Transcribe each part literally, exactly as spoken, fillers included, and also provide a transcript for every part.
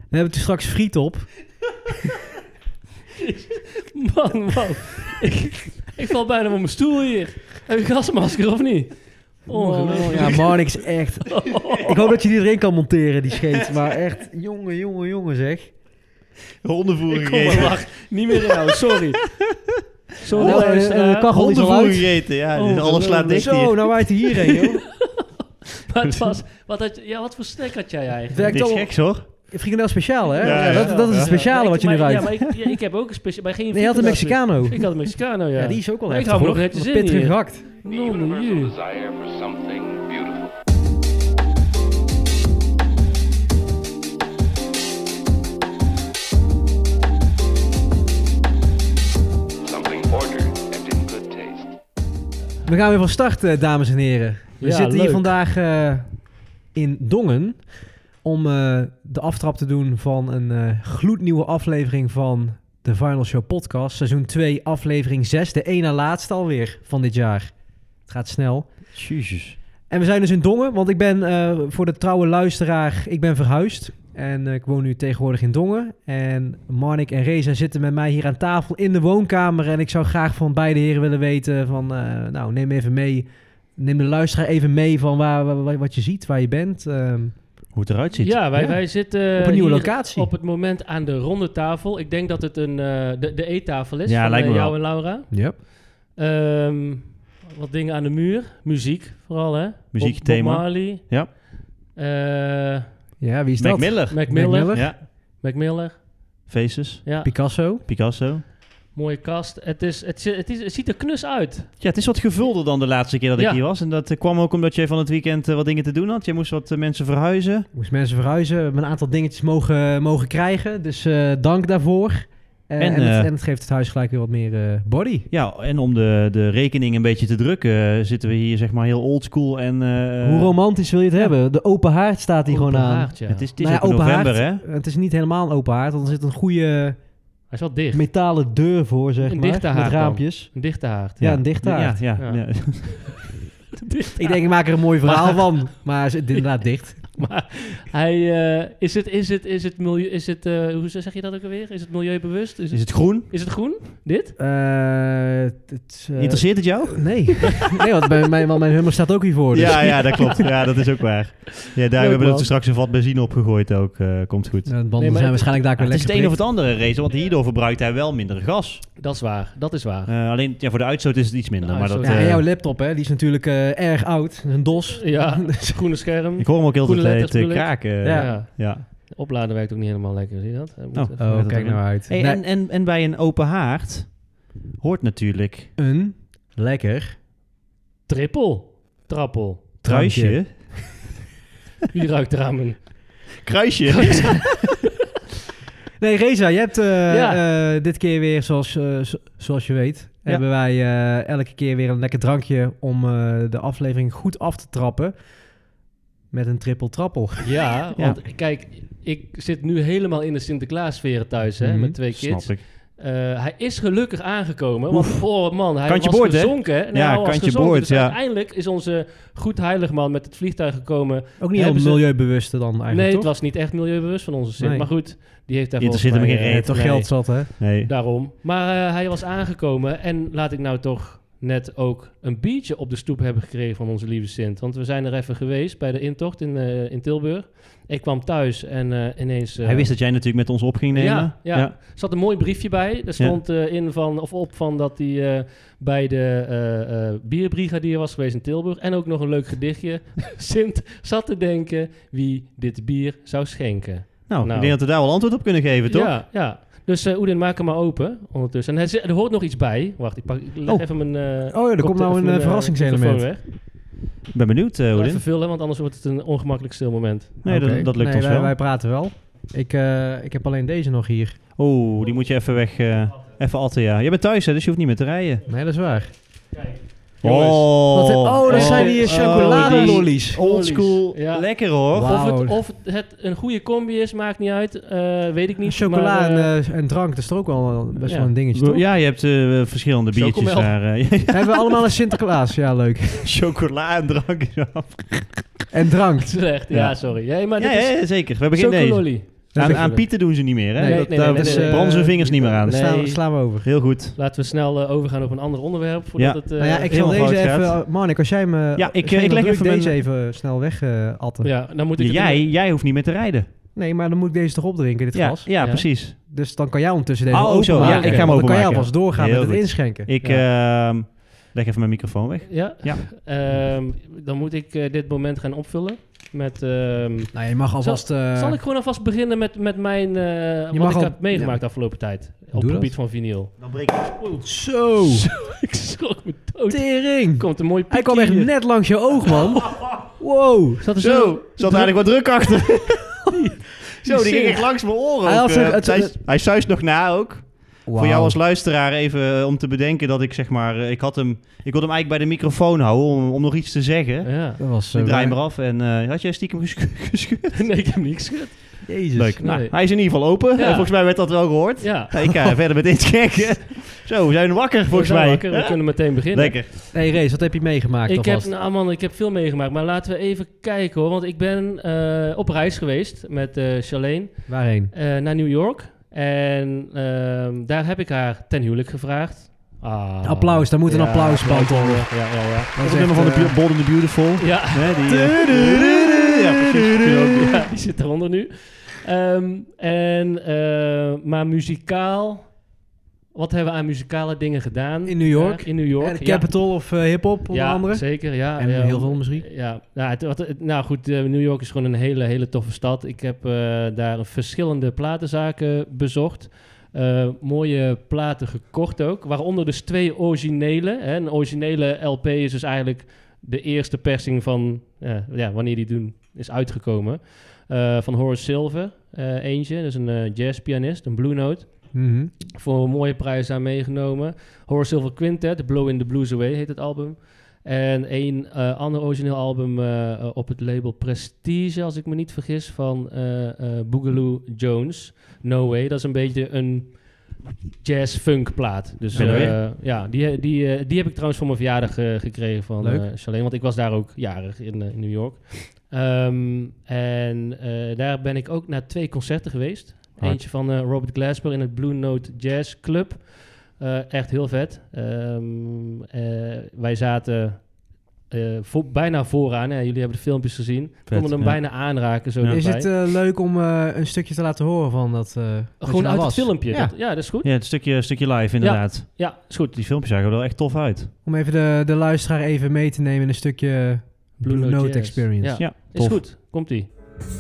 Dan hebben we straks friet op. Man, man. ik, ik val bijna van mijn stoel hier. Heb je gasmasker of niet? Ongelooflijk. Ja, Marnix is echt... Ik hoop dat je die erin kan monteren, die scheet. Maar echt, jongen, jongen, jongen zeg. Hondenvoer Ik kom gegeten. maar wacht. Niet meer in jou, sorry. Sorry, Nou, luisteraar. en de kachel is al Hondenvoer uit. gegeten, ja. Oh, dus alles slaat dicht Zo, hier. nou waait hij hierheen, joh. Maar het was, wat, had, ja, wat voor snack had jij Het eigenlijk? werkt Niks al... geks hoor. Frikandel speciaal, hè? Ja, Ja, ja, dat, dat is het ja. speciale Ja, wat je ik- nu maar- ruikt. Ja, maar ik, ja, ik heb ook een speciaal... Maar geen Nee, je had een frikandel- Mexicano. Ik had een Mexicano, ja. Ja, die is ook wel Ik heftig, hou me hoor. nog netjes Wat in pittig hier. gehakt. The Non, universal jee. desire for something beautiful. Something ordered and in good taste. We gaan weer van start, eh, dames en heren. We Ja, zitten hier leuk. vandaag eh, in Dongen om eh, de aftrap te doen van een eh, gloednieuwe aflevering van de Final Show podcast. Seizoen twee, aflevering zes. De ene laatste alweer van dit jaar. Het gaat snel. Jezus. En we zijn dus in Dongen, want ik ben eh, voor de trouwe luisteraar, ik ben verhuisd. En eh, ik woon nu tegenwoordig in Dongen. En Marnik en Reza zitten met mij hier aan tafel in de woonkamer. En ik zou graag van beide heren willen weten van, eh, nou neem even mee. Neem de luisteraar even mee van waar, waar- wat je ziet, waar je bent. Ehm, Hoe het eruit ziet. Ja, wij, Ja. wij zitten Op een nieuwe hier locatie. op het moment aan de ronde tafel. Ik denk dat het een, eh, de, de eettafel is Ja, van lijkt eh, me jou wel. en Laura. Yep. Ehm, wat dingen aan de muur. Muziek vooral, hè? Muziek, Bob, Bob thema. Marley. Ja. Ja, Eh, wie is Mac dat? Miller. Mac Mac Miller. Miller. Ja. Mac Miller. Faces. Ja, Picasso. Picasso. mooie kast. Het, is, het, zi- het, is, het ziet er knus uit. Ja, het is wat gevulder dan de laatste keer dat Ja. ik hier was. En dat eh, kwam ook omdat jij van het weekend eh, wat dingen te doen had. Je moest wat eh, mensen verhuizen. Moest mensen verhuizen. We hebben een aantal dingetjes mogen, mogen krijgen. Dus eh, dank daarvoor. Eh, En, en, het, eh, en het geeft het huis gelijk weer wat meer eh, body. Ja, en om de, de rekening een beetje te drukken, eh, zitten we hier zeg maar heel oldschool en... eh, Hoe romantisch wil je het ja. hebben? De open haard staat hier Open gewoon aan. haard, ja. Het is, het is Nou ja, ook open november, haard. hè? Het is niet helemaal een open haard, want er zit een goede Hij is wel dicht. metalen deur voor, zeg Een maar. dichte Met haard dan. raampjes. Een dichte haard. Ja, een dichte haard. Ja, ja, Ja. ja. Ik denk, ik maak er een mooi verhaal van. Maar het is inderdaad dicht. Maar hij, eh, is het, is het, is het milieu, is het, eh, hoe zeg je dat ook alweer? Is het milieubewust? Is Is het groen? Is het groen? Dit? Eh, het, eh, Interesseert het jou? Nee. nee, want bij mij, want mijn hummer staat ook hiervoor. Dus. Ja, ja, dat klopt. Ja, dat is ook waar. Ja, daar hebben we man. er straks een vat benzine opgegooid ook. eh, komt goed. Ja, de banden Nee, maar zijn het- waarschijnlijk daar Ja, weer het is het lekker een of het andere race, want hierdoor verbruikt hij wel minder gas. Dat is waar. Dat is waar. Eh, alleen ja, voor de uitstoot is het iets minder. De Maar dat, uitstoot. Ja, en eh, jouw laptop, hè, die is natuurlijk eh, erg oud. Dat is een dos. Ja, groene scherm. ik hoor hem ook heel de Goede tijd letters eh, bedoel ik. kraken. Ja. Ja. ja. De oplader werkt ook niet helemaal lekker, zie je dat? Hij moet Oh. even- Oh, dat kijk ook nou uit. Hey, Nee, en, en, en bij een open haard hoort natuurlijk een lekker Trippel. Trappel. truisje. Wie ruikt er aan mijn... Kruisje. Nee, Reza, je hebt eh, Ja. eh, dit keer weer, zoals, eh, zo- zoals je weet, hebben wij eh, elke keer weer een lekker drankje om eh, de aflevering goed af te trappen. Met een triple trappel. Ja, want kijk, ik zit nu helemaal in de Sinterklaasfeer thuis, hè, Mhm, met twee kids. Snap ik. Eh, hij is gelukkig aangekomen, want oh man, hij Kantje was boord, hè? gezonken. hè? Nee, Ja, hij was kantje gezonken. boord, Dus ja. uiteindelijk is onze goed heiligman met het vliegtuig gekomen. Ook niet heel Hebben ze- milieubewuste dan eigenlijk, nee, het toch? was niet echt milieubewust van onze Sint. Nee. Maar goed, die heeft daar Die volgens mij... interesseert hem geen eh, reet. toch nee, geld zat, hè? Nee. Daarom. Maar eh, hij was aangekomen en laat ik nou toch net ook een biertje op de stoep hebben gekregen van onze lieve Sint. Want we zijn er even geweest bij de intocht in, eh, in Tilburg. Ik kwam thuis en eh, ineens... eh, Hij wist dat jij natuurlijk met ons op ging nemen. Ja, ja. Er zat een mooi briefje bij. Er stond eh, in van, of op van dat hij eh, bij de eh, eh, bierbrigadier was geweest in Tilburg. En ook nog een leuk gedichtje. Sint zat te denken wie dit bier zou schenken. Nou, Nou. ik denk dat we daar wel antwoord op kunnen geven, toch? Ja, ja. Dus uh, Oedin, maak hem maar open ondertussen. En hij zegt- er hoort nog iets bij. Wacht, ik, pak, ik leg Oh. even mijn... eh, Oh ja, er komt nou kopte- een, even eh, mijn, verrassingselement. microfoon weg. Ik ben benieuwd, uh, Even Odin. vullen, want anders wordt het een ongemakkelijk stil moment. Nee, Oké. dat, dat lukt nee, ons wij, wel. wij praten wel. Ik, eh, ik heb alleen deze nog hier. Oeh, die moet je even weg. eh, even atten, ja. Je bent thuis, hè, dus je hoeft niet meer te rijden. Nee, dat is waar. Kijk. Oh, Wat, oh, dat Oh, zijn die oh, chocoladelollies. Old school. Ja. Lekker hoor. Wauw. Of, het, of het, het een goede combi is, maakt niet uit. Eh, weet ik niet. Chocola maar, en, eh, eh, en drank, dat is toch ook wel best Ja. wel een dingetje, toch? Ja, je hebt eh, verschillende biertjes Chocomel. daar. eh, Hebben we allemaal een Sinterklaas? Ja, leuk. chocola en drank. Ja, En drank. slecht, ja, Ja. sorry. Ja, maar ja, dit is ja, zeker. We hebben geen deze. chocololly. Aan, aan Pieten doen ze niet meer, hè? Nee, dat, nee, daar nee, nee, nee, branden ze hun eh, vingers niet meer aan. nee. Slaan, slaan we over. Heel goed. Laten we snel uh, overgaan op een ander onderwerp. Voordat Ja. het, uh, Nou ja, ik zal helemaal deze fout even... gaat. uh, Marnik, als jij me... Ja, ik, als jij ik me leg druk even deze mijn- even snel weg uh, atten. ja, dan moet ik Jij, het jij hoeft niet meer te rijden. Nee, maar dan moet ik deze toch opdrinken, dit Ja, glas. ja, Ja. precies. Dus dan kan jij ondertussen deze Oh, openmaken. zo, ja, ik Want ga hem dan kan jij openmaken. alvast doorgaan Heel met het goed. inschenken. Ik ehm, leg even mijn microfoon weg. Ja? Ja. Ehm, dan moet ik uh, dit moment gaan opvullen met... ehm, Nou, je mag alvast... uh, zal ik gewoon alvast beginnen met, met mijn... uh, wat mag ik al- heb meegemaakt ja. afgelopen tijd. Op Doe het dat. gebied van vinyl. Dan breek ik. Zo! Ik schrok me dood. Tering! Komt een mooi Hij piekje kwam echt hier. net langs je oog, man. Wow! Zat er Zo, zo... zat eigenlijk wat druk achter. Zo, die ging echt langs mijn oren. Hij ook, had eh. zich- het- hij, het- hij suist nog na ook. Wauw. Voor jou als luisteraar even eh, om te bedenken dat ik zeg maar... eh, ik, had hem, ik wilde hem eigenlijk bij de microfoon houden om, om nog iets te zeggen. Ja. Dat was zo Ik draai hem raar. eraf en eh, had jij stiekem geschu- gescheurd? Nee, ik heb niet geschud. Jezus. Leuk. Nou, Nee. hij is in ieder geval open. Ja. En volgens mij werd dat wel gehoord. Ja. Nou, ik ga verder met inschenken. Zo, we zijn wakker volgens We zijn mij. wakker, we kunnen meteen beginnen. Lekker. Hey Rees, wat heb je meegemaakt Ik heb, alvast? nou man, ik heb veel meegemaakt, maar laten we even kijken hoor. Want ik ben eh, op reis geweest met eh Charlene Waarheen? eh, naar New York. En ehm, daar heb ik haar ten huwelijk gevraagd. Ah, Applaus, daar moet een applausband onder. Ja, ja, ja. Dat Dat is is het nummer van de echt, Bu- Bold and the Beautiful. Ja, Hè, die, eh, ja, precies. Die, ook, ja, die zit eronder nu. Ehm, en, eh, maar muzikaal... Wat hebben we aan muzikale dingen gedaan? In New York? Ja, in New York, eh, de ja. Capital of uh, hip-hop, onder Ja, andere. zeker. Ja, En ja, heel veel misschien. Ja, nou, het, wat- het- nou goed, eh, New York is gewoon een hele, hele toffe stad. Ik heb eh, daar verschillende platenzaken bezocht. Eh, mooie platen gekocht ook. Waaronder dus twee originele. Hè. Een originele L P is dus eigenlijk de eerste persing van... eh, ja, wanneer die doen is uitgekomen. Eh, van Horace Silver, eh, eentje. Dat is een eh, jazzpianist, een Blue Note. Mhm. Voor een mooie prijs aan meegenomen. Horace Silver Quintet, Blow in the Blues Away heet het album. En een uh, ander origineel album uh, uh, op het label Prestige, als ik me niet vergis, van uh, uh, Boogaloo Jones. No Way, dat is een beetje een jazz-funk plaat. Dus Ben je uh, weer? ja, die, die, uh, die heb ik trouwens voor mijn verjaardag uh, gekregen van uh, Leuk. Charlene, want ik was daar ook jarig in, uh, in New York. Um, en uh, daar ben ik ook naar twee concerten geweest. Hard. Eentje van uh, Robert Glasper in het Blue Note Jazz Club. Uh, echt heel vet. Um, uh, wij zaten uh, voor, bijna vooraan. Ja, jullie hebben de filmpjes gezien. We konden hem ja. bijna aanraken. Zo Ja. Is dichtbij. het uh, leuk om uh, een stukje te laten horen van dat? Uh, wat Gewoon je uit daar het was? filmpje. Ja. Dat, ja, dat is goed. Ja, het stukje, stukje live inderdaad. Ja, is goed. Die filmpjes zagen er wel echt tof uit. Om even de, de luisteraar even mee te nemen in een stukje Blue, Blue Note, Note Jazz. Experience. Ja. Ja, Is tof. goed. Komt-ie.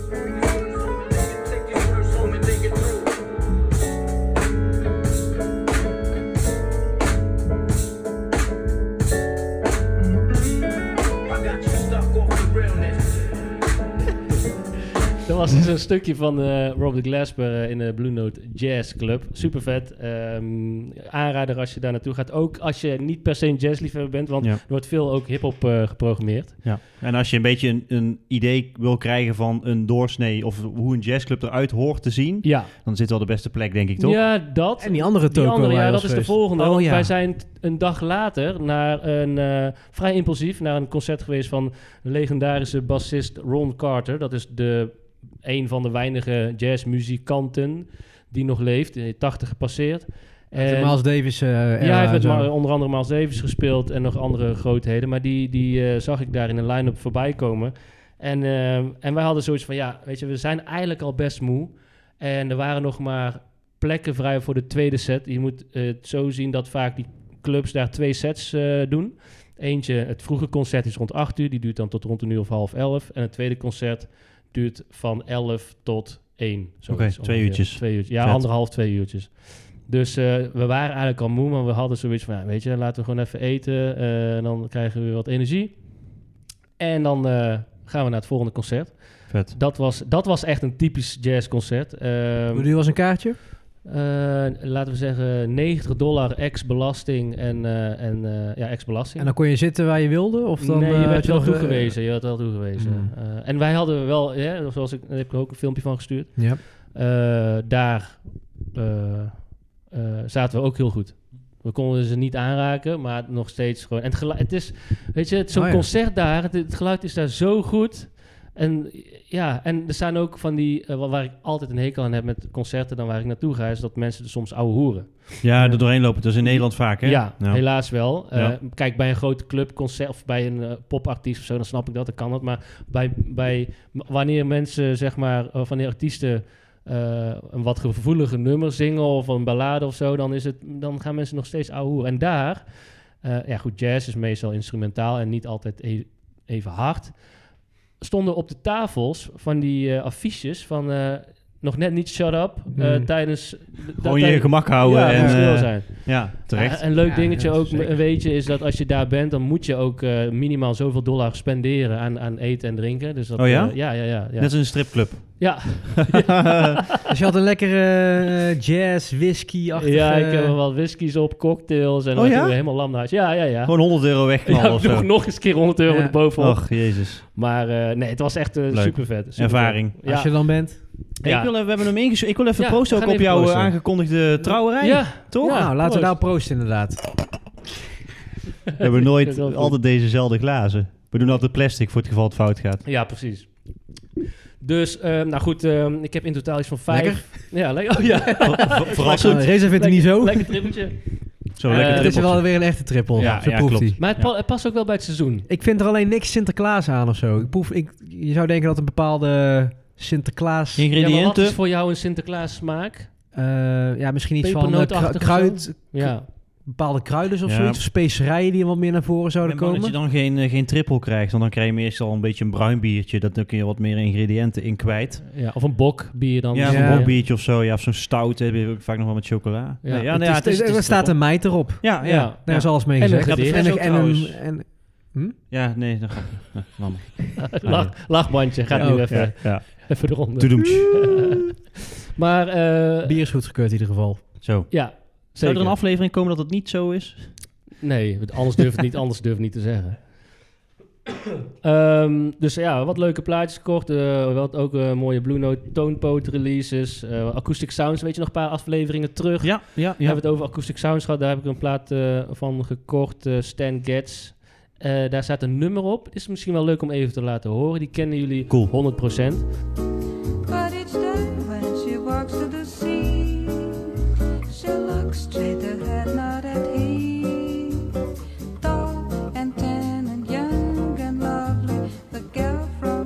Dat was dus een stukje van uh, Robert Glasper uh, in de Blue Note Jazz Club. Super vet. Um, aanrader als je daar naartoe gaat. Ook als je niet per se een jazzliefhebber bent, want Ja. er wordt veel ook hip-hop uh, geprogrammeerd. Ja. En als je een beetje een, een idee wil krijgen van een doorsnee of hoe een jazzclub eruit hoort te zien, Ja, dan zit wel de beste plek, denk ik, toch? ja dat. En die andere Die toko andere, waar ja, je dat was is de geweest. volgende. Oh, want ja. wij zijn t- een dag later naar een uh, vrij impulsief naar een concert geweest van de legendarische bassist Ron Carter. Dat is de een van de weinige jazzmuzikanten die nog leeft. Hij heeft tachtig gepasseerd. Met de En- Miles Davis uh, ja, hij era heeft met en zo. Ma- onder andere Miles Davis gespeeld en nog andere grootheden. Maar die, die uh, zag ik daar in een line-up voorbij komen. En, uh, en wij hadden zoiets van, ja, weet je, we zijn eigenlijk al best moe. En er waren nog maar plekken vrij voor de tweede set. Je moet uh, het zo zien dat vaak die clubs daar twee sets uh, doen. Eentje, het vroege concert is rond acht uur. Die duurt dan tot rond een uur of half elf. En het tweede concert duurt van elf tot één. Oké, zoiets twee ongeveer. uurtjes. Twee uurtjes. Ja, Vet. anderhalf, twee uurtjes. Dus uh, we waren eigenlijk al moe, maar we hadden zoiets van, ja, weet je, laten we gewoon even eten. Uh, dan krijgen we weer wat energie. En dan uh, gaan we naar het volgende concert. Vet. Dat was, dat was echt een typisch jazzconcert. Um, Hoe duur was een kaartje? uh, laten we zeggen negentig dollar ex-belasting en, uh, en uh, ja, ex-belasting. En dan kon je zitten waar je wilde? Of dan, nee, je uh, werd had wel nog, uh, toegewezen. Je werd wel toegewezen. Mm. Uh, en wij hadden wel, ja, zoals ik, daar heb ik ook een filmpje van gestuurd. Ja. Uh, daar uh, uh, zaten we ook heel goed. We konden ze niet aanraken, maar nog steeds gewoon. En het geluid, het is, weet je, het- zo'n Oh ja. concert daar, het, het geluid is daar zo goed. En ja, en er staan ook van die, uh, waar ik altijd een hekel aan heb met concerten dan waar ik naartoe ga, is dat mensen er soms ouwe hoeren. Ja, er doorheen lopen. Dat is in Nederland vaak, hè? Ja, Nou. helaas wel. Uh, Ja. Kijk, bij een grote clubconcert of bij een uh, popartiest of zo, dan snap ik dat, dan kan dat. Maar bij, bij wanneer mensen, zeg maar, of wanneer artiesten uh, een wat gevoelige nummer zingen of een ballade of zo, dan, is het, dan gaan mensen nog steeds ouwe hoeren. En daar, uh, ja goed, jazz is meestal instrumentaal en niet altijd e- even hard. Stonden op de tafels van die uh, affiches van uh, nog net niet shut up uh, Hmm. tijdens... Gewoon je gemak houden. Ja, en, en stil eh, zijn. ja, terecht. Ja, een leuk Ja, dingetje ja, ook, zeker. een weetje, is dat als je daar bent, dan moet je ook uh, minimaal zoveel dollar spenderen aan, aan eten en drinken. Dus dat, Oh ja? uh, ja, ja, ja. Ja. Net als een stripclub. ja. Dus je had een lekkere uh, jazz, whisky-achtige... ja, ik heb er wat whiskies op, cocktails en Oh dan ja? gingen we helemaal lam naar huis. Ja, ja, ja. Gewoon honderd euro wegknallen Ja, of zo. nog, nog eens een keer honderd euro Ja. erbovenop. Och, jezus. Maar uh, nee, het was echt uh, Leuk. super vet. Ervaring. Ja. Als je er dan bent. Hey, Ja. ik, wil, even- we hebben hem ingezocht. Ik wil even Ja, proosten we ook gaan op even jouw proosten. aangekondigde trouwerij. Ja, Toch? Ja, nou, laten we proost. daar proosten inderdaad. We hebben nooit Dat is wel goed. altijd dezezelfde glazen. We doen altijd plastic voor het geval het fout gaat. Ja, precies. Dus, uh, nou goed, uh, ik heb in totaal iets van vijf... Lekker? Ja, lekker. Oh ja. Verrassend. Uh, Reza vindt het niet zo. Lekker trippeltje. Zo, Eh, lekker Het is trippeltje. wel weer een echte trippel. Ja, Zo ja, proeft klopt. hij. Maar het, pa- het past ook wel bij het seizoen. Ik vind er alleen niks Sinterklaas aan of zo. Ik proef, ik, je zou denken dat een bepaalde Sinterklaas... Ja, maar wat Ingrediënten. is voor jou een Sinterklaas smaak? Uh, ja, misschien iets van uh, Pepernootachtig kru- of kruid, Ja. bepaalde kruiden of Ja. zoiets. Of specerijen die wat meer naar voren Ik zouden ben bang dat komen. je dan geen, eh, geen trippel krijgt. Want dan krijg je meestal een beetje een bruin biertje. Dat, dan kun je wat meer ingrediënten in kwijt. Ja, of een bok bier dan. Ja, Ja. een Ja. bokbiertje of zo. Ja, of zo'n stout heb je ook vaak nog wel met chocola. Ja. Nee, ja, Het nee, ja, is- het is- het is er staat trippel. een meid erop. Ja, ja. Ja. Daar is alles mee En een gezegd. gedicht. Ja, en, ook en, en, trouwens. en, hm? Ja, nee, dan ga ik. Ja, laat Lach, lachbandje, gaat Ja, nu ook, even, ja, ja. even eronder. Toedoemtje. Maar, eh Bier is goedgekeurd in ieder geval. Zo. ja, Zou zeker. er een aflevering komen dat het niet zo is? Nee, want anders durf ik niet, anders durf ik niet te zeggen. Ehm, dus ja, wat leuke plaatjes gekocht. Uh, wat ook uh, mooie Blue Note Tonepoot releases. Uh, Acoustic Sounds, weet je nog een paar afleveringen terug. Ja, ja, We hebben het over Acoustic Sounds gehad. Daar heb ik een plaat uh, van gekocht. Uh, Stan Getz. Uh, daar staat een nummer op. Is misschien wel leuk om even te laten horen. Die kennen jullie Cool. honderd procent. But each day when she walks to the sea, she looks straight ahead, not at he. Tall and tan and young and lovely, the girl from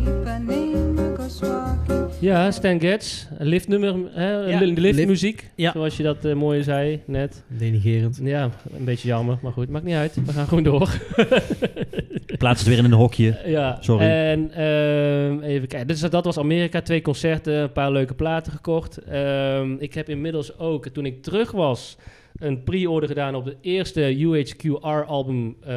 Ipanema goes walking. Ja, Stan Getz. Een liftnummer, hè? Ja, Li- liftmuziek. Ja. Zoals je dat uh, mooi zei net. Denigerend. Ja, een beetje jammer. Maar goed, maakt niet uit. We gaan gewoon door. Plaats het weer in een hokje. Ja, Sorry. En ehm, even kijken. Dus dat was Amerika. Twee concerten, een paar leuke platen gekocht. Ehm, ik heb inmiddels ook, toen ik terug was, een pre-order gedaan op de eerste U H Q R-album uh,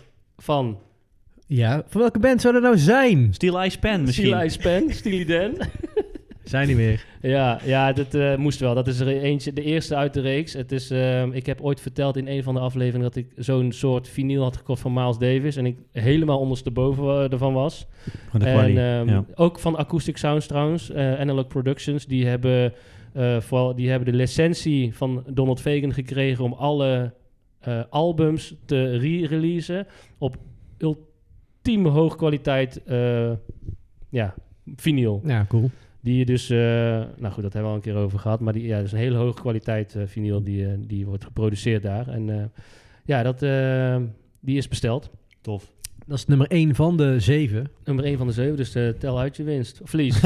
van Ja, van welke band zou dat nou zijn? Steel Ice Pen misschien. Steel Ice Pen, Steely Dan. Zijn niet meer. Ja, ja, dat uh, moest wel. Dat is er eentje, de eerste uit de reeks. Het is, uh, ik heb ooit verteld in een van de afleveringen dat ik zo'n soort vinyl had gekocht van Miles Davis en ik helemaal ondersteboven uh, ervan was. Van de En quali, um, ja. ook van Acoustic Sounds trouwens, uh, Analog Productions, die hebben, uh, vooral, die hebben de licentie van Donald Fagen gekregen om alle uh, albums te re-releasen op ultieme hoogkwaliteit uh, ja, vinyl. Ja, cool. Die je dus, uh, nou goed, dat hebben we al een keer over gehad, maar die, ja, dus een hele hoge kwaliteit uh, vinyl die, uh, die wordt geproduceerd daar. En uh, ja, dat, uh, die is besteld. Tof. Dat is nummer één van de zeven. Nummer één van de zeven, dus uh, tel uit je winst. Of verlies.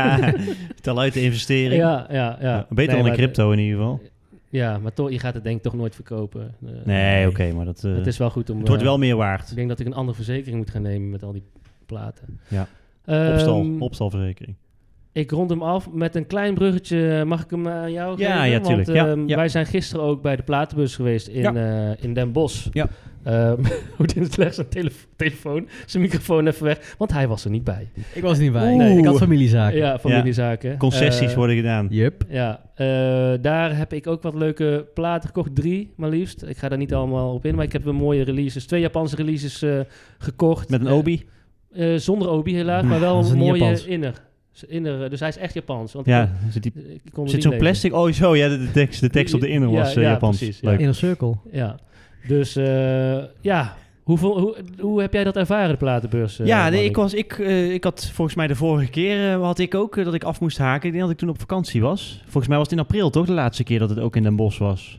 Tel uit de investering. ja, ja, ja. Ja, beter Nee, dan in maar crypto in ieder geval. de- Ja, maar toch, je gaat het denk ik toch nooit verkopen. Uh, Nee, oké, okay, maar dat, uh, Het is wel goed om... het wordt uh, wel meer waard. Ik denk dat ik een andere verzekering moet gaan nemen met al die platen. Ja. Um, Opstal, opstalverzekering. Ik rond hem af met een klein bruggetje. Mag ik hem aan jou Ja, geven? ja, tuurlijk. Want, Ja, um, ja. wij zijn gisteren ook bij de platenbus geweest in, Ja. uh, in Den Bosch. Ja. Um, Hoe dit slechts zijn tele- telefoon, zijn microfoon even weg, want hij was er niet bij. Ik was er niet bij. Oeh. Nee, ik had familiezaken. Ja, familiezaken. Concessies Uh, worden gedaan. Yup. Ja, uh, daar heb ik ook wat leuke platen gekocht. Drie, maar liefst. Ik ga daar niet allemaal op in, maar ik heb een mooie releases. Twee Japanse releases uh, gekocht. Met een Uh, obi. uh, zonder obi helaas, maar wel Dat is een niet mooie Japans. inner. inner. Dus hij is echt Japans. Want Ja, ik, zit, die, ik kon het zit niet zo'n lezen. plastic... Oh, zo, ja, de, de tekst, de tekst op de inner Ja, was uh, ja, Japans. precies, ja. Leuk. Inner Circle. Ja, dus uh, ja, Hoe, vo- hoe, hoe heb jij dat ervaren, de platenbeurs? Uh, ja, nee, Marnik? ik, was, ik, uh, ik had volgens mij de vorige keer uh, had ik ook uh, dat ik af moest haken. Ik denk dat ik toen op vakantie was. Volgens mij was het in april toch de laatste keer dat het ook in Den Bosch was.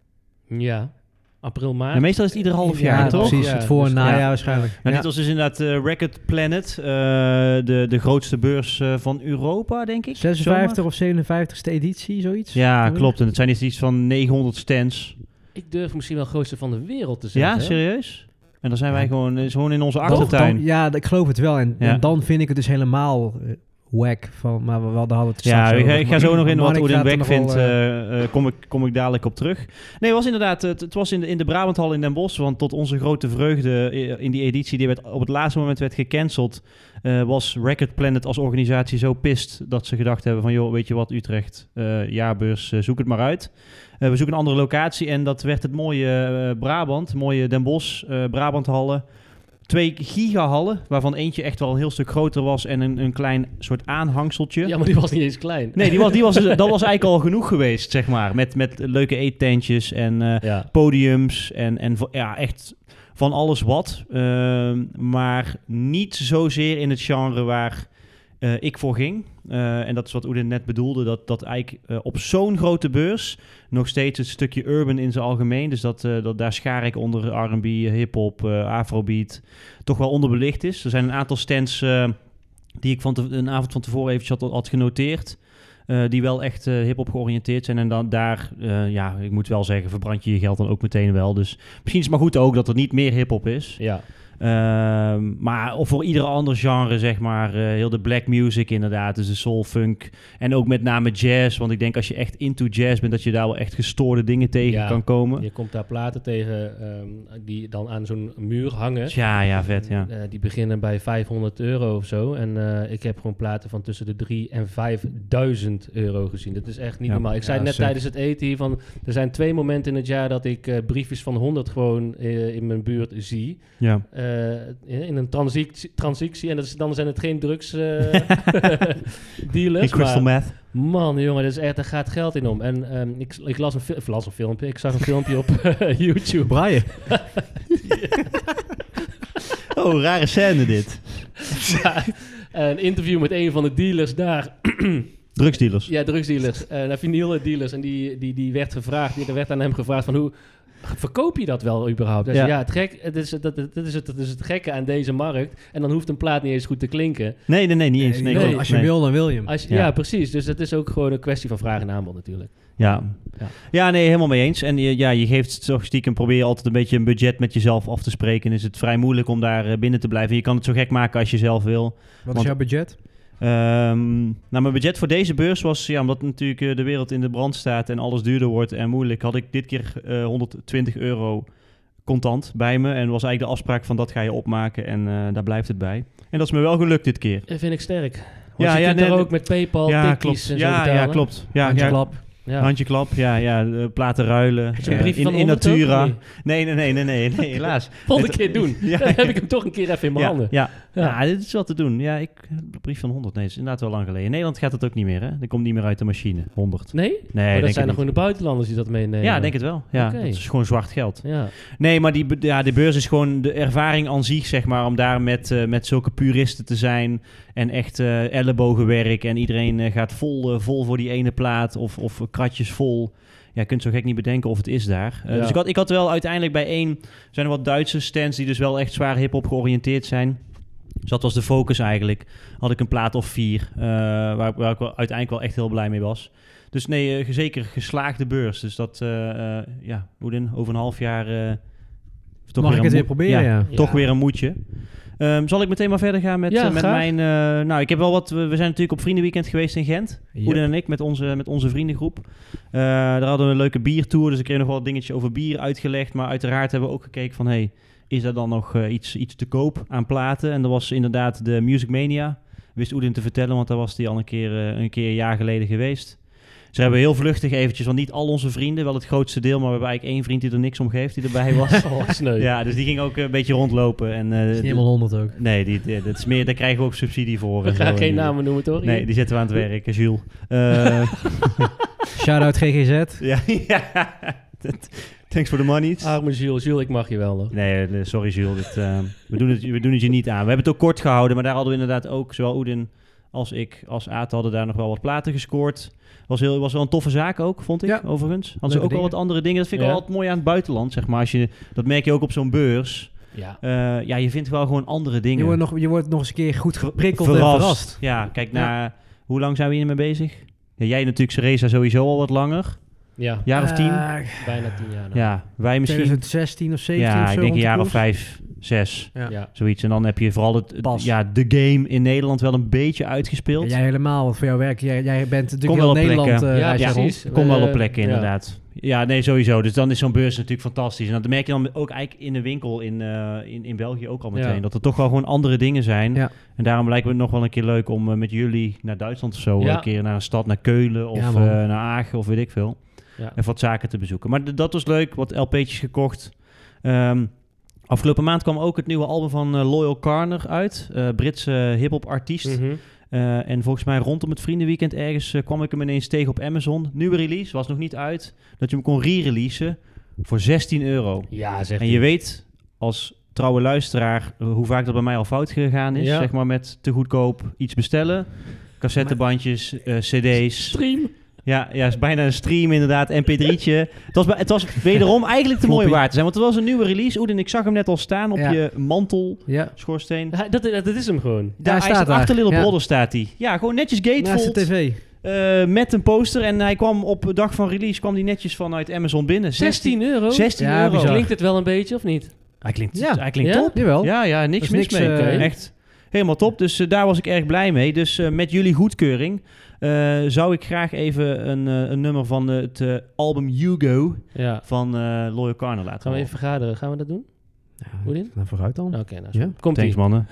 Ja, april, maart. En meestal is het ieder half jaar, ja, toch? precies. Ja, Het voor- en dus- najaar ja. waarschijnlijk. Nou, Ja. dit was dus inderdaad uh, Record Planet, uh, de, de grootste beurs uh, van Europa, denk ik. zesenvijftig Zomaar. of zevenenvijftigste editie, zoiets? Ja, klopt. En het zijn dus iets van negenhonderd stands. Ik durf misschien wel grootste van de wereld te zeggen. Ja, hè? serieus? En dan zijn wij Ja. gewoon, is gewoon in onze Dan- achtertuin. dan- ja, ik geloof het wel. En, Ja. en dan vind ik het dus helemaal uh, wack. Van, maar we, we hadden het Ja, straks ik, over. ik ga zo nog in wat Marnik Oedin gaat er Beck nog wel, vindt, uh, uh, uh, kom, ik, kom ik dadelijk op terug. Nee, het was inderdaad, het, het was in de, in de Brabanthal in Den Bosch, want tot onze grote vreugde uh, in die editie, die werd, op het laatste moment werd gecanceld, uh, was Record Planet als organisatie zo pist dat ze gedacht hebben van, joh, weet je wat, Utrecht, uh, jaarbeurs, uh, zoek het maar uit. Uh, we zoeken een andere locatie en dat werd het mooie uh, Brabant, mooie Den Bosch, uh, Brabanthallen. Twee gigahallen, waarvan eentje echt wel een heel stuk groter was en een, een klein soort aanhangseltje. Ja, maar die was niet eens klein. Nee, die was, die was, dat was eigenlijk al genoeg geweest, zeg maar. Met, met leuke eettentjes en uh, Ja. podiums en, en ja, echt van alles wat. Uh, maar niet zozeer in het genre waar uh, ik voor ging. Uh, en dat is wat Oedin net bedoelde, dat, dat eigenlijk uh, op zo'n grote beurs nog steeds het stukje urban in zijn algemeen, dus dat, uh, dat daar schaar ik onder R en B, hip-hop, uh, afrobeat, toch wel onderbelicht is. Er zijn een aantal stands uh, die ik van te, een avond van tevoren eventjes had, had genoteerd, uh, die wel echt uh, hip-hop georiënteerd zijn. En dan daar, uh, ja, ik moet wel zeggen, verbrand je je geld dan ook meteen wel. Dus misschien is het maar goed ook dat er niet meer hip-hop is. Ja. Uh, maar of voor ieder ander genre, zeg maar, uh, heel de black music inderdaad, dus de soul, funk en ook met name jazz, want ik denk als je echt into jazz bent, dat je daar wel echt gestoorde dingen tegen Ja, kan komen. Je komt daar platen tegen um, die dan aan zo'n muur hangen. Ja, ja, vet, ja. Uh, die beginnen bij vijfhonderd euro of zo. En uh, ik heb gewoon platen van tussen de drie en vijfduizend euro gezien. Dat is echt niet Ja. normaal. Ik zei Ja, net sick. tijdens het eten hier van, er zijn twee momenten in het jaar dat ik uh, briefjes van honderd gewoon uh, in mijn buurt zie. Ja. Uh, in een transitie, transitie. En dat is, dan zijn het geen drugs uh, dealers. In crystal maar, meth. man, jongen, dat is echt, daar gaat geld in om. En um, ik, ik las, een fi- of las een filmpje. Ik zag een filmpje op uh, YouTube. Brian. Oh, rare scène dit. Ja, een interview met een van de dealers daar. Drugsdealers. Ja, drugsdealers. Uh, vinyl dealers. En die, die, die werd gevraagd, die, er werd aan hem gevraagd van hoe verkoop je dat wel überhaupt? Hij Ja. zei, ja, het, gek, het, is, dat, dat is het, dat is het gekke aan deze markt. En dan hoeft een plaat niet eens goed te klinken. Nee, nee, nee, niet eens. Nee, Nee, klopt. als je Nee. wil, dan wil je hem. Als, ja. Ja. ja, precies. Dus het is ook gewoon een kwestie van vraag en aanbod natuurlijk. Ja. Ja. Ja, nee, helemaal mee eens. En je- ja, je geeft toch stiekem, probeer je altijd een beetje een budget met jezelf af te spreken. En is het vrij moeilijk om daar uh, binnen te blijven. Je kan het zo gek maken als je zelf wil. Wat Want- is jouw budget? Um, nou, mijn budget voor deze beurs was, ja, omdat natuurlijk uh, de wereld in de brand staat en alles duurder wordt en moeilijk, had ik dit keer uh, honderdtwintig euro contant bij me. En was eigenlijk de afspraak van dat ga je opmaken en uh, daar blijft het bij. En dat is me wel gelukt dit keer. Dat vind ik sterk. Want Ja, je ja, kunt nee, er de- ook met PayPal, ja, tikkies klopt. en zo Ja, betalen. ja, klopt. Ja, Handje ja, klap. Ja. handje klap. Ja, ja, uh, platen ruilen. Is een uh, briefje in, van in honderd ook, natura. of niet? Nee, nee, nee, nee, nee, nee, helaas. Volgende Het- keer doen. Ja, Dan heb ik hem toch een keer even in mijn ja, handen. ja, Ja. ja. dit is wel te doen. Ja, ik, brief van honderd, nee, dat is inderdaad wel lang geleden. In Nederland gaat het ook niet meer, hè? Dat komt niet meer uit de machine, honderd. Nee? Nee, maar denk dat ik zijn niet. dan gewoon de buitenlanders die dat meenemen. Ja, denk het wel. Ja, Oké. dat is gewoon zwart geld. Ja. Nee, maar die, be- ja, de beurs is gewoon de ervaring aan zich, zeg maar, om daar met, uh, met zulke puristen te zijn en echt uh, ellebogenwerk en iedereen uh, gaat vol, uh, vol voor die ene plaat of, of kratjes vol. Ja, je kunt zo gek niet bedenken of het is daar. Uh, Ja. Dus ik had, ik had wel uiteindelijk bij één, zijn er wat Duitse stands die dus wel echt zwaar hip-hop georiënteerd zijn. Dus dat was de focus eigenlijk. Had ik een plaat of vier, uh, waar, waar ik wel, uiteindelijk wel echt heel blij mee was. Dus nee, uh, zeker geslaagde beurs. Dus dat, uh, uh, ja, Oedin, over een half jaar... Uh, toch Mag ik een het weer moe- proberen, ja. Ja. Toch weer een moedje. Um, zal ik meteen maar verder gaan met, Ja, uh, met graag. mijn... Uh, nou, ik heb wel wat... We, we zijn natuurlijk op vriendenweekend geweest in Gent. Yep. Oedin en ik met onze, met onze vriendengroep. Uh, daar hadden we een leuke biertour. Dus ik kreeg nog wel dingetjes over bier uitgelegd. Maar uiteraard hebben we ook gekeken van... Hey, is er dan nog uh, iets, iets te koop aan platen? En dat was inderdaad de Music Mania. Wist Oedin te vertellen, want daar was die al een keer, uh, een keer een jaar geleden geweest. Dus hebben we heel vluchtig eventjes, want niet al onze vrienden, wel het grootste deel, maar we hebben eigenlijk één vriend die er niks om geeft, die erbij was. Oh, sneu. Ja, dus die ging ook een beetje rondlopen. En, uh, Is niet helemaal honderd ook. nee, die, die, dat is meer, daar krijgen we ook subsidie voor. We en gaan zo. geen En die- namen noemen, toch? Nee, die zetten we aan het werk, eh, Jules. Uh, Shout-out G G Z. ja, ja. Het, het Thanks for the money. Arme Jules. Jules, ik mag je wel nog. Nee, nee, sorry Jules. Dit, uh, we, doen het, we doen het je niet aan. We hebben het ook kort gehouden, maar daar hadden we inderdaad ook, zowel Oedin als ik, als Aad hadden daar nog wel wat platen gescoord. Was, heel, was wel een toffe zaak ook, vond ik, Ja. overigens. Hadden ze Leuke ook wel dingen. wat andere dingen. Dat vind ik Ja. wel altijd mooi aan het buitenland, zeg maar. Als je, dat merk je ook op zo'n beurs. Ja. Uh, ja, je vindt wel gewoon andere dingen. Je wordt, nog, je wordt nog eens een keer goed geprikkeld verrast. en verrast. Ja, kijk Ja. naar... Hoe lang zijn we hiermee bezig? Ja, jij natuurlijk, Cereza, sowieso al wat langer. Ja, Jaar of tien? Uh, bijna tien jaar. nou. Ja, wij misschien... twintig zestien of zeventien Ja, of zo. ik denk een rond de jaar of koers. vijf, zes. Ja. Ja. Zoiets. En dan heb je vooral het, het- Pas. ja, de game in Nederland wel een beetje uitgespeeld. Ja, jij helemaal, want voor jouw werk, jij, jij bent natuurlijk Kom heel wel op Nederland plekken. uh, Ja, reis jij precies. rond. Kom wel op Eh, plekken, ja. inderdaad. Ja, nee, sowieso. Dus dan is zo'n beurs natuurlijk fantastisch. En dat merk je dan ook eigenlijk in de winkel in, uh, in, in België ook al meteen. Ja. Dat er toch wel gewoon andere dingen zijn. Ja. En daarom lijkt me het nog wel een keer leuk om uh, met jullie naar Duitsland of zo... Ja. een keer naar een stad, naar Keulen of Ja, uh, man. naar Agen of weet ik veel. Ja. Even wat zaken te bezoeken. Maar d- dat was leuk. Wat L P'tjes gekocht. Um, afgelopen maand kwam ook het nieuwe album van uh, Loyal Carner uit. Uh, Britse hip-hop artiest. Mhm. Uh, en volgens mij rondom het vriendenweekend ergens uh, kwam ik hem ineens tegen op Amazon. Nieuwe release, was nog niet uit. Dat je hem kon re-releasen voor zestien euro. Ja, zeg En je weet als trouwe luisteraar uh, hoe vaak dat bij mij al fout gegaan is. Ja. Zeg maar met te goedkoop iets bestellen. Cassettebandjes, uh, cd's. Stream. Ja, ja, is bijna een stream inderdaad, M P drietje. Het was, bij- het was wederom eigenlijk te mooi Floppy. waard te zijn. Want het was een nieuwe release. Oedin, ik zag hem net al staan op Ja. je mantel, Ja, schoorsteen. Ja, Dat, dat, dat is hem gewoon. Daar hij hij staat staat daar. achter Little Ja. Brother staat hij. Ja, gewoon netjes naast de gatefold. tv. Uh, met een poster. En hij kwam op de dag van release kwam hij netjes vanuit Amazon binnen. zestien euro? zestien Ja, euro. bizar. Klinkt het wel een beetje of niet? Hij klinkt, Ja. hij klinkt Ja? top. Jawel. Ja, ja, niks Dat is mis niks, mee. eh, Oké. Echt helemaal top. Dus uh, daar was ik erg blij mee. Dus uh, met jullie goedkeuring uh, zou ik graag even een, uh, een nummer van uh, het uh, album Hugo Ja. van uh, Loyal Carner laten Gaan we horen. even vergaderen? Gaan we dat doen? Hoe in? Nou, vooruit dan. Oké, nou. Ja. Komt Thanks, ie. mannen.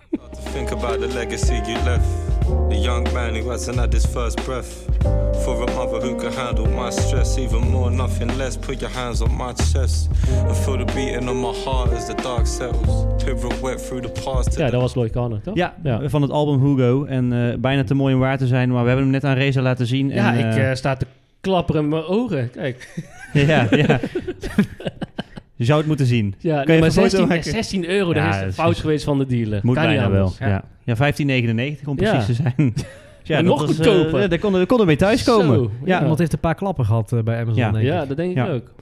To think about the legacy you left. The young man who hasn't had his first breath. For a mother who can handle my stress. Even more, nothing less. Put your hands on my chest. And feel the beating of my heart as the dark settles. River wet through the past. Ja, dat was Loyal Carner, toch? Ja, Ja. van het album Hugo. En uh, bijna te mooi om waar te zijn. Maar we hebben hem net aan Reza laten zien. Ja, en, ik uh, uh, sta te klapperen in mijn ogen. Kijk. ja, ja. Je zou het moeten zien. Ja, Kan je maar even een foto zestien, maken? zestien euro, Ja, dat is dat een is- fout geweest van de dealer. Moet Kan niet bijna wel. anders. Ja, ja. ja vijftien negenennegentig om precies Ja. te zijn. Ja, En dat nog was, uh, goedkoper. ja, daar konden we konden we mee thuiskomen. Zo, ja. ja. Iemand heeft een paar klappen gehad uh, bij Amazon, Ja. denk Ja, ik. dat denk ik Ja. ook.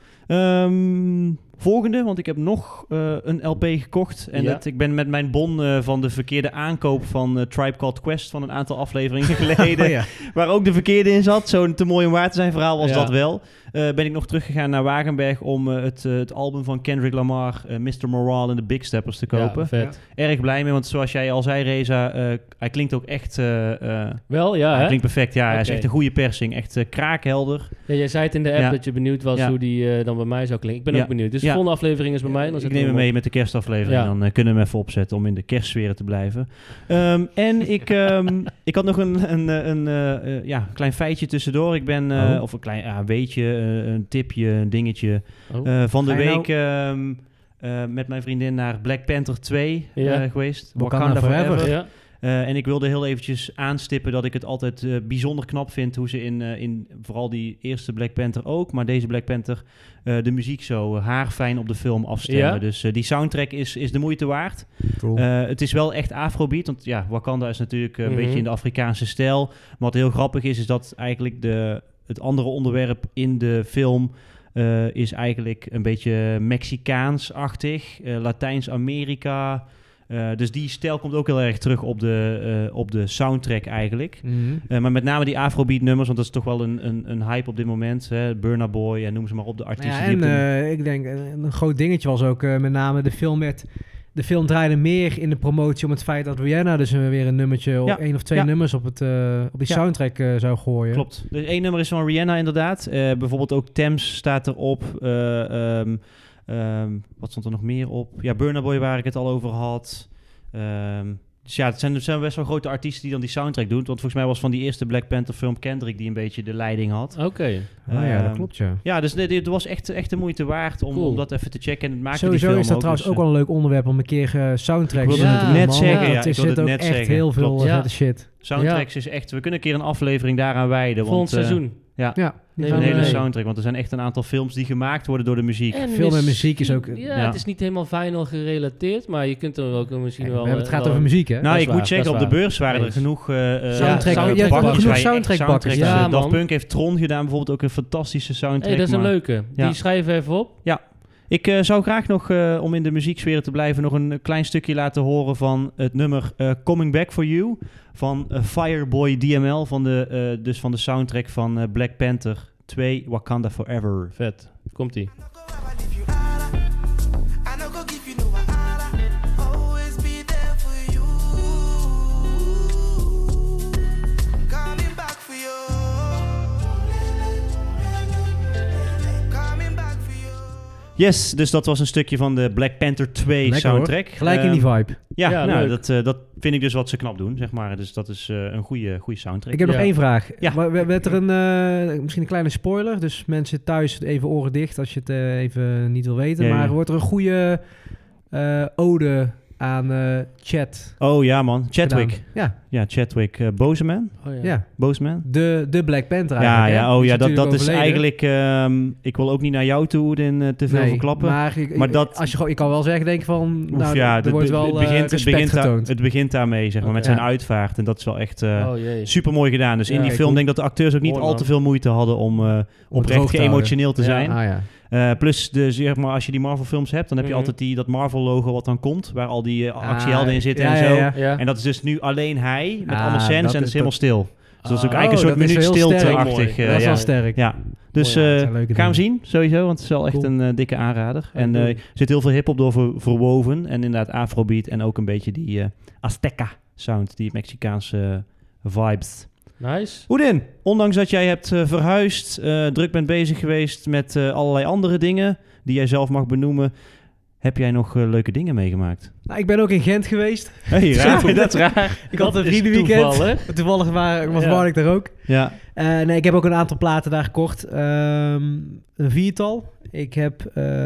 Ehm, volgende, want ik heb nog uh, een L P gekocht. En Ja. dat, ik ben met mijn bon uh, van de verkeerde aankoop van uh, Tribe Called Quest van een aantal afleveringen geleden. Oh, ja. Waar ook de verkeerde in zat. Zo'n te mooi om waar te zijn verhaal was Ja. dat wel. Uh, ben ik nog teruggegaan naar Wagenberg om uh, het, uh, het album van Kendrick Lamar, uh, mister Morale en de Big Steppers te kopen. Ja, vet. Erg blij mee, want zoals jij al zei, Reza, uh, hij klinkt ook echt... uh, uh, Wel, ja, hij hè? klinkt perfect, ja. Hij is Oké. echt een goede persing. Echt uh, kraakhelder. Ja, jij zei het in de app Ja. dat je benieuwd was Ja. hoe die uh, dan bij mij zou klinken. Ik ben Ja. ook benieuwd. Dus Ja. de volgende aflevering is bij mij. Dan Ik zetten neem we hem hem mee met de kerstaflevering. Ja. Dan uh, kunnen we hem even opzetten om in de kerstsferen te blijven. Um, en ik, um, ik had nog een, een, een, een uh, ja, klein feitje tussendoor. Ik ben, uh, Oh. of een klein ja, weetje, uh, een tipje, een dingetje. op. Oh. Uh, van de Ga je week um, uh, met mijn vriendin naar Black Panther twee Ja. uh, geweest. Wakanda Forever. ja. Uh, en ik wilde heel eventjes aanstippen dat ik het altijd uh, bijzonder knap vind hoe ze in, uh, in vooral die eerste Black Panther ook, maar deze Black Panther uh, de muziek zo uh, haarfijn op de film afstemmen. Ja? Dus uh, die soundtrack is, is de moeite waard. Cool. Uh, het is wel echt Afrobeat, want ja, Wakanda is natuurlijk uh, een Mhm. beetje in de Afrikaanse stijl. Maar wat heel grappig is, is dat eigenlijk de, het andere onderwerp in de film uh, is eigenlijk een beetje Mexicaans-achtig, uh, Latijns-Amerika. Uh, dus die stijl komt ook heel erg terug op de, uh, op de soundtrack eigenlijk. Mhm. Uh, maar met name die Afrobeat nummers, want dat is toch wel een, een, een hype op dit moment. Hè? Burna Boy en noem ze maar op, de artiesten. Ja, die en op de- uh, ik denk, uh, een groot dingetje was ook uh, met name de film met... De film draaide meer in de promotie om het feit dat Rihanna dus uh, weer een nummertje, Ja. of één of twee Ja. nummers op, het, uh, op die Ja. soundtrack uh, zou gooien. Klopt. Dus één nummer is van Rihanna inderdaad. Uh, bijvoorbeeld ook Thames staat erop. Uh, um, um, wat stond er nog meer op? Ja, Burna Boy waar ik het al over had. Um, dus ja, het zijn, het zijn best wel grote artiesten die dan die soundtrack doen. Want volgens mij was van die eerste Black Panther film Kendrick die een beetje de leiding had. Oké. Ah, ja, dat Um, klopt, ja. Ja, dus dit, dit was echt, echt de moeite waard om, Cool. om dat even te checken. En het maakte Sowieso die film is dat ook, trouwens dus, ook wel een leuk onderwerp om een keer uh, soundtracks Ik wilde het te net doen, zeggen, man. ja, Het ik is wilde zit het ook net echt zeggen. heel veel Klopt. uh, Ja. vette shit. Soundtracks is echt... We kunnen een keer een aflevering daaraan wijden. Volgend want, uh, seizoen. Ja, Die Nee, Een gaan hele we- soundtrack, want er zijn echt een aantal films die gemaakt worden door de muziek. En Film en mis- muziek is ook- Ja, Ja. het is niet helemaal vinyl gerelateerd, maar je kunt er ook misschien Ja, wel... we hebben het eh, gaat wel- over muziek, hè? Nou, is ik waar, moet zeggen, dat op is de waar. beurs waren er Eens. genoeg uh, uh, Soundtrack- ja, uh, je hebt ook bakkers genoeg waar je echt soundtrackbakkers. soundtracks- Ja, uh, Daft man. Punk heeft Tron gedaan, bijvoorbeeld ook een fantastische soundtrack. Hey, dat is een maar- leuke. Ja. Die schrijven even op. Ik uh, zou graag nog, uh, om in de muzieksfeer te blijven, nog een klein stukje laten horen van het nummer uh, Coming Back For You van uh, Fireboy D M L, van de, uh, dus van de soundtrack van uh, Black Panther twee, Wakanda Forever. Vet. Komt-ie. Yes, dus dat was een stukje van de Black Panther twee Lekker, soundtrack. hoor. Gelijk in die Um, vibe. Ja, Ja, nou, leuk. dat, uh, dat vind ik dus wat ze knap doen, zeg maar. Dus dat is uh, een goede, goede soundtrack. Ik heb nog Ja. één vraag. Ja. Maar we- werd er een, eh, misschien een kleine spoiler, dus mensen thuis even oren dicht als je het eh, even niet wil weten. Ja, ja. Maar wordt er een goede eh, ode aan eh Chad Oh ja, man. Chadwick. gedaan? Ja, Ja, Chadwick. Uh, Boseman? Oh, ja. ja. Boseman? De, de Black Panther Ja, eigenlijk. hè? ja, oh Die ja, dat, natuurlijk dat is overleden. eigenlijk... ehm, ik wil ook niet naar jou toe in uh, te veel Nee, verklappen. Maar, ik, Maar ik- dat- als je gewoon, ik kan wel zeggen, denk van, Oef, nou, ja, er het wordt be- wel het eh, begint, het, respect begint daar, getoond. het begint daarmee, zeg maar, met Oké. zijn uitvaart. En dat is wel echt uh, Oh jee. super mooi gedaan. Dus in Ja, die kijk, film hoe- denk ik dat de acteurs ook niet Mooi, al man. te veel moeite hadden om uh, oprecht hoog te geëmotioneel te zijn. Ah ja. Uh, plus, de, zeg maar, als je die Marvel films hebt, dan heb je Mhm. altijd die, dat Marvel logo wat dan komt, waar al die uh, Ah, actiehelden in zitten ja, en ja, zo. ja. Ja. En dat is dus nu alleen hij, met Ah, allemaal scènes dat en het is- is helemaal stil. Dus dat is ook Ah, eigenlijk oh, een soort dat is minuut heel sterk. stilte-achtig. Mooi. uh, dat is ja. wel sterk. Ja, dus Oh ja, uh, dat zijn leuke ga hem dingen. zien, sowieso, want het is wel echt Cool. een uh, dikke aanrader. Ja, En cool. uh, er zit heel veel hip-hop door ver- verwoven. En inderdaad Afrobeat en ook een beetje die uh, Azteca sound, die Mexicaanse uh, vibes. Nice. Oedin, ondanks dat jij hebt uh, verhuisd, uh, druk bent bezig geweest met uh, allerlei andere dingen die jij zelf mag benoemen, heb jij nog uh, leuke dingen meegemaakt? Nou, ik ben ook in Gent geweest. Hey, raar, dat is raar. Ik had Dat een is vriendenweekend. toevallig. Toevallig waar, was Ja. Mark daar ook. Ja, Eh, nee, ik heb ook een aantal platen daar gekocht. Ehm, een viertal. Ik heb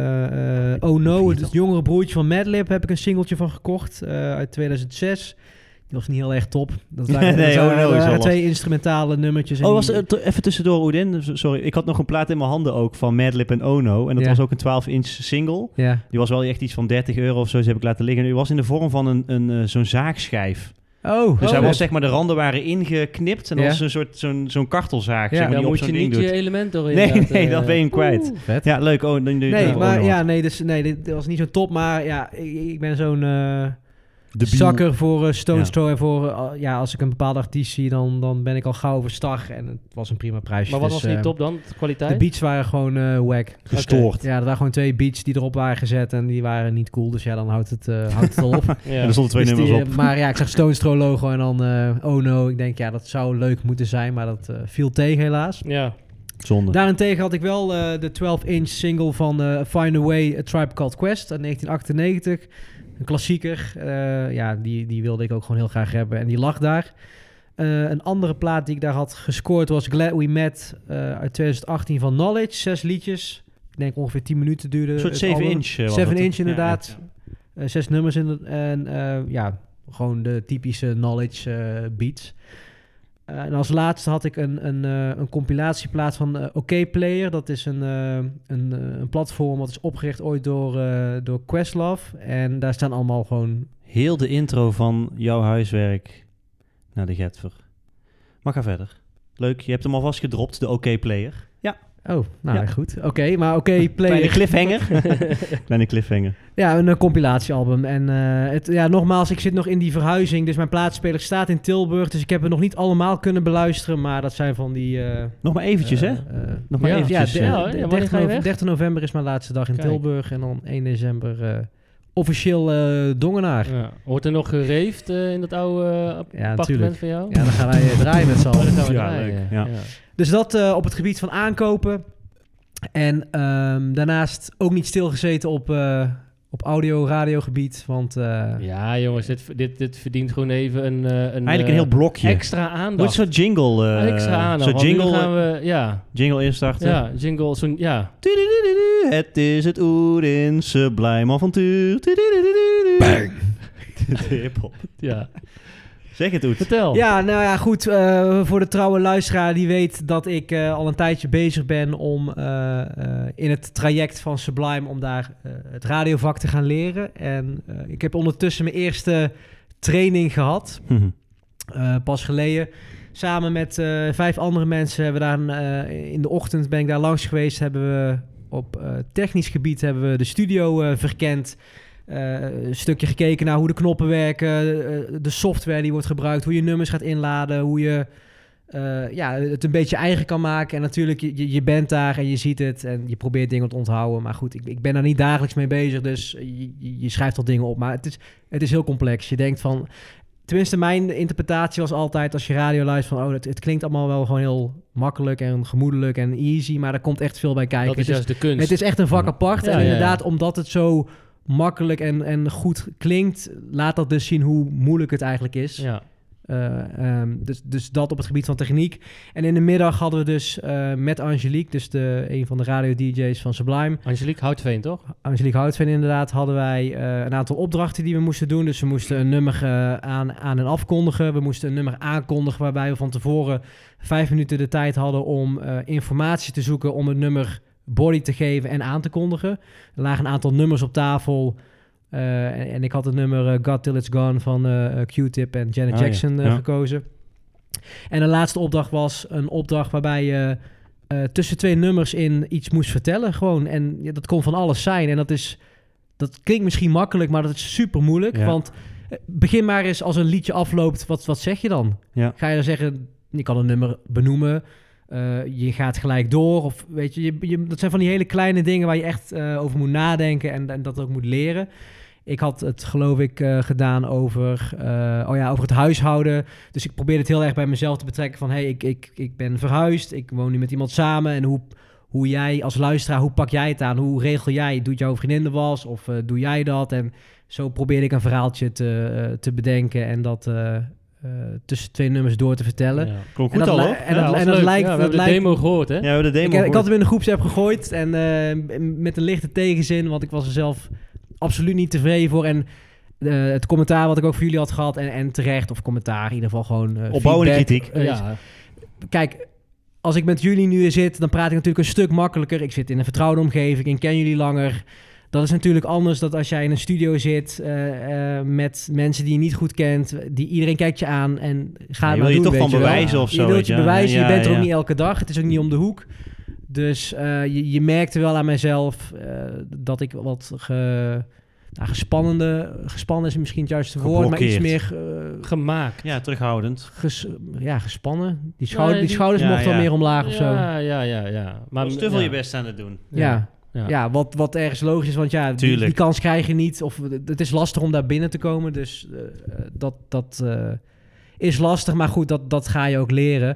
eh, eh, Oh No, het jongere broertje van Madlib, heb ik een singeltje van gekocht eh, uit tweeduizend zes. Die was niet heel erg top. Dat waren, Nee, dat waren- Oh No is waren wel twee instrumentale nummertjes. en oh, was, die- uh, to- even tussendoor, Oedin. Sorry, ik had nog een plaat in mijn handen ook van Madlib en Ono. En dat Ja. was ook een twaalf inch single. ja. Die was wel echt iets van dertig euro of zo, dus heb ik laten liggen. Die was in de vorm van een, een, uh, zo'n zaagschijf. Oh, Dus oh, hij was, vet. zeg maar, de randen waren ingeknipt en dat Ja. was een soort zo'n, zo'n kartelzaag, Ja. zeg maar, Dan die op moet zo'n je ding niet doet. je element doorheen Nee, laten, nee, eh, dat ben je hem kwijt. oeh. vet. Ja, leuk. Oh, dan doe je Nee, oh, maar Ono. ja, nee, dus, nee, dit was niet zo top. Maar ja, ik, ik ben zo'n eh De zakker voor uh, Stones Ja. Throw. En voor, uh, ja, als ik een bepaalde artiest zie, dan, dan ben ik al gauw overstag. En het was een prima prijsje. Maar wat dus, was niet eh, top dan? De kwaliteit? De beats waren gewoon eh wack. gestoord. Ja, er waren gewoon twee beats die erop waren gezet en die waren niet cool. Dus ja, dan houdt het, uh, houdt het al op. Ja. En er stonden twee Dus nummers die, op. uh, maar ja, ik zag Stones Throw logo en dan uh, Oh No. Ik denk, ja, dat zou leuk moeten zijn, maar dat uh, viel tegen helaas. Ja. Zonde. Daarentegen had ik wel uh, de twaalf inch single van uh, Find a Way, A Tribe Called Quest uit negentien achtennegentig. Een klassieker. Uh, ja, die, die wilde ik ook gewoon heel graag hebben. En die lag daar. Uh, een andere plaat die ik daar had gescoord was Glad We Met uh, uit twintig achttien van Knowledge. Zes liedjes. Ik denk ongeveer tien minuten duurde. Een soort het zeven album. inch. uh, was zeven het. inch inderdaad. Ja, Uh, zes nummers in het, en uh, ja, gewoon de typische Knowledge uh, beats. Uh, en als laatste had ik een, een, uh, een compilatieplaat van uh, OK Player. Dat is een, uh, een, uh, een platform wat is opgericht ooit door, uh, door Questlove. En daar staan allemaal gewoon... Heel de intro van jouw huiswerk naar de Getver. Maar ga verder. Leuk, je hebt hem alvast gedropt, de OK Player. Ja, Oh, nou Ja. goed. Oké, okay, maar OK kleine Player... cliffhanger. Kleine cliffhanger. Ja, een uh, compilatiealbum. En uh, het, ja, nogmaals, ik zit nog in die verhuizing. Dus mijn plaatspeler staat in Tilburg. Dus ik heb het nog niet allemaal kunnen beluisteren. Maar dat zijn van die... Uh, Nog maar eventjes, uh, hè? uh, Nog maar ja, eventjes. Ja, eh. de- Ja, hoor. de- Ja, wanneer dertig, ga je nove- weg? dertig november is mijn laatste dag in Kijk. Tilburg. En dan één december uh, officieel uh, Dongenaar. Ja, Ja. Wordt er nog gereefd uh, in dat oude uh, appartement natuurlijk. van jou? dan gaan wij uh, draaien met z'n Oh, dan allen. gaan we Ja, draaien. leuk. Ja. Dus dat uh, op het gebied van aankopen. En um, daarnaast ook niet stilgezeten op, uh, op audio-radiogebied. Want uh, Ja, jongens, dit, dit, dit verdient gewoon even een, uh, een Eigenlijk uh, een heel blokje. extra Moet aandacht. zo'n jingle... eh extra aandacht. Zo'n want nu jingle, gaan we, ja, jingle instarten. ja, jingle, zo'n, ja. Tududududu, het is het Oedin Sublime avontuur. Tududududu. Bang. De hip-hop. Ja. Zeg het, Oet. Vertel. Ja, nou ja, goed. Uh, voor de trouwe luisteraar die weet dat ik uh, al een tijdje bezig ben om uh, uh, in het traject van Sublime om daar uh, het radiovak te gaan leren. En uh, ik heb ondertussen mijn eerste training gehad. uh, pas geleden. Samen met uh, vijf andere mensen hebben we daar uh, in de ochtend ben ik daar langs geweest. Hebben we op uh, technisch gebied hebben we de studio uh, verkend. Uh, een stukje gekeken naar hoe de knoppen werken, uh, de software die wordt gebruikt, hoe je nummers gaat inladen, hoe je uh, ja, het een beetje eigen kan maken. En natuurlijk, je, je bent daar en je ziet het en je probeert dingen te onthouden. Maar goed, ik, ik ben daar niet dagelijks mee bezig, dus je, je schrijft al dingen op. Maar het is, het is heel complex. Je denkt van... Tenminste, mijn interpretatie was altijd als je radio luistert van... oh, het, het klinkt allemaal wel gewoon heel makkelijk en gemoedelijk en easy... maar er komt echt veel bij kijken. Dat is het juist de kunst. Het is echt een vak apart. Ja, en ja, ja. inderdaad, omdat het zo makkelijk en, en goed klinkt... laat dat dus zien hoe moeilijk het eigenlijk is. Ja. Uh, um, dus, dus dat op het gebied van techniek. En in de middag hadden we dus uh, met Angelique... dus de, een van de radio-D J's van Sublime... Angelique Houtveen, toch? Angelique Houtveen inderdaad, hadden wij uh, een aantal opdrachten die we moesten doen. Dus we moesten een nummer uh, aan, aan en afkondigen. We moesten een nummer aankondigen waarbij we van tevoren vijf minuten de tijd hadden om uh, informatie te zoeken om het nummer body te geven en aan te kondigen. Er lagen een aantal nummers op tafel uh, en, en ik had het nummer uh, God Till It's Gone van uh, Q-Tip en Janet Oh, Jackson ja. uh, Ja. gekozen. En de laatste opdracht was een opdracht waarbij je uh, tussen twee nummers in iets moest vertellen. Gewoon. En ja, dat kon van alles zijn. En dat is, dat klinkt misschien makkelijk, maar dat is super moeilijk. Ja. Want uh, begin maar eens als een liedje afloopt, wat, wat zeg je dan? Ja. Ga je dan zeggen, je kan een nummer benoemen, uh, je gaat gelijk door. Of weet je, je, je, dat zijn van die hele kleine dingen waar je echt uh, over moet nadenken en, en dat ook moet leren. Ik had het, geloof ik, uh, gedaan over, uh, oh ja, over het huishouden. Dus ik probeerde het heel erg bij mezelf te betrekken van... hey, ik, ik, ik ben verhuisd, ik woon nu met iemand samen... en hoe, hoe jij als luisteraar, hoe pak jij het aan? Hoe regel jij? Doet jouw vriendin de was of uh, doe jij dat? En zo probeerde ik een verhaaltje te, uh, te bedenken... en dat uh, uh, tussen twee nummers door te vertellen. Ja. Klonk En goed dat al, li- hoor. En Ja, dat, was en dat leuk. lijkt... Ja, we dat hebben de lijkt demo gehoord, hè? Ja, we hebben de demo ik, ik had gehoord. hem in de groepsapp gegooid en uh, met een lichte tegenzin... want ik was er zelf absoluut niet tevreden voor... en Uh, het commentaar wat ik ook voor jullie had gehad en, en terecht, of commentaar in ieder geval gewoon uh, Opbouwende feedback. kritiek. Uh, Ja. Kijk, als ik met jullie nu zit, dan praat ik natuurlijk een stuk makkelijker. Ik zit in een vertrouwde omgeving, ik ken jullie langer. Dat is natuurlijk anders dan als jij in een studio zit uh, uh, met mensen die je niet goed kent. Die, iedereen kijkt je aan en ga Ja, je maar wil je doen, toch weet van je wel. bewijzen of zo, Je wilt weet je je. bewijzen, Ja, je bent er ja. ook niet elke dag. Het is ook niet om de hoek. Dus uh, je, je merkte wel aan mezelf uh, dat ik wat ge, nou, gespannende, gespannen is misschien het juiste woord, maar iets meer uh, Gemaakt. Ja, terughoudend. ges, ja, gespannen. Die, schouder, Nee, die die- schouders Ja, mochten ja. wel meer omlaag of zo. Ja, ja, ja, ja. Maar Maar was te veel ja. je best aan het doen. Ja, Ja. ja. wat, wat ergens logisch is, want ja, die, Tuurlijk. die kans krijg je niet. Of het is lastig om daar binnen te komen, dus uh, dat, dat uh, is lastig. Maar goed, dat, dat ga je ook leren.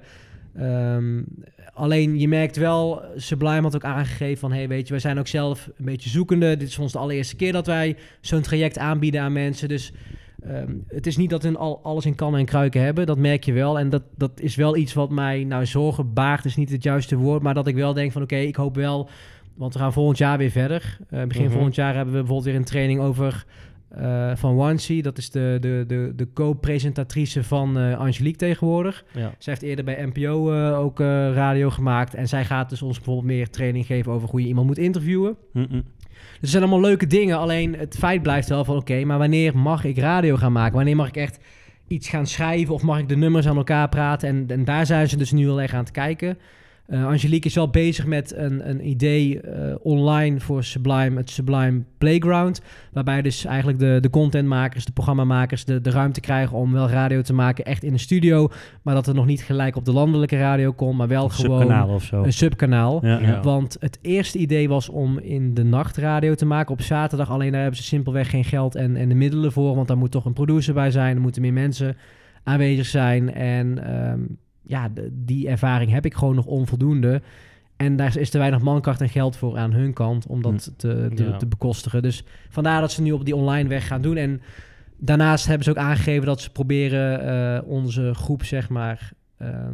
Um, alleen je merkt wel, Sublime had ook aangegeven van... hey, weet je, wij zijn ook zelf een beetje zoekende. Dit is voor ons de allereerste keer dat wij zo'n traject aanbieden aan mensen. Dus um, het is niet dat we al, alles in kannen en kruiken hebben. Dat merk je wel. En dat, dat is wel iets wat mij, nou, zorgen baart is niet het juiste woord... maar dat ik wel denk van oké, okay, ik hoop wel... want we gaan volgend jaar weer verder. Uh, begin Mhm. volgend jaar hebben we bijvoorbeeld weer een training over... Uh, van Wansi, dat is de, de, de, de co-presentatrice van uh, Angelique tegenwoordig. Ja. Zij heeft eerder bij N P O uh, ook uh, radio gemaakt. En zij gaat dus ons bijvoorbeeld meer training geven over hoe je iemand moet interviewen. Mm-mm. Dus er zijn allemaal leuke dingen. Alleen het feit blijft wel van oké, okay, maar wanneer mag ik radio gaan maken? Wanneer mag ik echt iets gaan schrijven? Of mag ik de nummers aan elkaar praten? En, en daar zijn ze dus nu wel echt aan het kijken. Uh, Angelique is wel bezig met een, een idee uh, online voor Sublime, het Sublime Playground. Waarbij dus eigenlijk de, de contentmakers, de programmamakers de, de ruimte krijgen om wel radio te maken echt in de studio. Maar dat het nog niet gelijk op de landelijke radio komt, maar wel Een gewoon subkanaal of zo. een subkanaal. Ja, ja. Ja. Want het eerste idee was om in de nacht radio te maken op zaterdag. Alleen daar hebben ze simpelweg geen geld en, en de middelen voor. Want daar moet toch een producer bij zijn. Er moeten meer mensen aanwezig zijn. En um, ja, de, die ervaring heb ik gewoon nog onvoldoende. En daar is te weinig mankracht en geld voor aan hun kant om dat te, te, Ja. te bekostigen. Dus vandaar dat ze nu op die online weg gaan doen. En daarnaast hebben ze ook aangegeven dat ze proberen uh, onze groep, zeg maar... Um,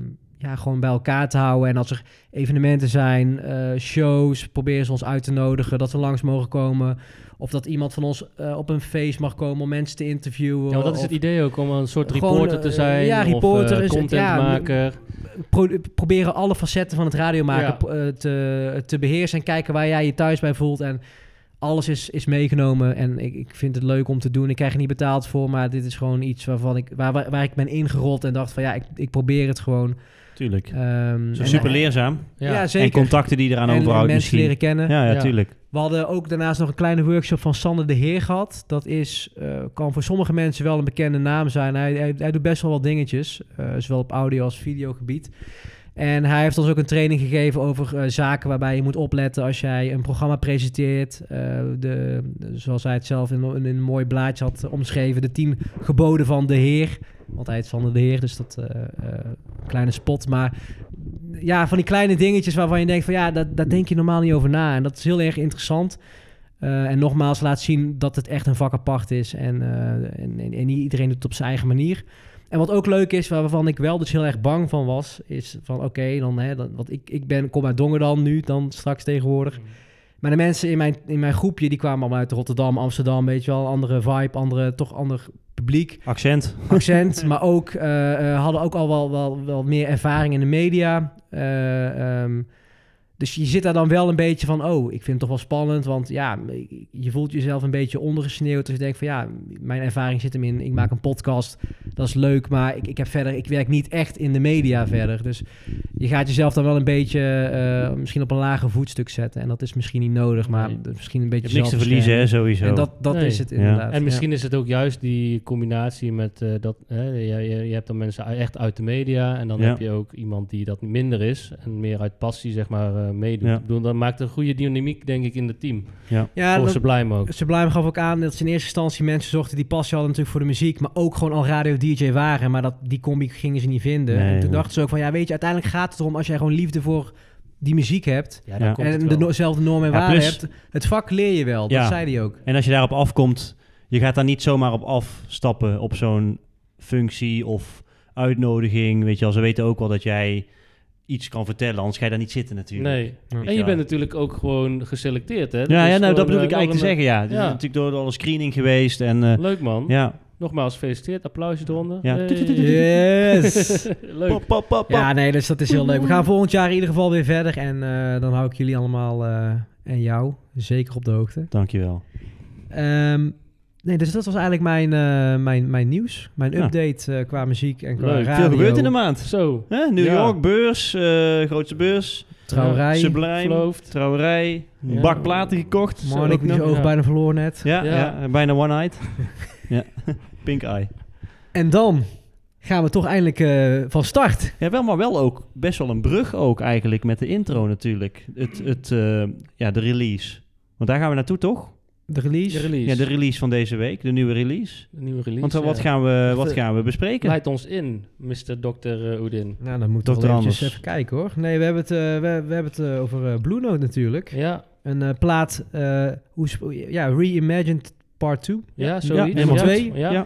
ja, gewoon bij elkaar te houden. En als er evenementen zijn, uh, shows, proberen ze ons uit te nodigen, dat we langs mogen komen. Of dat iemand van ons uh, op een feest mag komen om mensen te interviewen. Ja, dat is of het idee ook, om een soort gewoon, reporter te zijn. Uh, ja, reporter of uh, is contentmaker. Ja, pro- proberen alle facetten van het radiomaken Ja. uh, te, te beheersen en kijken waar jij je thuis bij voelt. En alles is, is meegenomen en ik, ik vind het leuk om te doen. Ik krijg er niet betaald voor, maar dit is gewoon iets waarvan ik, waar, waar, waar ik ben ingerold en dacht van ja, ik, ik probeer het gewoon. Tuurlijk. Um, Zo super leerzaam. Ja, Ja. zeker. En contacten die eraan en overhouden mensen misschien. leren kennen. Ja, ja, Ja. tuurlijk. We hadden ook daarnaast nog een kleine workshop van Sander de Heer gehad. Dat is, uh, kan voor sommige mensen wel een bekende naam zijn. Hij, hij, hij doet best wel wat dingetjes, uh, zowel op audio als videogebied. En hij heeft ons ook een training gegeven over uh, zaken waarbij je moet opletten als jij een programma presenteert. Uh, de, zoals hij het zelf in, in een mooi blaadje had omschreven, de tien geboden van de Heer. Want hij heet Sander de Heer, dus dat uh, uh, kleine spot. Maar ja, van die kleine dingetjes waarvan je denkt van ja, dat, daar denk je normaal niet over na. En dat is heel erg interessant. Uh, en nogmaals laat zien dat het echt een vak apart is. En, uh, en, en, en niet iedereen doet het op zijn eigen manier. En wat ook leuk is, waarvan ik wel dus heel erg bang van was, is van oké, okay, dan, hè, dan, want ik, ik ben, kom uit Dongen nu, dan straks tegenwoordig. Maar de mensen in mijn, in mijn groepje, die kwamen allemaal uit Rotterdam, Amsterdam, weet je wel, andere vibe, andere, toch ander publiek. Accent. Accent, maar ook, uh, uh, hadden ook al wel, wel, wel meer ervaring in de media. Uh, um, dus je zit daar dan wel een beetje van, oh, ik vind het toch wel spannend, want ja, je voelt jezelf een beetje ondergesneeuwd. Dus je denkt van ja, mijn ervaring zit hem in, ik maak een podcast, dat is leuk, maar ik, ik heb verder, ik werk niet echt in de media verder. Dus je gaat jezelf dan wel een beetje, uh, misschien op een lager voetstuk zetten. En dat is misschien niet nodig, maar Nee. misschien een beetje Je hebt niks te verliezen, hè, sowieso. En dat, dat Nee. is het Ja. inderdaad. En misschien is het ook juist die combinatie met uh, dat... Hè, je, je, je hebt dan mensen echt uit de media en dan Ja. heb je ook iemand die dat minder is en meer uit passie, zeg maar, uh, meedoet. Ja. Ik bedoel, dat maakt een goede dynamiek, denk ik, in het team. Ja. Ja, Voor dat- Sublime ook. Sublime gaf ook aan dat ze in eerste instantie mensen zochten die passie hadden natuurlijk voor de muziek, maar ook gewoon al radio-D J waren, maar dat, die combi gingen ze niet vinden. Nee, en toen nee. dachten ze ook van, ja, weet je, uiteindelijk gaat het erom als jij gewoon liefde voor die muziek hebt Ja, dan Ja. komt het en wel. de- dezelfde normen en Ja, waarden plus- hebt. Het vak leer je wel, dat Ja. zei hij ook. En als je daarop afkomt, je gaat daar niet zomaar op afstappen op zo'n functie of uitnodiging. Weet je wel, ze weten ook wel dat jij iets kan vertellen, anders ga je daar niet zitten natuurlijk. Nee. Ja. En je bent natuurlijk ook gewoon geselecteerd, hè? Ja, Dus ja nou, gewoon, dat bedoel uh, ik eigenlijk te nog zeggen, ja. Het is Ja. natuurlijk door alle screening geweest en uh, een- Leuk, man. ja. Nogmaals, gefeliciteerd. Applausje eronder. Ja. Hey. Yes! Leuk. Pop, pop, pop, pop. Ja, nee, dus dat is heel leuk. We gaan volgend jaar in ieder geval weer verder en uh, dan hou ik jullie allemaal uh, en jou zeker op de hoogte. Dankjewel. Um, nee, dus dat was eigenlijk mijn, uh, mijn, mijn nieuws. Mijn Ja. update uh, qua muziek en qua Leuk. radio. Veel gebeurt in de maand. Zo. Hè? New Ja. York, beurs, uh, grootste beurs, Trouwerij. Sublime, Verloofd. trouwerij, Ja. bak platen gekocht. Zo Marnik ook die zijn nog. oog Ja. bijna verloren net. Ja, Ja. ja. bijna one-eyed. ja, pink eye. En dan gaan we toch eindelijk uh, van start. Ja, wel, maar wel ook best wel een brug ook eigenlijk met de intro natuurlijk. Het, het, uh, ja, de release. Want daar gaan we naartoe, toch? De release. De release. Ja, de release van deze week, de nieuwe release. De nieuwe release. Want uh, wat, ja. gaan we, wat Even- gaan we bespreken? Leid ons in, mister dokter Oedin. Nou, dan moeten we Dokter wel eventjes Anders. even kijken hoor. Nee, we hebben het, uh, we, we hebben het uh, over uh, Blue Note natuurlijk. Ja, Een uh, plaat, uh, hoe sp- ja, Reimagined Part twee. ja, Ja, zoiets. helemaal twee. Ja. Ja.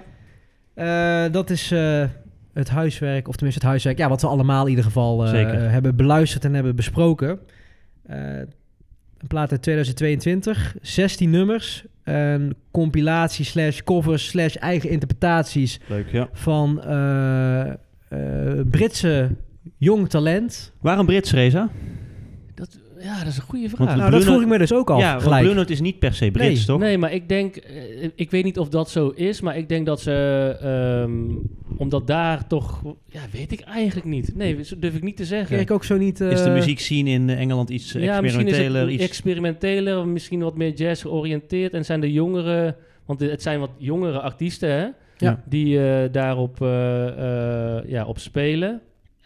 Uh, dat is uh, het huiswerk, of tenminste het huiswerk, ja, wat we allemaal in ieder geval uh, Zeker. uh, hebben beluisterd en hebben besproken. Uh, een plaat uit tweeduizend tweeëntwintig, zestien nummers, een compilatie slash covers slash eigen interpretaties Leuk, ja. van uh, uh, Britse jong talent. Waarom Brits, Reza? Dat, ja, dat is een goede vraag. Want Nou, Blue dat vroeg Note- ik me dus ook al ja, want gelijk. Blue Note is niet per se Brits, Nee. toch? Nee, maar ik denk... eh, ik weet niet of dat zo is, maar ik denk dat ze... ehm, omdat daar toch... Ja, weet ik eigenlijk niet. Nee, dat durf ik niet te zeggen. Kreeg ik ook zo niet... uh, Is de muziekscene in eh, Engeland iets eh, Ja, misschien is experimenteler? het Iets... experimenteler, misschien wat meer jazz georiënteerd. En zijn de jongeren... Want het zijn wat jongere artiesten, hè? Ja. Die uh, daarop uh, uh, ja, op spelen.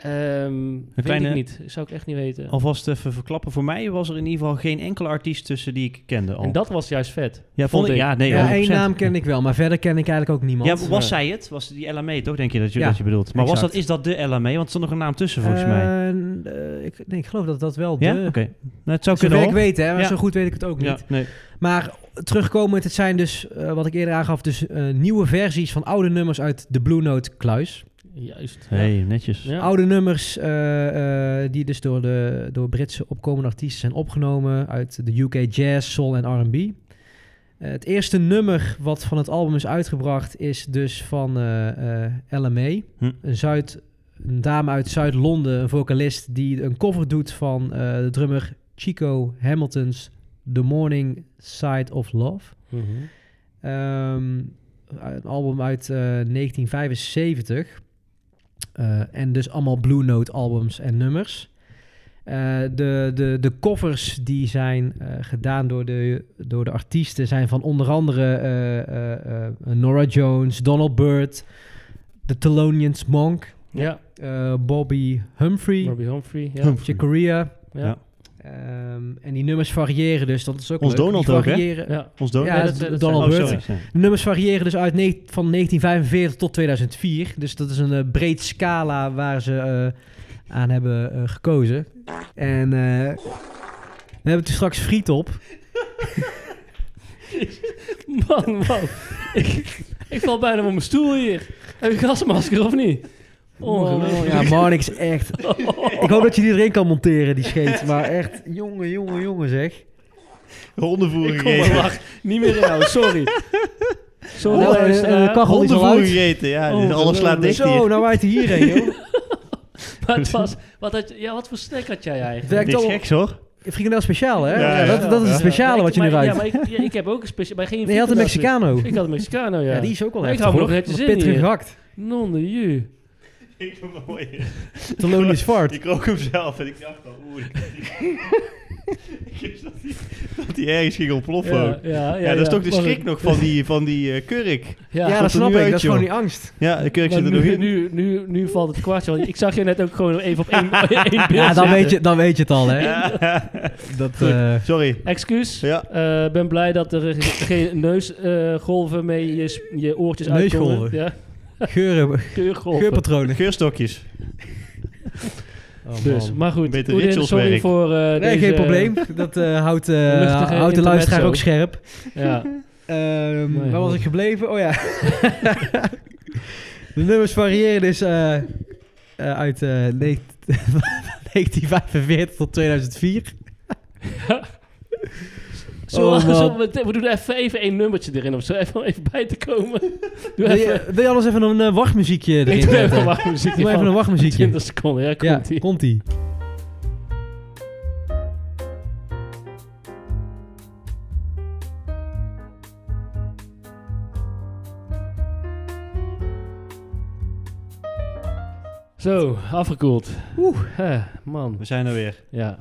Um, weet kleine- ik niet. Zou ik echt niet weten. Alvast even verklappen. Voor mij was er in ieder geval geen enkele artiest tussen die ik kende al. En dat was juist vet. ja, vond ik. Ja, nee, ja, honderd één procent. naam ken ik wel, maar verder ken ik eigenlijk ook niemand. Ja, was Ja. zij het? Was die L M A toch, denk je dat je, Ja, dat je bedoelt? Maar was exact. dat, is dat de L M A? Want er stond nog een naam tussen volgens mij. Uh, uh, ik, nee, ik geloof dat dat wel Ja? de... Oké. Nou, het zou Zover kunnen ik hoor. weet, hè, maar Ja. zo goed weet ik het ook niet. Ja, nee. Maar terugkomend, het zijn dus, uh, wat ik eerder aangaf, dus uh, nieuwe versies van oude nummers uit de Blue Note kluis. Juist. Hey, Ja. netjes. Ja. Oude nummers uh, uh, die dus door, de, door Britse opkomende artiesten zijn opgenomen uit de U K jazz, soul en R en B. Uh, het eerste nummer wat van het album is uitgebracht is dus van uh, uh, L M A. Hm. Een, Zuid, een dame uit Zuid-Londen, een vocalist die een cover doet van uh, de drummer Chico Hamilton's The Morning Side of Love. Mm-hmm. Um, een album uit uh, negentien vijfenzeventig. Uh, en dus allemaal Blue Note albums en nummers. Uh, de, de, de covers die zijn uh, gedaan door de, door de artiesten zijn van onder andere uh, uh, uh, Norah Jones, Donald Byrd, The Thelonious Monk, Ja. uh, Bobby Humphrey, Robbie Humphrey. Ja. Humphrey. Chick Corea. Ja. Ja. Um, en die nummers variëren dus, dat is ook Ons leuk. Donald Die ook, hè? variëren, Ja. Ons Donald? Ja, Ja, dat, dat- dat Donald Oh, Byrd. sorry. sorry. De nummers variëren dus uit ne- van negentien vijfenveertig tot tweeduizend vier. Dus dat is een uh, breed scala waar ze uh, aan hebben uh, gekozen. En uh, we hebben er straks friet op. Man, man. ik, ik val bijna van mijn stoel hier. Heb je gasmasker of niet? Ongelooflijk. Ja, Marnik is echt... Ik hoop dat je die erin kan monteren, die scheet. Maar echt, jongen, jongen, jongen zeg. Hondenvoer Ik kom maar gegeten. wacht. Niet meer inhouden, sorry. Sorry, Nou, en- luisteraar. en de kachel is al Hondenvoer uit. gegeten, ja. Oh, dus alles slaat dicht Zo, hier. nou waait hij hierheen, joh. Maar het was, wat had, je- ja, wat voor snack had jij Het eigenlijk? werkt Niks al... geks, hoor. Frikandel speciaal, hè? Ja, Ja, ja, dat, dat is ja. het speciale Ja, wat ik- je nu maar- ruikt. Ja, maar ik, ja, ik heb ook een speciaal... Maar geen Nee, je had een frikandel- Mexicano. Ik had een Mexicano, ja. Ja, die is ook wel Ik heftig, hou me hoor. nog netjes Wat in pittig hier. gehakt. Non de ju. Ik doe wel mooi. Thelonious Fart. Ik rook hem zelf en ik dacht al, oeh. Ik wist dat hij- dat hij ergens ging ontploffen Ja, ook. ja, ja, Ja, dat is toch de Maar schrik goed. nog van die, van die uh, kurk. Ja, Ja, er dat snap nu ik. uit, Dat is gewoon joh. die angst. Ja, de kurk maar zit er nog nu, in. nu, nu, nu valt het kwartje. Want ik zag je net ook gewoon even op één, één beeld Ja, dan zitten. weet, je, dan weet je het al, hè? Dat, Goed. eh, Sorry. Excuus. Ja. Ik ben blij dat er geen neusgolven mee je, sp- je oortjes uitkomen. Neusgolven? Ja, geuren, geurgolven. geurpatronen. Geurstokjes. Oh, Dus, man. maar goed. Beter Oedin, ritualswerk. sorry voor eh Nee, deze... geen probleem. Dat eh, houdt, eh, luchtige houdt de intermezzo. luisteraar ook scherp. Ja. Ehm, Nee, waar was goed. ik gebleven? Oh ja. De nummers variëren dus uh, uh, uit uh, negentien vijfenveertig tot tweeduizend vier. Zullen we, Oh, man. zullen we, we doen even, even één nummertje erin of zo, even om even bij te komen. Doe Wil even, je, wil je anders even een uh, wachtmuziekje erin ik doe even een zetten? wachtmuziekje Doe maar even een van wachtmuziekje. twintig seconden. Ja, Ja, komt ie. komt-ie. Zo, afgekoeld. Oeh. Hè, man. We zijn er weer. Ja.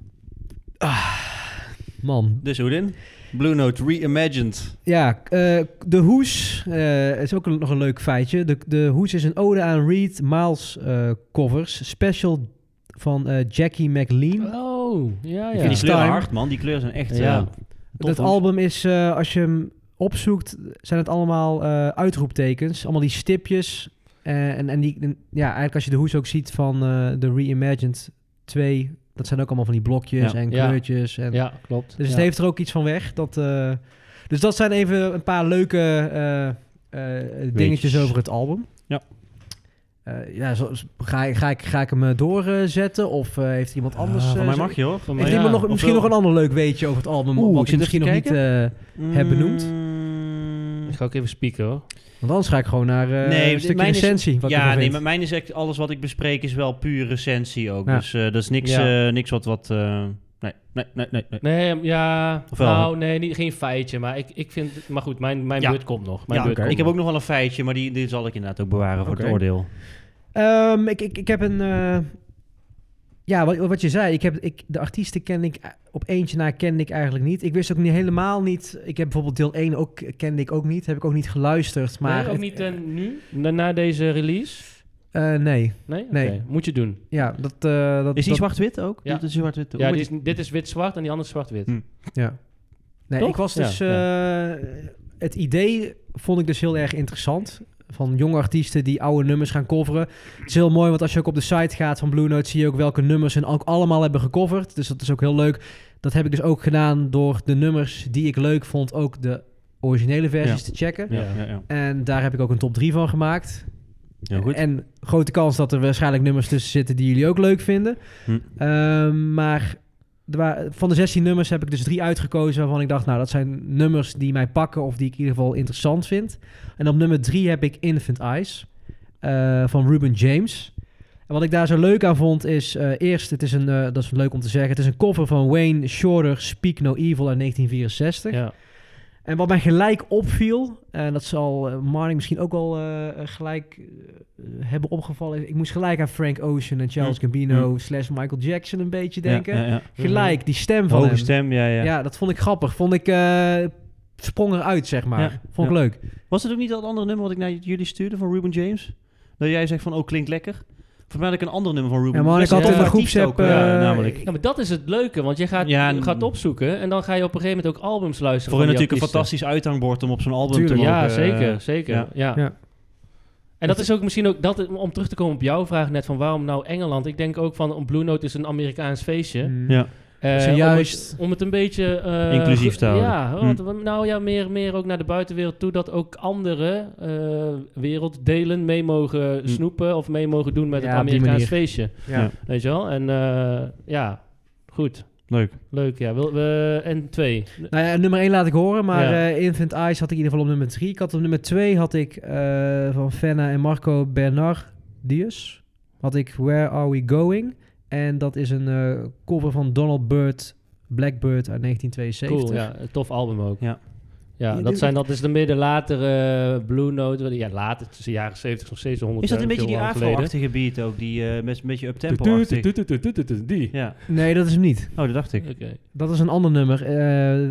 Man. Dus Oedin. Blue Note Reimagined. Ja, uh, de hoes uh, is ook een, nog een leuk feitje. De, de hoes is een ode aan Reed Miles uh, covers. Special van uh, Jackie McLean. Oh, ja, Ik ja. vind die kleuren Time. hard, man. Die kleuren zijn echt... Ja. eh, tof Dat hoes. album is, uh, als je hem opzoekt, zijn het allemaal uh, uitroeptekens. Allemaal die stipjes. Uh, en, en die, en, ja, eigenlijk als je de hoes ook ziet van uh, de Reimagined twee... Dat zijn ook allemaal van die blokjes Ja. en Ja. kleurtjes. En, Ja, klopt. Dus ja. het heeft er ook iets van weg. Dat, uh, dus dat zijn even een paar leuke uh, uh, dingetjes over het album. Ja. Uh, ja, zo, ga, ik- ga, ik, ga ik hem uh, doorzetten? Of uh, heeft iemand anders... Ah, uh, van mij zo- mag je, hoor. Van Heeft mij, iemand ja. nog, misschien Of nog wel- een ander leuk weetje over het album? Oeh, wat ik we zit misschien nog even niet te uh, hebben benoemd? Mm. Ik ga ook even spieken, hoor. Want anders ga ik gewoon naar uh, Nee, een stukje mijn is- recensie. Wat ik Ja, ervan nee, vind. maar mijn is echt... Alles wat ik bespreek is wel puur recensie ook. Ja. Dus uh, dat is niks, Ja. uh, niks wat... wat uh, nee, nee, nee, nee. nee. Nee, ja... Of wel? Nou, nee, niet, geen feitje. Maar ik, ik vind... Maar goed, mijn, mijn Ja. beurt komt nog. Mijn Ja, beurt oké. komt ik heb nog. ook nog wel een feitje, maar die, die zal ik inderdaad ook bewaren voor Oké. het oordeel. Um, ik, ik, ik heb een... Uh, ja, wat, wat je zei. Ik heb, ik, de artiesten ken ik... Op eentje na kende ik eigenlijk niet. Ik wist ook niet helemaal niet... Ik heb bijvoorbeeld deel één ook... Kende ik ook niet. Heb ik ook niet geluisterd. Maar Nee, ook het- niet uh, nu? Na, na deze release? Uh, nee. Nee? Oké, Nee. moet je doen. Ja, dat... Uh, dat Is die dat- zwart-wit ook? Ja. Dit is zwart-wit. Ja, Hoe die moet is, dit is wit-zwart en die andere zwart-wit. Hm. Ja. Nee, Toch? ik was dus... Ja, uh, het idee vond ik dus heel erg interessant. Van jonge artiesten die oude nummers gaan coveren. Het is heel mooi, want als je ook op de site gaat van Blue Note... zie je ook welke nummers ze ook allemaal hebben gecoverd. Dus dat is ook heel leuk. Dat heb ik dus ook gedaan door de nummers die ik leuk vond... ook de originele versies Ja. te checken. Ja, ja, ja. En daar heb ik ook een top drie van gemaakt. Heel goed. En grote kans dat er waarschijnlijk nummers tussen zitten die jullie ook leuk vinden. Hm. Ehm, maar er wa- van de zestien nummers heb ik dus drie uitgekozen waarvan ik dacht, nou, dat zijn nummers die mij pakken of die ik in ieder geval interessant vind. En op nummer drie heb ik Infant Eyes uh, van Ruben James. En wat ik daar zo leuk aan vond is, uh, eerst, het is een, uh, dat is leuk om te zeggen, het is een cover van Wayne Shorter, Speak No Evil uit negentien vierenzestig. Ja. En wat mij gelijk opviel, en dat zal uh, Marnik misschien ook al uh, gelijk uh, hebben opgevallen. Ik moest gelijk aan Frank Ocean en Charles Mm. Gambino Mm. slash Michael Jackson een beetje Ja, denken. ja, ja. Gelijk, die stem van Hoge hem. stem, ja, ja. Ja, dat vond ik grappig. Vond ik, uh, sprong eruit, zeg maar. Ja, Vond ik ja. leuk. Was het ook niet dat andere nummer wat ik naar jullie stuurde van Ruben James? Dat jij zegt van, oh, klinkt lekker. Voor mij had ik een ander nummer van Ruben. Ja, maar ik Best had een in de toffe groepsapp, artiest ook, uh, ja, namelijk. Ja, maar dat is het leuke, want je gaat, Ja, je en- gaat opzoeken en dan ga je op een gegeven moment ook albums luisteren. Voor hun van die natuurlijk een artiesten. fantastisch uithangbord om op zo'n album Tuurlijk. te mogen... Ja, eh, zeker, zeker. ja. Ja. Ja. En dat is ook misschien ook, dat, om terug te komen op jouw vraag net van waarom nou Engeland? Ik denk ook van, een Blue Note is een Amerikaans feestje. Mm. Ja. Eh, Ze om juist- het, om het een beetje... eh, Inclusief ge- te houden. Ja, want we- nou ja, meer, meer ook naar de buitenwereld toe... dat ook andere eh, werelddelen mee mogen Hm. snoepen... of mee mogen doen met Ja, het op die Amerikaans manier. feestje. Ja. Ja. Weet je wel? En eh, ja, goed. Leuk. Leuk, ja. Wil, we, en twee. Nou ja, nummer één laat ik horen, maar Ja. uh, Infant Eyes had ik in ieder geval op nummer drie. Ik had op nummer twee had ik uh, van Fenna en Marco Bernardius. Had ik Where Are We Going? En dat is een uh, cover van Donald Byrd, Blackbird uit negentien tweeënzeventig. Cool, ja. Een tof album ook. Ja. Ja, Ja, dat, dit- zijn, dat is de meer de latere Blue Note. Ja, later, tussen de jaren zeventig nog steeds honderd Is dat een beetje veel die lang geleden. afro-achtige beat ook? Die uh, met een beetje up-tempo-achtig? Die. Ja. Nee, dat is hem niet. Oh, dat dacht ik. Oké. Dat is een ander nummer. Uh,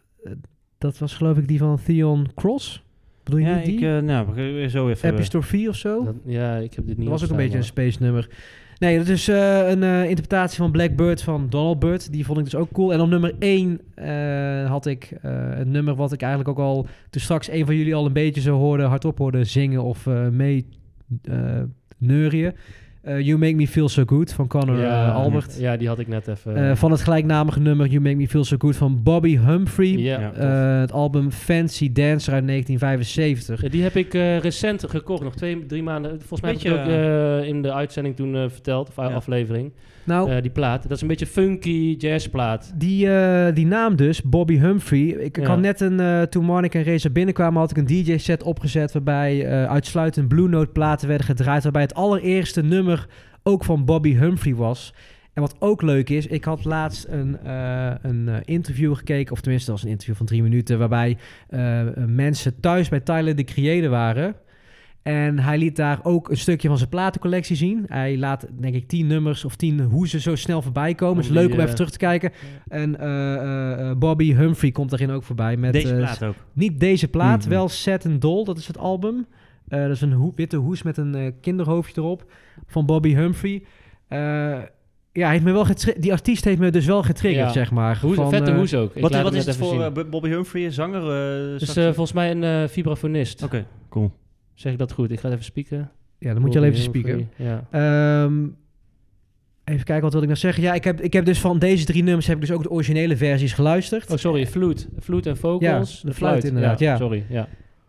dat was geloof ik die van Theon Cross. Bedoel je Ja, niet die? ik... uh, nou, we gaan zo even... Epistophie of zo? Dat- ja, ik heb dit niet Dat was ook een opstaan, beetje een maar- space nummer. Nee, dat is uh, een uh, interpretatie van Blackbird van Donald Byrd. Die vond ik dus ook cool. En op nummer één uh, had ik uh, een nummer wat ik eigenlijk ook al... toen straks een van jullie al een beetje zo hoorde, hardop hoorde zingen of uh, mee uh, neurien. Uh, You Make Me Feel So Good van Conor Ja, uh, Albert. Ja, die had ik net even... Uh, van het gelijknamige nummer You Make Me Feel So Good van Bobby Humphrey. ja, Ja. tof. Uh, het album Fancy Dancer uit negentien vijfenzeventig. Ja, die heb ik uh, recent gekocht, nog twee, drie maanden. Volgens mij Beetje, heb ik het ook uh, in de uitzending toen uh, verteld, of Ja. aflevering. Nou, Uh, die plaat, dat is een beetje funky jazzplaat. Die, uh, die naam dus, Bobby Humphrey. Ik, ik Ja. had net een, uh, toen Marnik en Reza binnenkwamen, had ik een D J-set opgezet waarbij uh, uitsluitend Blue Note platen werden gedraaid. Waarbij het allereerste nummer ook van Bobby Humphrey was. En wat ook leuk is, ik had laatst een, uh, een uh, interview gekeken, of tenminste dat was een interview van drie minuten, waarbij uh, mensen thuis bij Tyler, the Creator waren. En hij liet daar ook een stukje van zijn platencollectie zien. Hij laat, denk ik, tien nummers of tien hoe ze zo snel voorbij komen. Het is Om die, leuk om uh, even terug te kijken. En uh, uh, uh, Bobby Humphrey komt daarin ook voorbij. Met, Deze uh, plaat ook. Niet deze plaat, Mhm. wel Set and Doll, dat is het album. Uh, dat is een ho- witte hoes met een uh, kinderhoofdje erop van Bobby Humphrey. Uh, ja, hij heeft me wel getri- die artiest heeft me dus wel getriggerd, Ja. zeg maar. Hoes, van, vette uh, hoes ook. Ik Wat, laat wat hem is net het even voor zien. uh, Bobby Humphrey? Een zanger? Uh, Dus sax- uh, volgens mij een uh, vibrafonist. Oké, cool. Zeg ik dat goed? Ik ga het even spieken. Ja, dan moet je al even Bobby spieken. Humphrey, Ja. Um, even kijken, wat wil ik nou zeggen? Ja, ik heb, ik heb dus van deze drie nummers heb ik dus ook de originele versies geluisterd. Oh, sorry, flute. Flute en vocals. Ja, de fluit inderdaad, ja. Sorry, ja.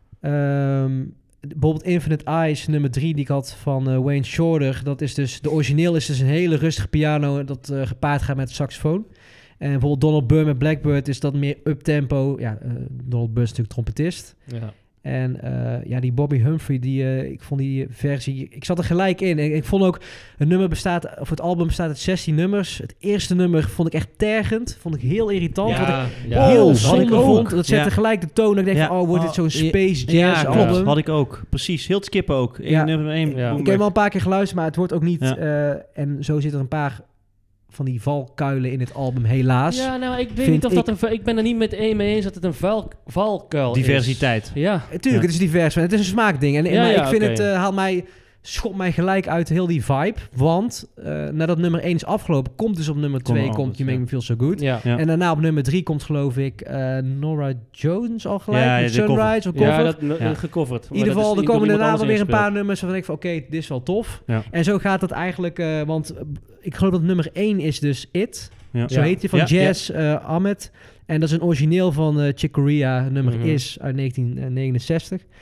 Um, bijvoorbeeld Infinite Eyes, nummer drie, die ik had van uh, Wayne Shorter. Dat is dus, de origineel is dus een hele rustige piano dat uh, gepaard gaat met saxofoon. En bijvoorbeeld Donald Byrd met Blackbird is dat meer uptempo. Ja, uh, Donald Byrd is natuurlijk trompetist. ja. En uh, ja, die Bobby Humphrey, die, uh, ik vond die versie... Ik zat er gelijk in. Ik, ik vond ook, het nummer bestaat, of het album bestaat uit zestien nummers. Het eerste nummer vond ik echt tergend. Vond ik heel irritant. Ja, Wat ik ja. heel Oh, had zonde ik ook. vond. Dat zette Ja. gelijk de toon. Ik denk Ja. van, oh, wordt dit zo'n Oh, space ja, jazz klopt. album? Had ik ook. Precies. Heel het skippen ook. Eén, Ja. nummer één, Ja. boom, Ik heb weg. hem al een paar keer geluisterd, maar het wordt ook niet... Ja. Uh, en zo zitten er een paar van die valkuilen in het album, helaas. Ja, nou, ik weet Vind niet of dat ik- een... va- Ik ben er niet met één mee eens dat het een val, valkuil Diversiteit. is. Ja. Tuurlijk, Ja. het is divers. Het is een smaakding. En, Ja, maar ja, ik vind oké. het, uh, haalt mij... Schopt mij gelijk uit heel die vibe. Want uh, nadat nummer één is afgelopen, komt dus op nummer Kom twee al, komt dat, You Make ja. Me Feel So Good. Ja. Ja. En daarna op nummer drie komt geloof ik uh, Nora Jones al gelijk. Ja, met de cover. Sunrise of Ja, cover. dat n- Ja. gecoverd. In ieder geval, er komen daarna wel weer een paar nummers waarvan ik van, oké, dit is wel tof. Ja. En zo gaat dat eigenlijk, uh, want uh, ik geloof dat nummer één is dus It. Ja. Zo Ja. heet hij, van Ja, Jazz uh, Ahmed. En dat is een origineel van uh, Chick Corea. Nummer Mhm. is uit negentien negenenzestig.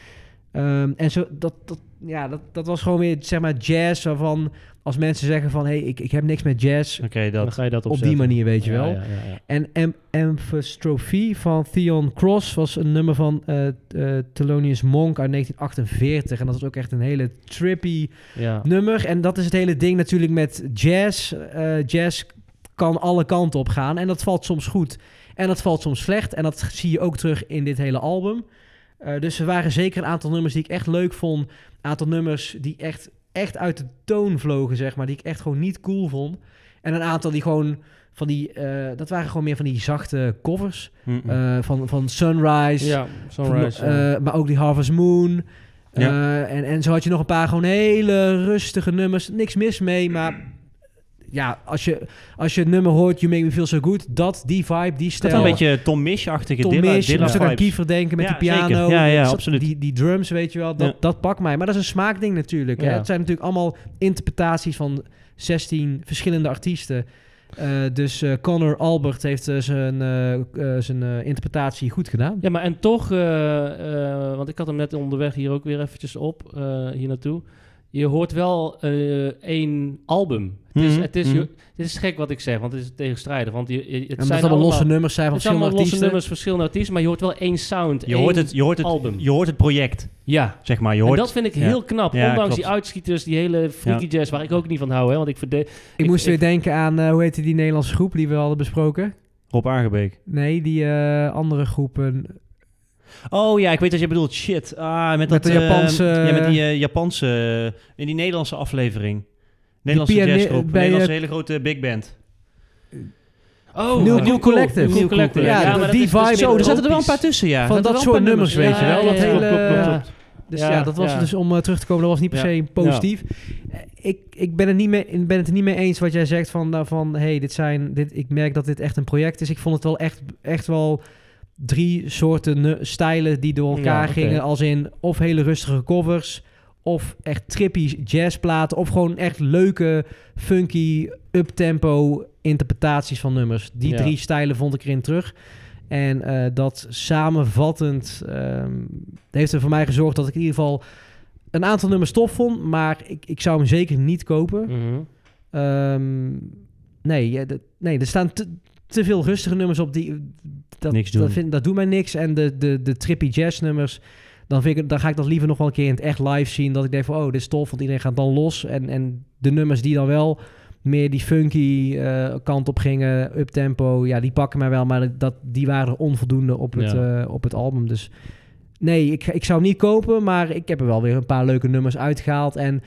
Um, en zo, dat, dat, ja, dat, dat was gewoon weer, zeg maar, jazz. Waarvan als mensen zeggen van, hé, hey, ik, ik heb niks met jazz. Oké, okay, Dan ga je dat op opzetten. die manier, weet je Ja, wel. ja, ja, ja. En Em- Amphistrophe van Theon Cross was een nummer van uh, uh, Thelonious Monk uit negentien achtenveertig. En dat was ook echt een hele trippy Ja. nummer. En dat is het hele ding natuurlijk met jazz. Uh, jazz kan alle kanten op gaan. En dat valt soms goed. En dat valt soms slecht. En dat zie je ook terug in dit hele album. Uh, dus er waren zeker een aantal nummers die ik echt leuk vond. Een aantal nummers die echt, echt uit de toon vlogen, zeg maar. Die ik echt gewoon niet cool vond. En een aantal die gewoon van die... Uh, dat waren gewoon meer van die zachte covers. Mm-mm. Uh, van, van Sunrise. Ja, Sunrise. Van, ja. uh, maar ook die Harvest Moon. Ja. Uh, en, en zo had je nog een paar gewoon hele rustige nummers. Niks mis mee, maar... Ja, als je, als je het nummer hoort, You Make Me Feel So Good, dat, die vibe, die Dat stijl. is een beetje Tom Misch-achtige Tom Dilla, Misch, je Dilla moest ook aan vibes. Kiefer denken met Ja, die piano. zeker. Ja, ja, Dat- absoluut. Die, die drums, weet je wel, dat, Ja. dat pakt mij. Maar dat is een smaakding natuurlijk. Hè? Ja. Het zijn natuurlijk allemaal interpretaties van zestien verschillende artiesten. Uh, dus uh, Connor Albert heeft uh, zijn, uh, uh, zijn uh, interpretatie goed gedaan. Ja, maar en toch, uh, uh, want ik had hem net onderweg hier ook weer eventjes op, uh, hier naartoe. Je hoort wel uh, één album. Het is, Mhm, het, is, mhm. je, het is gek wat ik zeg, want het is tegenstrijdig. Want je, je, het En dat zijn allemaal losse allemaal, nummers zijn van het zijn verschillende allemaal losse artiesten. nummers, verschillende artiesten, maar je hoort wel één sound, Je één hoort, het, je, hoort het, album. je hoort het project, Ja, zeg maar. Je hoort, en dat vind ik ja. heel knap. Ja, Ondanks klopt. die uitschieters, die hele freaky jazz, waar ik ook niet van hou. Hè, want ik verde- Ik, ik- moest ik- weer denken aan, uh, hoe heette die Nederlandse groep die we hadden besproken? Rob Aangebeek. Nee, die uh, andere groepen. Oh ja, ik weet wat je bedoelt. Shit. Ah, met, Met dat, de eh, Japanse- ja, met die uh, Japanse... uh, in die Nederlandse aflevering. Nederlandse piani- jazzgroep. bij, Nederlandse uh, hele grote big band. Oh, New uh, Cool Collective. New Collective. Ja, maar dat- dat die is dus vibe- meer Zo, er zaten er wel een tropisch. paar tussen, ja. Van Er dat zaten soort wel een paar nummers, weet je wel. Dat ja, hele... klopt, klopt, klopt. Dus Ja, ja, dat was ja. dus om uh, terug te komen, dat was niet per se Ja. positief. Eh, Ik, ik ben, het niet mee, ben het er niet mee eens wat jij zegt van, nou, van hey, dit zijn, dit, ik merk dat dit echt een project is. Ik vond het wel echt, echt wel drie soorten nu- stijlen die door elkaar Ja, oké. gingen. Als in of hele rustige covers, of echt trippy jazzplaten, of gewoon echt leuke, funky, uptempo interpretaties van nummers. Die Ja. drie stijlen vond ik erin terug. En uh, dat samenvattend um, heeft er voor mij gezorgd dat ik in ieder geval een aantal nummers tof vond, maar ik, ik zou hem zeker niet kopen. Mhm. Um, nee, ja, de, nee, er staan te, te veel rustige nummers op die... Dat, Niks doen. Dat, vind, dat doet mij niks. En de, de, de trippy jazz nummers, dan, vind ik, dan ga ik dat liever nog wel een keer in het echt live zien. Dat ik denk van, oh, dit is tof, want iedereen gaat dan los. En, en de nummers die dan wel meer die funky uh, kant op gingen, uptempo, ja, die pakken mij wel. Maar dat, die waren onvoldoende op het, Ja. uh, op het album. Dus nee, ik, ik zou hem niet kopen, maar ik heb er wel weer een paar leuke nummers uitgehaald. En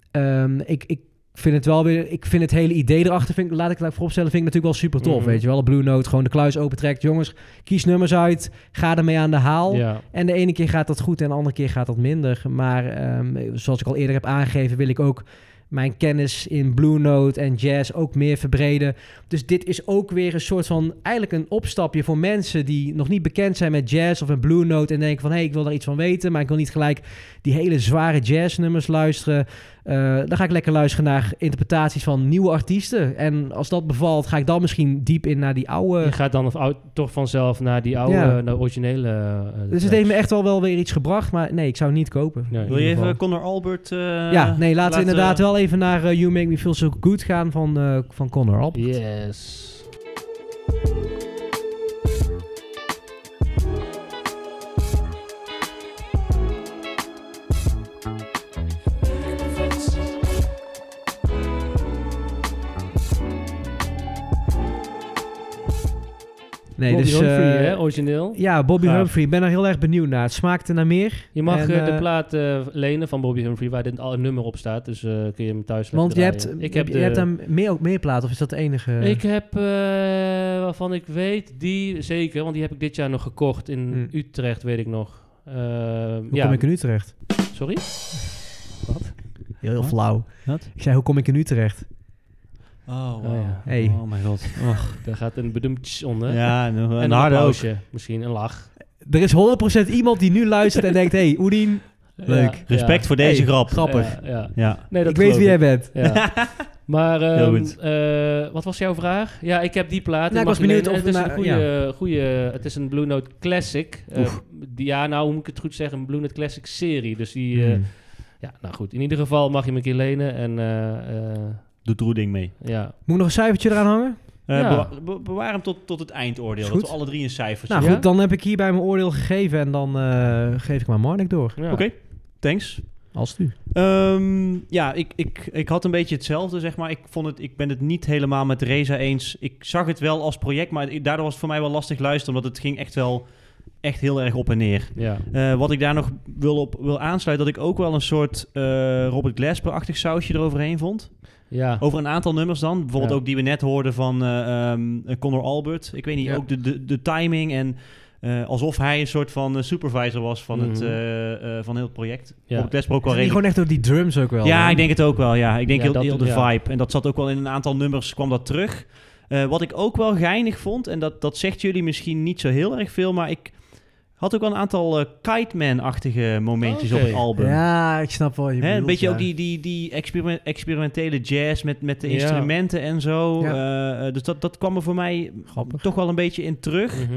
um, ik... ik vind het wel weer, ik vind het hele idee erachter, vind ik, laat ik het vooropstellen, vind ik natuurlijk wel super tof, Mhm. weet je wel. Een Blue Note, gewoon de kluis opentrekt. Jongens, kies nummers uit, ga ermee aan de haal. Ja. En de ene keer gaat dat goed en de andere keer gaat dat minder. Maar um, zoals ik al eerder heb aangegeven, wil ik ook mijn kennis in Blue Note en jazz ook meer verbreden. Dus dit is ook weer een soort van, eigenlijk een opstapje voor mensen die nog niet bekend zijn met jazz of met Blue Note en denken van, hé, hey, ik wil daar iets van weten, maar ik wil niet gelijk die hele zware jazznummers luisteren. Uh, dan ga ik lekker luisteren naar interpretaties van nieuwe artiesten. En als dat bevalt, ga ik dan misschien diep in naar die oude... Je gaat dan of oud, toch vanzelf naar die oude, Ja. naar de originele... Uh, Dus het tracks. heeft me echt wel, wel weer iets gebracht, maar nee, ik zou het niet kopen. Nee. In Wil je ieder even geval. Connor Albert... uh, Ja, nee, laten we inderdaad wel even naar uh, You Make Me Feel So Good gaan van, uh, van Connor Albert. Yes. Nee, Bobby dus, Humphrey, uh, hè, origineel. Ja, Bobby Gaaf. Humphrey. Ik ben er heel erg benieuwd naar. Het smaakte naar meer. Je mag En, uh, de uh, plaat uh, lenen van Bobby Humphrey, waar dit al een nummer op staat. Dus uh, kun je hem thuis Want je lekker hebt, draaien. Ik heb je de, hebt dan meer, ook meer platen, of is dat de enige? Ik heb, uh, waarvan ik weet, die zeker, want die heb ik dit jaar nog gekocht in Hmm. Utrecht, weet ik nog. Uh, Hoe ja. kom ik in Utrecht? Sorry? Wat? Heel, heel flauw. Wat? Ik zei, hoe kom ik in Utrecht? Oh, wow. ja. Hey. Oh mijn god. Oh. Daar gaat een bedoemtjes onder. Ja, nog en een een harde ook. applausje, misschien een lach. Er is honderd procent iemand die nu luistert en denkt, hé, hey, Oedien, leuk. Ja, Respect ja. voor deze Hey, grap. grappig. Ja, ja. Ja. Nee, dat Ik weet wie geloof jij bent. Ja. Maar Heel ehm, goed. eh, wat was jouw vraag? Ja, ik heb die plaat. Nou, ik Die was mag je benieuwd lenen. of Het is we een na- goede, goede, het is een Blue Note Classic. Eh, die, ja, nou hoe moet ik het goed zeggen? Een Blue Note Classic serie. Dus die, eh, Hmm. ja, nou goed. In ieder geval mag je hem een keer lenen. En eh, eh, Doe het roeding mee. ja. Moet ik nog een cijfertje eraan hangen? Uh, Ja. bewa- be- bewaar hem tot, tot het eindoordeel. Is Dat goed. we alle drie een cijfer Nou Ja? goed, dan heb ik hierbij mijn oordeel gegeven en dan eh, geef ik maar Marnik door. ja. Oké, thanks. Als het u. Ehm, ja, ik, ik, ik had een beetje hetzelfde, zeg maar. Ik, vond het, ik ben het niet helemaal met Reza eens. Ik zag het wel als project, maar ik- daardoor was het voor mij wel lastig luisteren, omdat het ging echt wel echt heel erg op en neer. Ja. Eh, wat ik daar nog wil, op, wil aansluiten, dat ik ook wel een soort eh, Robert Glasper-achtig sausje eroverheen vond. Ja. Over een aantal nummers dan. Bijvoorbeeld Ja. ook die we net hoorden van eh, ehm, Conor Albert. Ik weet niet, Ja. ook de, de, de timing en eh, alsof hij een soort van eh, supervisor was van, het, Mhm. eh, eh, van heel het project. Ja. Robert Glasper ook wel Is het niet redelijk. gewoon echt door die drums ook wel? Ja, hè? ik denk het ook wel. Ja, ik denk Ja, heel, dat heel de doet- ja. vibe. En dat zat ook wel in een aantal nummers, kwam dat terug. Eh, wat ik ook wel geinig vond, en dat, dat zegt jullie misschien niet zo heel erg veel, maar ik had ook wel een aantal eh, Kite-Man-achtige momentjes Oké. op het album. Ja, ik snap wel. Je Hè, een bedoelt, beetje ja. ook die, die, die experiment, experimentele jazz met, met de Ja. instrumenten en zo. Ja. Eh, eh, dus dat, dat kwam er voor mij Grappig. toch wel een beetje in terug. Mhm.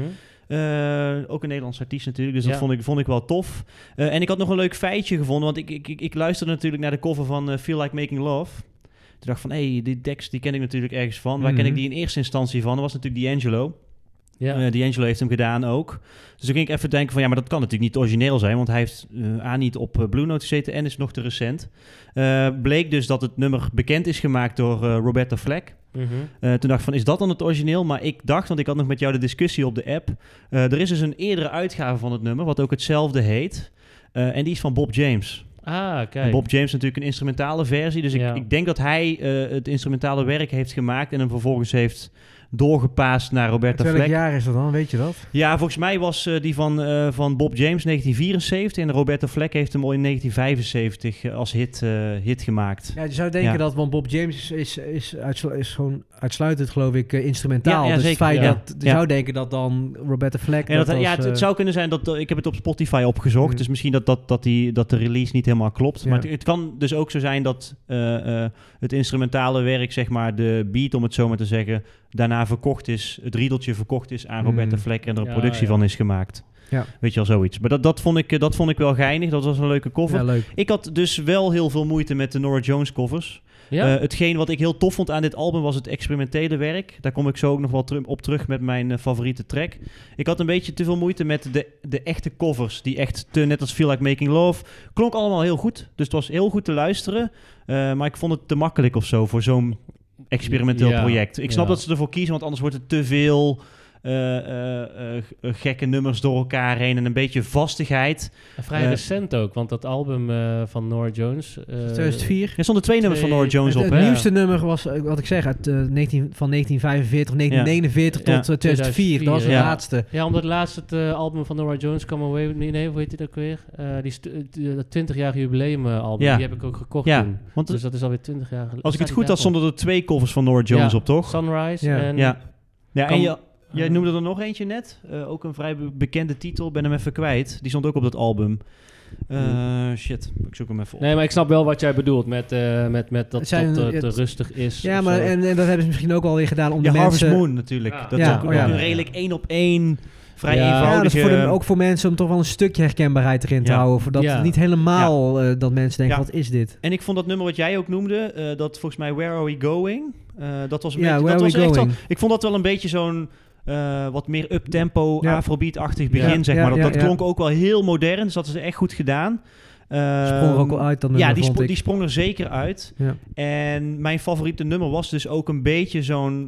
Eh, ook een Nederlands artiest natuurlijk, dus dat Ja. vond, ik, vond ik wel tof. Eh, en ik had nog een leuk feitje gevonden, want ik, ik, ik, ik luisterde natuurlijk naar de cover van eh, Feel Like Making Love. Toen dacht ik van, hé, hey, die tekst die ken ik natuurlijk ergens van. Waar Mhm. ken ik die in eerste instantie van? Dat was natuurlijk D'Angelo. Ja. Eh, D'Angelo heeft hem gedaan ook. Dus toen ging ik even denken van, ja, maar dat kan natuurlijk niet origineel zijn, want hij heeft uh, A niet op uh, Blue Note gezeten en is nog te recent. Uh, bleek dus dat het nummer bekend is gemaakt door uh, Roberta Flack. Mhm. Uh, toen dacht ik van, is dat dan het origineel? Maar ik dacht, want ik had nog met jou de discussie op de app. Uh, er is dus een eerdere uitgave van het nummer, wat ook hetzelfde heet. Uh, en die is van Bob James. Ah, En kijk. Bob James natuurlijk een instrumentale versie. Dus ik, Ja. ik denk dat hij uh, het instrumentale werk heeft gemaakt en hem vervolgens heeft doorgepaast naar Roberta Welk Flack. jaar is dat dan? Weet je dat? Ja, volgens mij was uh, die van, uh, van Bob James negentien vierenzeventig en Roberta Flack heeft hem al in negentien vijfenzeventig uh, als hit, uh, hit gemaakt. Ja, je zou denken Ja. dat, want Bob James is, is, is, uitslu- is gewoon uitsluitend, geloof ik, uh, instrumentaal. Ja, ja, dus zeker, het feit ja. dat, je Ja. zou denken dat dan Roberta Flack... En dat, dat ja, als, het, het uh, zou kunnen zijn dat, uh, ik heb het op Spotify opgezocht, Mm. dus misschien dat, dat, dat, die, dat de release niet helemaal klopt. Ja. Maar het, het kan dus ook zo zijn dat uh, uh, het instrumentale werk, zeg maar, de beat, om het zo maar te zeggen, daarna verkocht is, het riedeltje verkocht is aan Roberta Mm. Flack en er een Ja, productie ja. van is gemaakt. Ja. Weet je al, zoiets. Maar dat, dat, vond ik, uh, dat vond ik wel geinig, dat was een leuke cover. Ja, leuk. Ik had dus wel heel veel moeite met de Norah Jones covers. Ja? Uh, hetgeen wat ik heel tof vond aan dit album was het experimentele werk. Daar kom ik zo ook nog wel teru- op terug met mijn uh, favoriete track. Ik had een beetje te veel moeite met de, de echte covers. Die echt, te, net als Feel Like Making Love, klonk allemaal heel goed. Dus het was heel goed te luisteren. Uh, maar ik vond het te makkelijk of zo voor zo'n experimenteel Ja, project. Ik snap ja. dat ze ervoor kiezen, want anders wordt het te veel uh, uh, uh, gekke nummers door elkaar heen en een beetje vastigheid. En vrij eh, recent ook, want dat album uh, van Norah Jones... uh, tweeduizend vier. Er stonden twee nummers van twee- Norah Jones Het, op, het hè? nieuwste nummer was, uh, wat ik zeg, uit, uh, negentien, van negentien vijfenveertig, negentien negenenveertig Ja. tot uh, tweeduizend vier. Dat was het Ja. laatste. Ja, omdat laatst het uh, album van Norah Jones, Come Away With Me, nee, hoe heet dit ook weer? Uh, die st- uh, dat twintig-jarige jubileum uh, album, Ja. die heb ik ook gekocht Ja, toen. want Dus dat is alweer twintig jaar geleden. als ik het Staat goed had, die daarop? stonden er twee covers van Norah Jones Ja, op, toch? Sunrise Ja. en... Ja, ja Kan- en je, jij noemde er nog eentje net. Uh, ook een vrij be- bekende titel. Ben hem even kwijt. Die stond ook op dat album. Uh, shit, ik zoek hem even op. Nee, maar ik snap wel wat jij bedoelt met, uh, met, met dat Het zijn- dat uh, te het- rustig is. Ja, of maar zo. en, en dat hebben ze misschien ook alweer gedaan om ja, de Harvest mensen... Moon natuurlijk. Ja. Dat Ja, is ook, oh ja. ook een redelijk één op één, vrij Ja. Ja, dat eenvoudige... is voor de, ook voor mensen om toch wel een stukje herkenbaarheid erin te Ja. houden. Voordat Ja. het niet helemaal uh, dat mensen denken, Ja. wat is dit? En ik vond dat nummer wat jij ook noemde, uh, dat volgens mij Where Are We Going? Uh, dat was een Ja, beetje... Where Dat Are was We echt wel, Going? ik vond dat wel een beetje zo'n... Uh, wat meer up-tempo, Ja. afrobeat-achtig begin, Ja. zeg Ja, maar. Dat, ja, dat ja. klonk ook wel heel modern, dus dat is echt goed gedaan. Uh, Sprong er ook wel uit, dat Ja, nummer, die, vond spro- ik. die sprong er zeker uit. Ja. En mijn favoriete nummer was dus ook een beetje zo'n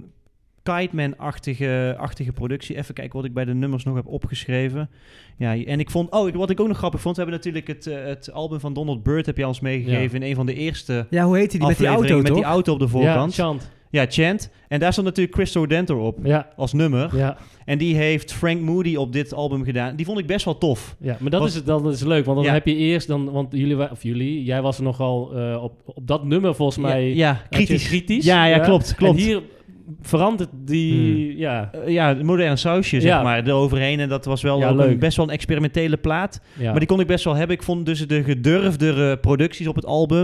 Kite-Man-achtige achtige productie. Even kijken wat ik bij de nummers nog heb opgeschreven. Ja, en ik vond... Oh, wat ik ook nog grappig vond... We hebben natuurlijk het, uh, het album van Donald Byrd... heb je ons meegegeven in een van de eerste Ja, hoe heet die? die met die auto, afleveringen, toch? met die auto op de Ja, voorkant. Chant. Ja, Chant. En daar stond natuurlijk Christo Dentor op Ja, als nummer. ja, En die heeft Frank Moody op dit album gedaan. Die vond ik best wel tof. ja, maar dat Was- is, het, dat is leuk, want dan Ja. heb je eerst, dan, want jullie, wa- of jullie, jij was er nogal uh, op, op dat nummer volgens mij Ja, ja, had je kritisch. kritisch. Ja, ja, klopt, klopt. En hier verandert die, ja, Uh, ja, een modern sausje, zeg Ja. maar, eroverheen. En dat was wel Ja, ook een, leuk. best wel een experimentele plaat. ja. Maar die kon ik best wel hebben. Ik vond dus de gedurfdere producties op het album...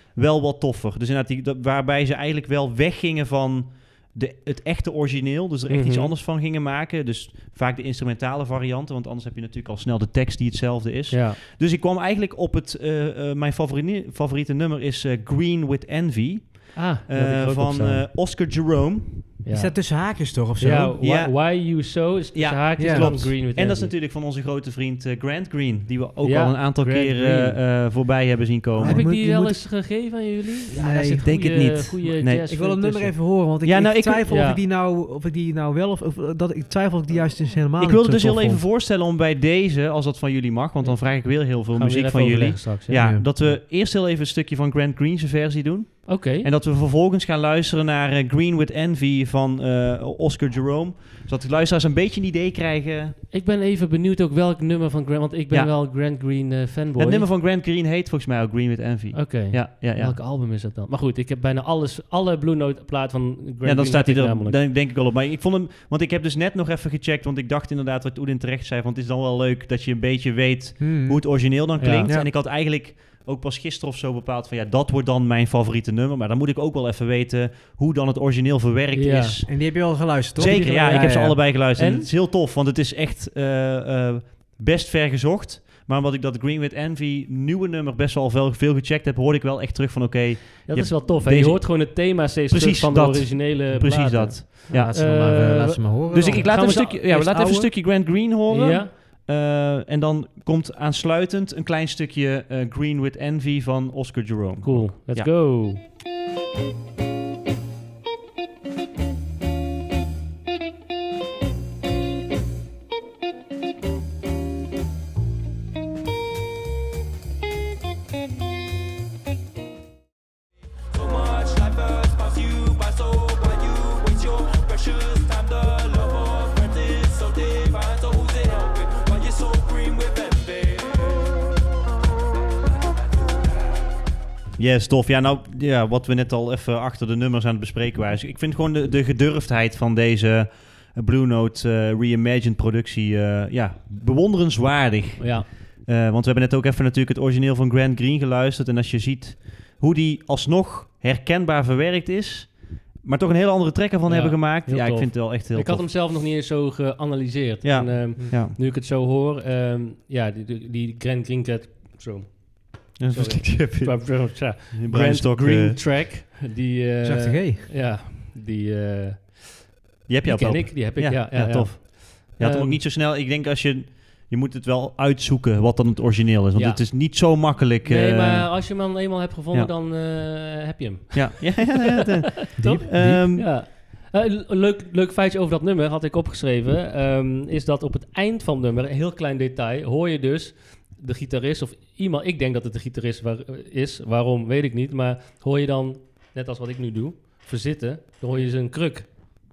wel wat toffer. Dus inderdaad, die, dat, waarbij ze eigenlijk wel weggingen van de, het echte origineel. Dus er echt Mm-hmm. iets anders van gingen maken. Dus vaak de instrumentale varianten. Want anders heb je natuurlijk al snel de tekst die hetzelfde is. Ja. Dus ik kwam eigenlijk op het... Uh, uh, mijn favoriete, favoriete nummer is uh, Green with Envy. Ah, die Uh, had ik er ook op van staan. uh, Oscar Jerome. Ja. Is dat tussen haakjes toch of zo? Ja, why, Ja. why You So is Ja, ja, haakjes ja. en dan Klopt. Green with En dat is Envy. natuurlijk van onze grote vriend uh, Grant Green. Die we ook Ja, al een aantal Grant keren Green. uh, voorbij hebben zien komen. Heb ik Moet- die je wel moet- eens gegeven aan jullie? Nee, daar zit ik denk het goeie- niet. goeie Nee. jazz Ik wil het nummer tussen. even horen, want ik, Ja, nou, ik ik- twijfel ja. of ik die nou, of ik die nou wel of, of dat ik twijfel of ik die juist dus helemaal Ik niet wilde zo dus heel tof even vond. voorstellen om bij deze, als dat van jullie mag, want dan vraag ik weer heel veel Gaan we muziek weer even van jullie. overleggen straks, hè? Ja, Ja. dat we eerst heel even een stukje van Grant Green's versie doen. Oké. En dat we vervolgens gaan luisteren naar uh, Green with Envy van uh, Oscar Jerome. Zodat de luisteraars een beetje een idee krijgen. Ik ben even benieuwd ook welk nummer van Grant, want ik ben Ja. wel Grant Green uh, fanboy. Het nummer van Grant Green heet volgens mij ook Green with Envy. Oké. Ja, ja, ja. Welk album is dat dan? Maar goed, ik heb bijna alles, alle Blue Note plaat van Grant Ja, dan Green staat hij heb ik er namelijk. dan denk ik wel op. Maar ik vond hem, want ik heb dus net nog even gecheckt, want ik dacht inderdaad wat Oedin terecht zei, want het is dan wel leuk dat je een beetje weet Hmm. hoe het origineel dan Ja. klinkt. Ja. En ik had eigenlijk ook pas gisteren of zo bepaald van ja, dat wordt dan mijn favoriete nummer. Maar dan moet ik ook wel even weten hoe dan het origineel verwerkt Ja. is. En die heb je al geluisterd, toch? Zeker, ja, ik heb ze ja. allebei geluisterd. En En? het is heel tof, want het is echt uh, uh, best ver gezocht. Maar omdat ik dat Green with Envy nieuwe nummer best wel veel, veel gecheckt heb, hoorde ik wel echt terug van oké, Ja, dat je- is wel tof. Hè? deze- Je hoort gewoon het thema steeds Precies terug van dat. de originele precies platen. dat. Ja, Ja. laat ze, maar, Eh, uh, laat ze maar horen. Dus ik, dan. ik laat Gaan even we een ze stukje, ja, we eerst laten even een ouwe? stukje Grant Green horen. Ja. Uh, en dan komt aansluitend een klein stukje uh, Green with Envy van Oscar Jerome. Cool. Let's Ja. go. So much life has passed you by, so why you waste your precious time? The love of friends is so divine, so who's it helping? Why you so green with envy? Yes, tof. Ja, nou, ja, wat we net al even achter de nummers aan het bespreken waren. Dus ik vind gewoon de, de gedurfdheid van deze uh, Blue Note uh, Reimagined productie uh, ja, bewonderenswaardig. Ja. Uh, want we hebben net ook even natuurlijk het origineel van Grant Green geluisterd. En als je ziet hoe die alsnog herkenbaar verwerkt is, maar toch een hele andere track ervan Ja, hebben gemaakt. heel Ja, ik tof. vind het wel echt heel Ik had tof. hem zelf nog niet eens zo geanalyseerd. Ja. En, ehm, Ja. nu ik het zo hoor, ehm, ja, die, die, die Grant Green cat, zo. Ja, Sorry. Brian Grant Stock, Green uh, track, die... eh, Zachte G. Ja, die, eh, die heb je die al ken op. ik, die heb ik, ja. ja, ja, ja. tof. Je had hem ook Ehm, niet zo snel. Ik denk als je... Je moet het wel uitzoeken wat dan het origineel is. Want Ja. het is niet zo makkelijk. Nee, eh, maar als je hem dan eenmaal hebt gevonden, ja. dan eh, heb je hem. Ja, ja, ja, ja, ja. Toch? Ehm, Ja. Eh, een leuk, leuk feitje over dat nummer had ik opgeschreven. ehm, is dat op het eind van het nummer, een heel klein detail, hoor je dus de gitarist of iemand. Ik denk dat het de gitarist waar, is. Waarom, weet ik niet. Maar hoor je dan, net als wat ik nu doe, verzitten, dan hoor je zijn kruk.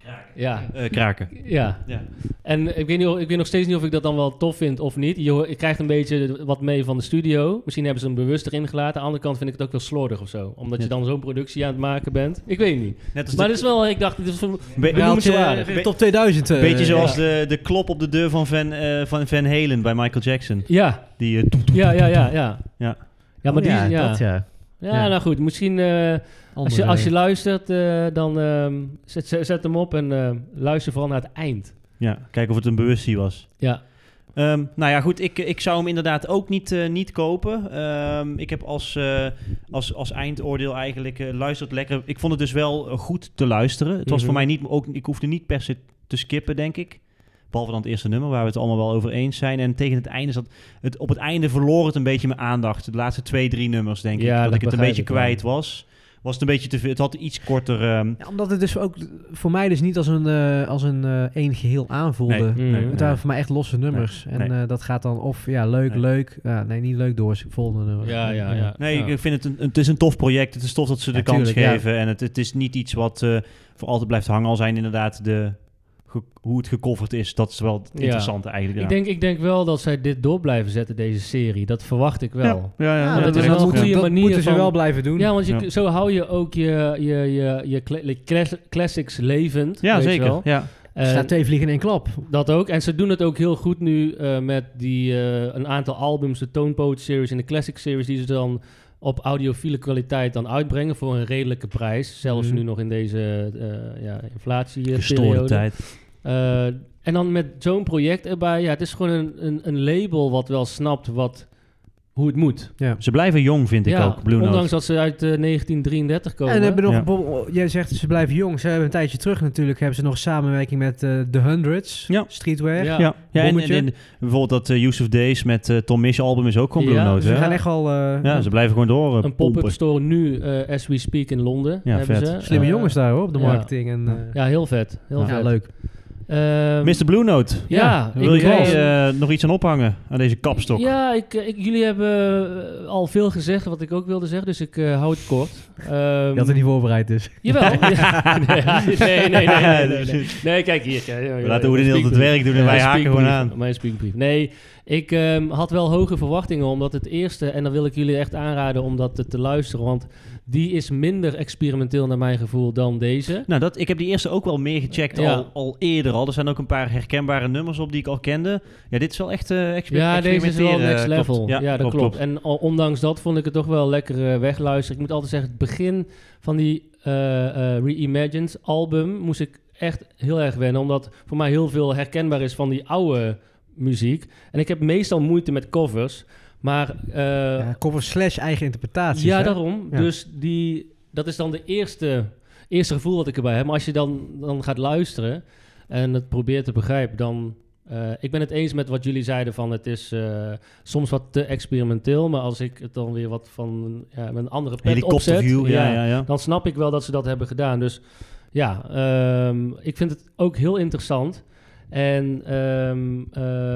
Ja. eh, kraken. Ja. Ja. En ik weet, niet, of- ik weet nog steeds niet of ik dat dan wel tof vind of niet. Je, hoor- je krijgt een beetje wat mee van de studio. Misschien hebben ze hem bewust erin gelaten. Aan de andere kant vind ik het ook wel slordig of zo. Omdat je Ja. dan zo'n productie aan het maken bent. Ik weet niet. Net als Maar de- het is wel, ik dacht, dit is een Be- benoemenswaardig. Be- top tweeduizend. eh, beetje zoals ja. de, de klop op de deur van Van, eh, van Van Halen bij Michael Jackson. Ja, Die, eh, toet, toet. ja, ja, ja, ja. Ja. Ja, maar die, ja, ja. dat ja. ja, nou goed. Misschien, eh, als, je, Andere- als je luistert, eh, dan ehm, zet, zet zet hem op en eh, luister vooral naar het eind. Ja, kijken of het een bewustzijn was. Ja, Ehm, nou ja, goed, ik, ik zou hem inderdaad ook niet, eh, niet kopen. Ehm, ik heb als, eh, als, als eindoordeel eigenlijk uh, luisterd lekker. Ik vond het dus wel uh, goed te luisteren. Het was Mhm. voor mij niet, ook, ik hoefde niet per se te skippen, denk ik. Behalve dan het eerste nummer, waar we het allemaal wel over eens zijn. En tegen het einde zat het, op het einde verloor het een beetje mijn aandacht. De laatste twee, drie nummers, denk Ja, ik. Dat, dat ik het een begrijp beetje ik wel. kwijt was. Was het een beetje te veel. Het had iets korter. ehm, Ja, omdat het dus ook voor mij dus niet als een, eh, als een eh, één geheel aanvoelde. Nee, Mm. nee, Het nee. waren voor mij echt losse nummers. Nee, en nee. eh, dat gaat dan of ja, leuk, Nee. leuk. Ja, nee, niet leuk door. Volgende nummer. ja, ja. ja. Nee, ja. ik vind het een, het is een tof project. Het is tof dat ze de Ja, kans tuurlijk, ja. geven. En het, het is niet iets wat eh, voor altijd blijft hangen. Al zijn inderdaad de, ge- hoe het gecoverd is. Dat is wel het Ja. interessante eigenlijk. Ik, ja. denk, ik denk wel dat zij dit door blijven zetten, deze serie. Dat verwacht ik wel. Ja, ja, ja. Ja, Want dat het is is wel een moeten- goede dat manier moeten ze van- wel blijven doen. Ja, want je, Ja. zo hou je ook je, je, je, je cla- clas- classics levend. Ja, weet je zeker. wel. Ja. Er En staat twee vliegen in één klap. dat ook. En ze doen het ook heel goed nu eh, met die, eh, een aantal albums, de Tone Poet series en de Classic series, die ze dan op audiofiele kwaliteit dan uitbrengen voor een redelijke prijs. Zelfs Mhm. nu nog in deze uh, ja, inflatie Gestoorde tijd. Uh, en dan met zo'n project erbij. Ja, het is gewoon een, een, een label wat wel snapt wat, hoe het moet. Ja. Ze blijven jong, vind ik ja, ook, Blue Note. ondanks dat ze uit uh, negentien drieëndertig komen. En hebben nog, Ja. bijvoorbeeld- jij zegt ze blijven jong. Ze hebben een tijdje terug natuurlijk, hebben ze nog samenwerking met uh, The Hundreds, Ja. Streetwear. Ja. Ja, ja en, en, Bommetje. en bijvoorbeeld dat uh, Yusuf Days met uh, Tom Misch album is ook gewoon Blue Ja, Note. Dus we hè? gaan echt al... uh, Ja, ze blijven gewoon door uh, een pop-up pompen. store nu, uh, as we speak, in Londen. Ja, hebben vet. ze. Slimme Uh, jongens daar hoor, op de ja. marketing. En, uh, Ja, heel vet. Heel ja, vet. leuk. Ehm, mister Blue Note, Ja, wil ik was- jij uh, nog iets aan ophangen aan deze kapstok? Ja, ik, ik, jullie hebben uh, al veel gezegd wat ik ook wilde zeggen, dus ik uh, hou het kort. Um, Je had er niet voorbereid dus. Jawel. Ja, nee, nee, nee, nee, nee, nee, nee. Nee, kijk hier. Kijk, We laten Oedin het werk doen en Ja, wij mijn haken gewoon speakbrief. aan. Mijn speakbrief. Nee, ik um, had wel hoge verwachtingen, omdat het eerste, en dan wil ik jullie echt aanraden om dat te, te luisteren, want die is minder experimenteel naar mijn gevoel dan deze. Nou, dat, ik heb die eerste ook wel meer gecheckt Ja. al, al eerder al. Er zijn ook een paar herkenbare nummers op die ik al kende. Ja, dit is wel echt uh, exper- Ja, deze is wel experimenteren. next level. Klopt. Ja, dat klopt. En al, ondanks dat vond ik het toch wel lekker uh, wegluisteren. Ik moet altijd zeggen, het begin van die uh, uh, Reimagined album moest ik echt heel erg wennen, omdat voor mij heel veel herkenbaar is van die oude muziek. En ik heb meestal moeite met covers, maar... Uh, Ja, cover slash eigen interpretaties. ja, hè? daarom. Ja. Dus die, dat is dan de eerste, eerste gevoel wat ik erbij heb. Maar als je dan, dan gaat luisteren en het probeert te begrijpen, dan... Uh, ik ben het eens met wat jullie zeiden van het is uh, soms wat te experimenteel. Maar als ik het dan weer wat van ja, met een andere pet opzet... Helikopterview, ja, ja, ja. dan snap ik wel dat ze dat hebben gedaan. Dus ja, um, ik vind het ook heel interessant. En um,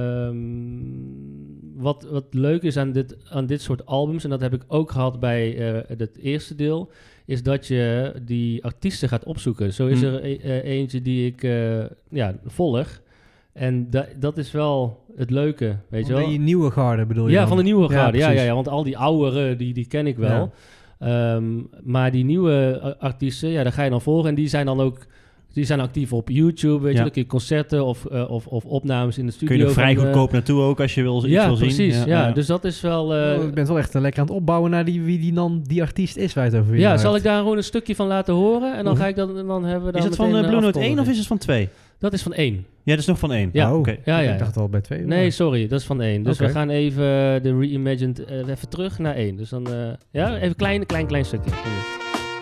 um, wat, wat leuk is aan dit, aan dit soort albums, en dat heb ik ook gehad bij uh, het eerste deel, is dat je die artiesten gaat opzoeken. Zo is Hm. er e- uh, eentje die ik uh, ja, volg. En da- dat is wel het leuke, weet je Van wel. die nieuwe garde bedoel je Ja, dan? van de nieuwe garde. Ja, ja, precies. ja, want al die oudere, die, die ken ik wel. Um, maar die nieuwe uh, artiesten, ja, daar ga je dan volgen. En die zijn dan ook... Die zijn actief op YouTube, weet je. Ja. Dan kun je concerten of, uh, of, of opnames in de studio. Kun je er vrij van, uh, goedkoop naartoe ook als je wil, iets Ja, wil zien. precies. Ja, dus dat is wel... Uh, Oh, ik ben wel echt uh, lekker aan het opbouwen naar die, wie die, dan, die artiest is waar je het over wil ja, hebt. zal ik daar gewoon een stukje van laten horen? En dan Mhm. ga ik dat, en dan hebben we dan Is het van meteen uh, een Blue Note één afkondiging. of is het van twee? Dat is van één. Ja, dat is nog van één. Ja. Oh, Oké. Ja, ja, Ik ja. dacht al bij twee. Nee, sorry, dat is van één. Dus Oké. we gaan even de Reimagined uh, even terug naar één. Dus dan, uh, ja, even een klein, klein, klein stukje. Kom hier.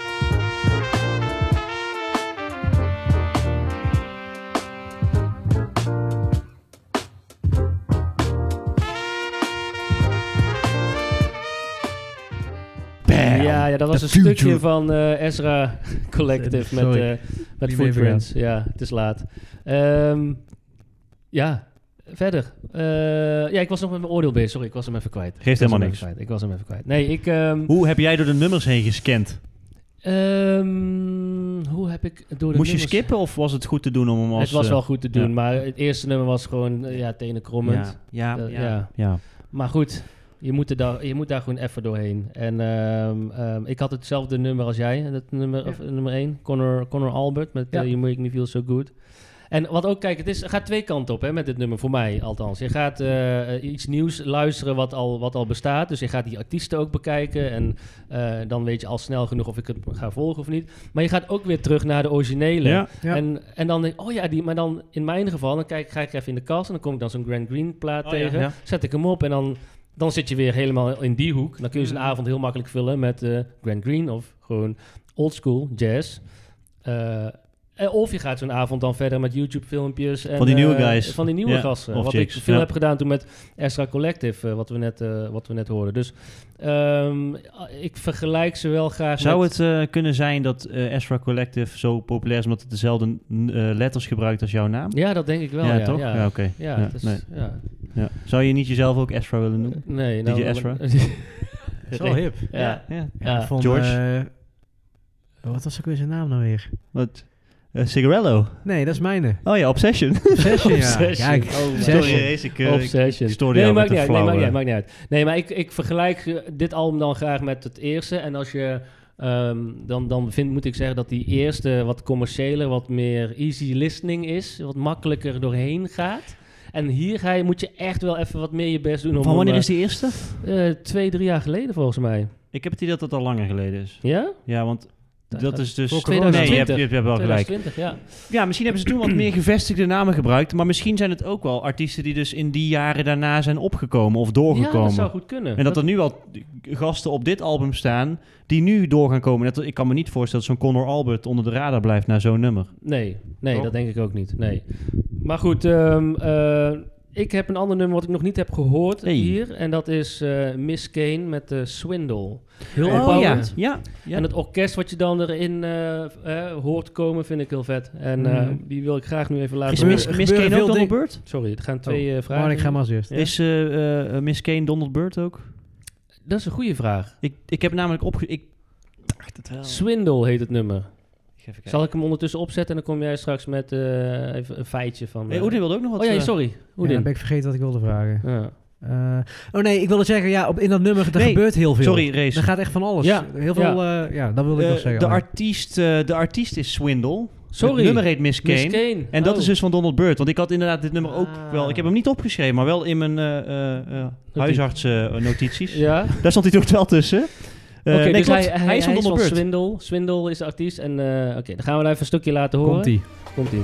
Bam. Ja, ja, dat was The een future. stukje van uh, Ezra Collective met, Sorry. uh, met Niet Footprints. Ja, het is laat. Um, ja, verder. Uh, ja, ik was nog met mijn oordeel bezig. Sorry, ik was hem even kwijt. Geeft Ik was helemaal hem niks. even kwijt. Ik was hem even kwijt. Nee, ik... Um, Hoe heb jij door de nummers heen gescand? um, hoe heb ik door de Moest je nummers- skippen of was het goed te doen om hem als... Het was uh, wel goed te doen, ja. maar het eerste nummer was gewoon uh, ja, tenenkrommend. Ja, ja, Uh, ja. ja. ja. Maar goed, je moet, er daar, je moet daar gewoon even doorheen. En um, um, ik had hetzelfde nummer als jij, dat nummer, Ja. of, uh, nummer één, Conor, Conor Albert met Ja. uh, You Make Me Feel So Good. En wat ook, kijk, het is, gaat twee kanten op hè, met dit nummer, voor mij althans. Je gaat uh, uh, iets nieuws luisteren wat al, wat al bestaat. Dus je gaat die artiesten ook bekijken. En uh, dan weet je al snel genoeg of ik het ga volgen of niet. Maar je gaat ook weer terug naar de originele. Ja. Ja. En, en dan denk ik, oh ja, die, maar dan in mijn geval, dan kijk, ga ik even in de kast en dan kom ik dan zo'n Grant Green plaat Oh ja, tegen. ja. Zet ik hem op en dan, dan zit je weer helemaal in die hoek. Dan kun je zo'n avond heel makkelijk vullen met uh, Grant Green of gewoon oldschool jazz. Uh, Eh, Of je gaat zo'n avond dan verder met YouTube-filmpjes. En, Van die nieuwe eh, guys. van die nieuwe Ja, gasten. of Wat chicks, ik veel ja. heb gedaan toen met Ezra Collective, uh, wat, we net, uh, wat we net hoorden. Dus um, ik vergelijk ze wel graag Zou met... het uh, kunnen zijn dat uh, Ezra Collective zo populair is omdat het dezelfde uh, letters gebruikt als jouw naam? Ja, dat denk ik wel, ja. ja, toch? Ja, Ja, oké. Ja, Ja, het is, nee. ja. Ja. Zou je niet jezelf ook Ezra willen noemen? Nee, D J nou... Ezra? Dat is wel hip. Ja. ja. Ja. Van, George? uh, wat was ook weer zijn naam nou weer? Wat? Uh, Cigarello? Nee, dat is mijne. Oh ja, Obsession. Obsession, ja. Obsession. Kijk, Oh, my Obsession. Sorry, Rees, ik, uh, Obsession. ik stoorde nee, jou maakt met niet de uit. Nee, maakt flauwe- niet uit. Maakt niet uit. Nee, maar ik, ik vergelijk uh, dit album dan graag met het eerste. En als je... Um, dan dan vind, moet ik zeggen dat die eerste wat commerciëler, wat meer easy listening is. Wat makkelijker doorheen gaat. En hier ga je, moet je echt wel even wat meer je best doen. Om Van wanneer om, is die eerste? uh, uh, twee, drie jaar geleden volgens mij. Ik heb het idee dat het al langer geleden is. Ja? Ja, want dat is dus... Voor corona. Nee, je hebt, je hebt, je hebt wel gelijk. twintig twintig, ja. Ja, misschien hebben ze toen wat meer gevestigde namen gebruikt. Maar misschien zijn het ook wel artiesten die dus in die jaren daarna zijn opgekomen of Ja, doorgekomen. dat zou goed kunnen. En dat er nu al gasten op dit album staan die nu door gaan komen. Net, ik kan me niet voorstellen dat zo'n Conor Albert onder de radar blijft naar zo'n nummer. Nee, nee Toch? dat denk ik ook niet. Nee. Maar goed, um, uh, ik heb een ander nummer wat ik nog niet heb gehoord Hey. hier. En dat is uh, Miss Kane met uh, Swindle. Heel Oh, opbouwend. ja. Ja. En het orkest wat je dan erin uh, uh, hoort komen vind ik heel vet. En uh, Mhm. die wil ik graag nu even laten Is horen. Miss, Er Miss gebeuren Kane ook veel Donald Byrd? Sorry, er gaan twee uh, vragen. Marnik, ga in. maar als eerst. Ja. Is uh, uh, Miss Kane Donald Byrd ook? Dat is een goede vraag. Ik, ik heb namelijk opge... Ik dacht het wel. Swindle heet het nummer. Ik ga even kijken. Zal ik hem ondertussen opzetten en dan kom jij straks met uh, even een feitje van... Uh... Hey, Oedin wilde ook nog wat... oh ja, uh, sorry. Ja, Oedin. dan ben ik vergeten wat ik wilde vragen. Ja. Uh, oh nee, ik wilde zeggen, ja, op, in dat nummer, er Nee, gebeurt heel veel. Sorry, Race. Er gaat echt van alles. Ja, Heel veel, ja, uh, ja dat wilde ik Uh, nog zeggen. de, maar- artiest, uh, de artiest is Swindle. Sorry. Het nummer heet Miss Kane. Miss Kane. En dat Oh. is dus van Donald Byrd. Want ik had inderdaad dit nummer ook Ah. wel... Ik heb hem niet opgeschreven, maar wel in mijn uh, uh, uh, huisarts-notities. Ja. Daar stond hij toch wel tussen. Uh, Oké, nee, dus klopt. hij, hij, hij is van hij Donald Byrd. Swindle. Swindle is de artiest. En uh, oké, dan gaan we daar even een stukje laten horen. Komt-ie. Komt-ie.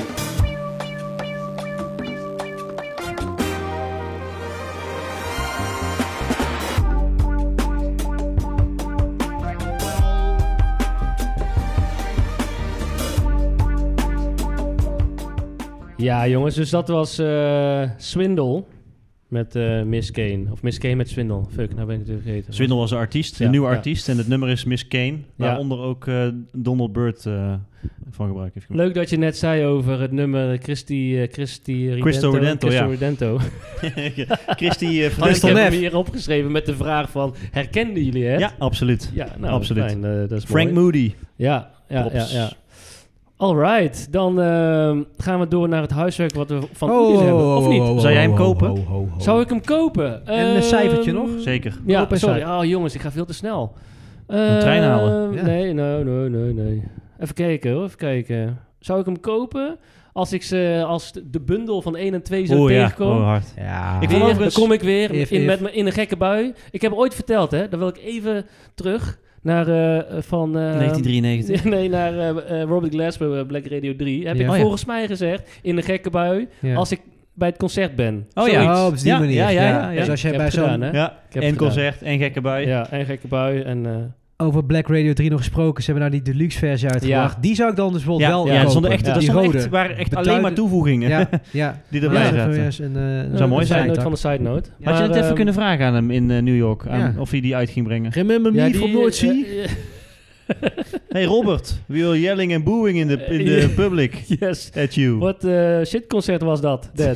Ja, jongens, dus dat was uh, Swindle met uh, Miss Kane. Of Miss Kane met Swindle. Fuck, nou ben ik het weer vergeten. Swindle was de artiest, de Ja, nieuwe ja. artiest. En het nummer is Miss Kane. Waaronder ook uh, Donald Byrd uh, van gebruik heeft gemaakt. Leuk dat je net zei over het nummer Christy, uh, Christy Redento. Cristo Redento, Cristo ja. Redento. Christy uh, Ik Fernandez. heb hem hier opgeschreven met de vraag van, herkenden jullie het? Ja, absoluut. Ja, nou, Absoluut. fijn. uh, dat is Frank mooi. Moody. Ja, ja, ja, Props. ja. Alright, dan uh, gaan we door naar het huiswerk wat we van Oh, Oedis oh, hebben. oh, Of oh, niet? oh, oh, Zou jij hem oh, kopen? oh, oh, oh. Zou ik hem kopen? En een Ehm, cijfertje nog? Zeker. Ja, Koop en sorry. cijfer. Oh jongens, ik ga veel te snel. Een trein halen. Ehm, Ja. Nee, nee, nee, nee, nee. Even kijken hoor, even kijken. Zou ik hem kopen als ik ze als de bundel van één en twee zou Oh ja, tegenkomen? oh hard. Ja. Ik Weer, wil overigens- dan kom ik weer If, in, if. met me, in een gekke bui. Ik heb ooit verteld, hè. Dan wil ik even terug naar uh, van... Uh, negentien drieënnegentig. Nee, naar uh, uh, Robert Glasper, uh, Black Radio drie. Heb Ja. ik Oh ja. volgens mij gezegd, in een gekke bui, Ja. als ik bij het concert ben. Oh ja. Zoiets. Oh, op die Ja, manier. ja, ja, ja, ja. Dus als jij Ik bij heb het zo'n... gedaan, hè? Ja, Ik heb en het gedaan. concert en gekke bui. Ja, en gekke bui. En, uh, Over Black Radio drie nog gesproken. Ze hebben nou die deluxe versie uitgebracht. Ja. Die zou ik dan dus bijvoorbeeld Ja, wel ja, kopen. dat stonden echt, Ja. dat Die stonden rode. echt, waren echt Betuigen- alleen maar toevoegingen Ja, ja. die erbij Ja. zaten. Even weer een, uh, Zou mooi een zijn. side note tak. van de side note. Had je Maar, het even ehm, kunnen vragen aan hem in uh, New York? Aan, Ja. Of hij die uit ging brengen? Remember me ja, from die, North Sea? uh, uh, Hey Robert, we are yelling and booing in the, in the public yes. at you. Wat uh, shitconcert was dat, Dad?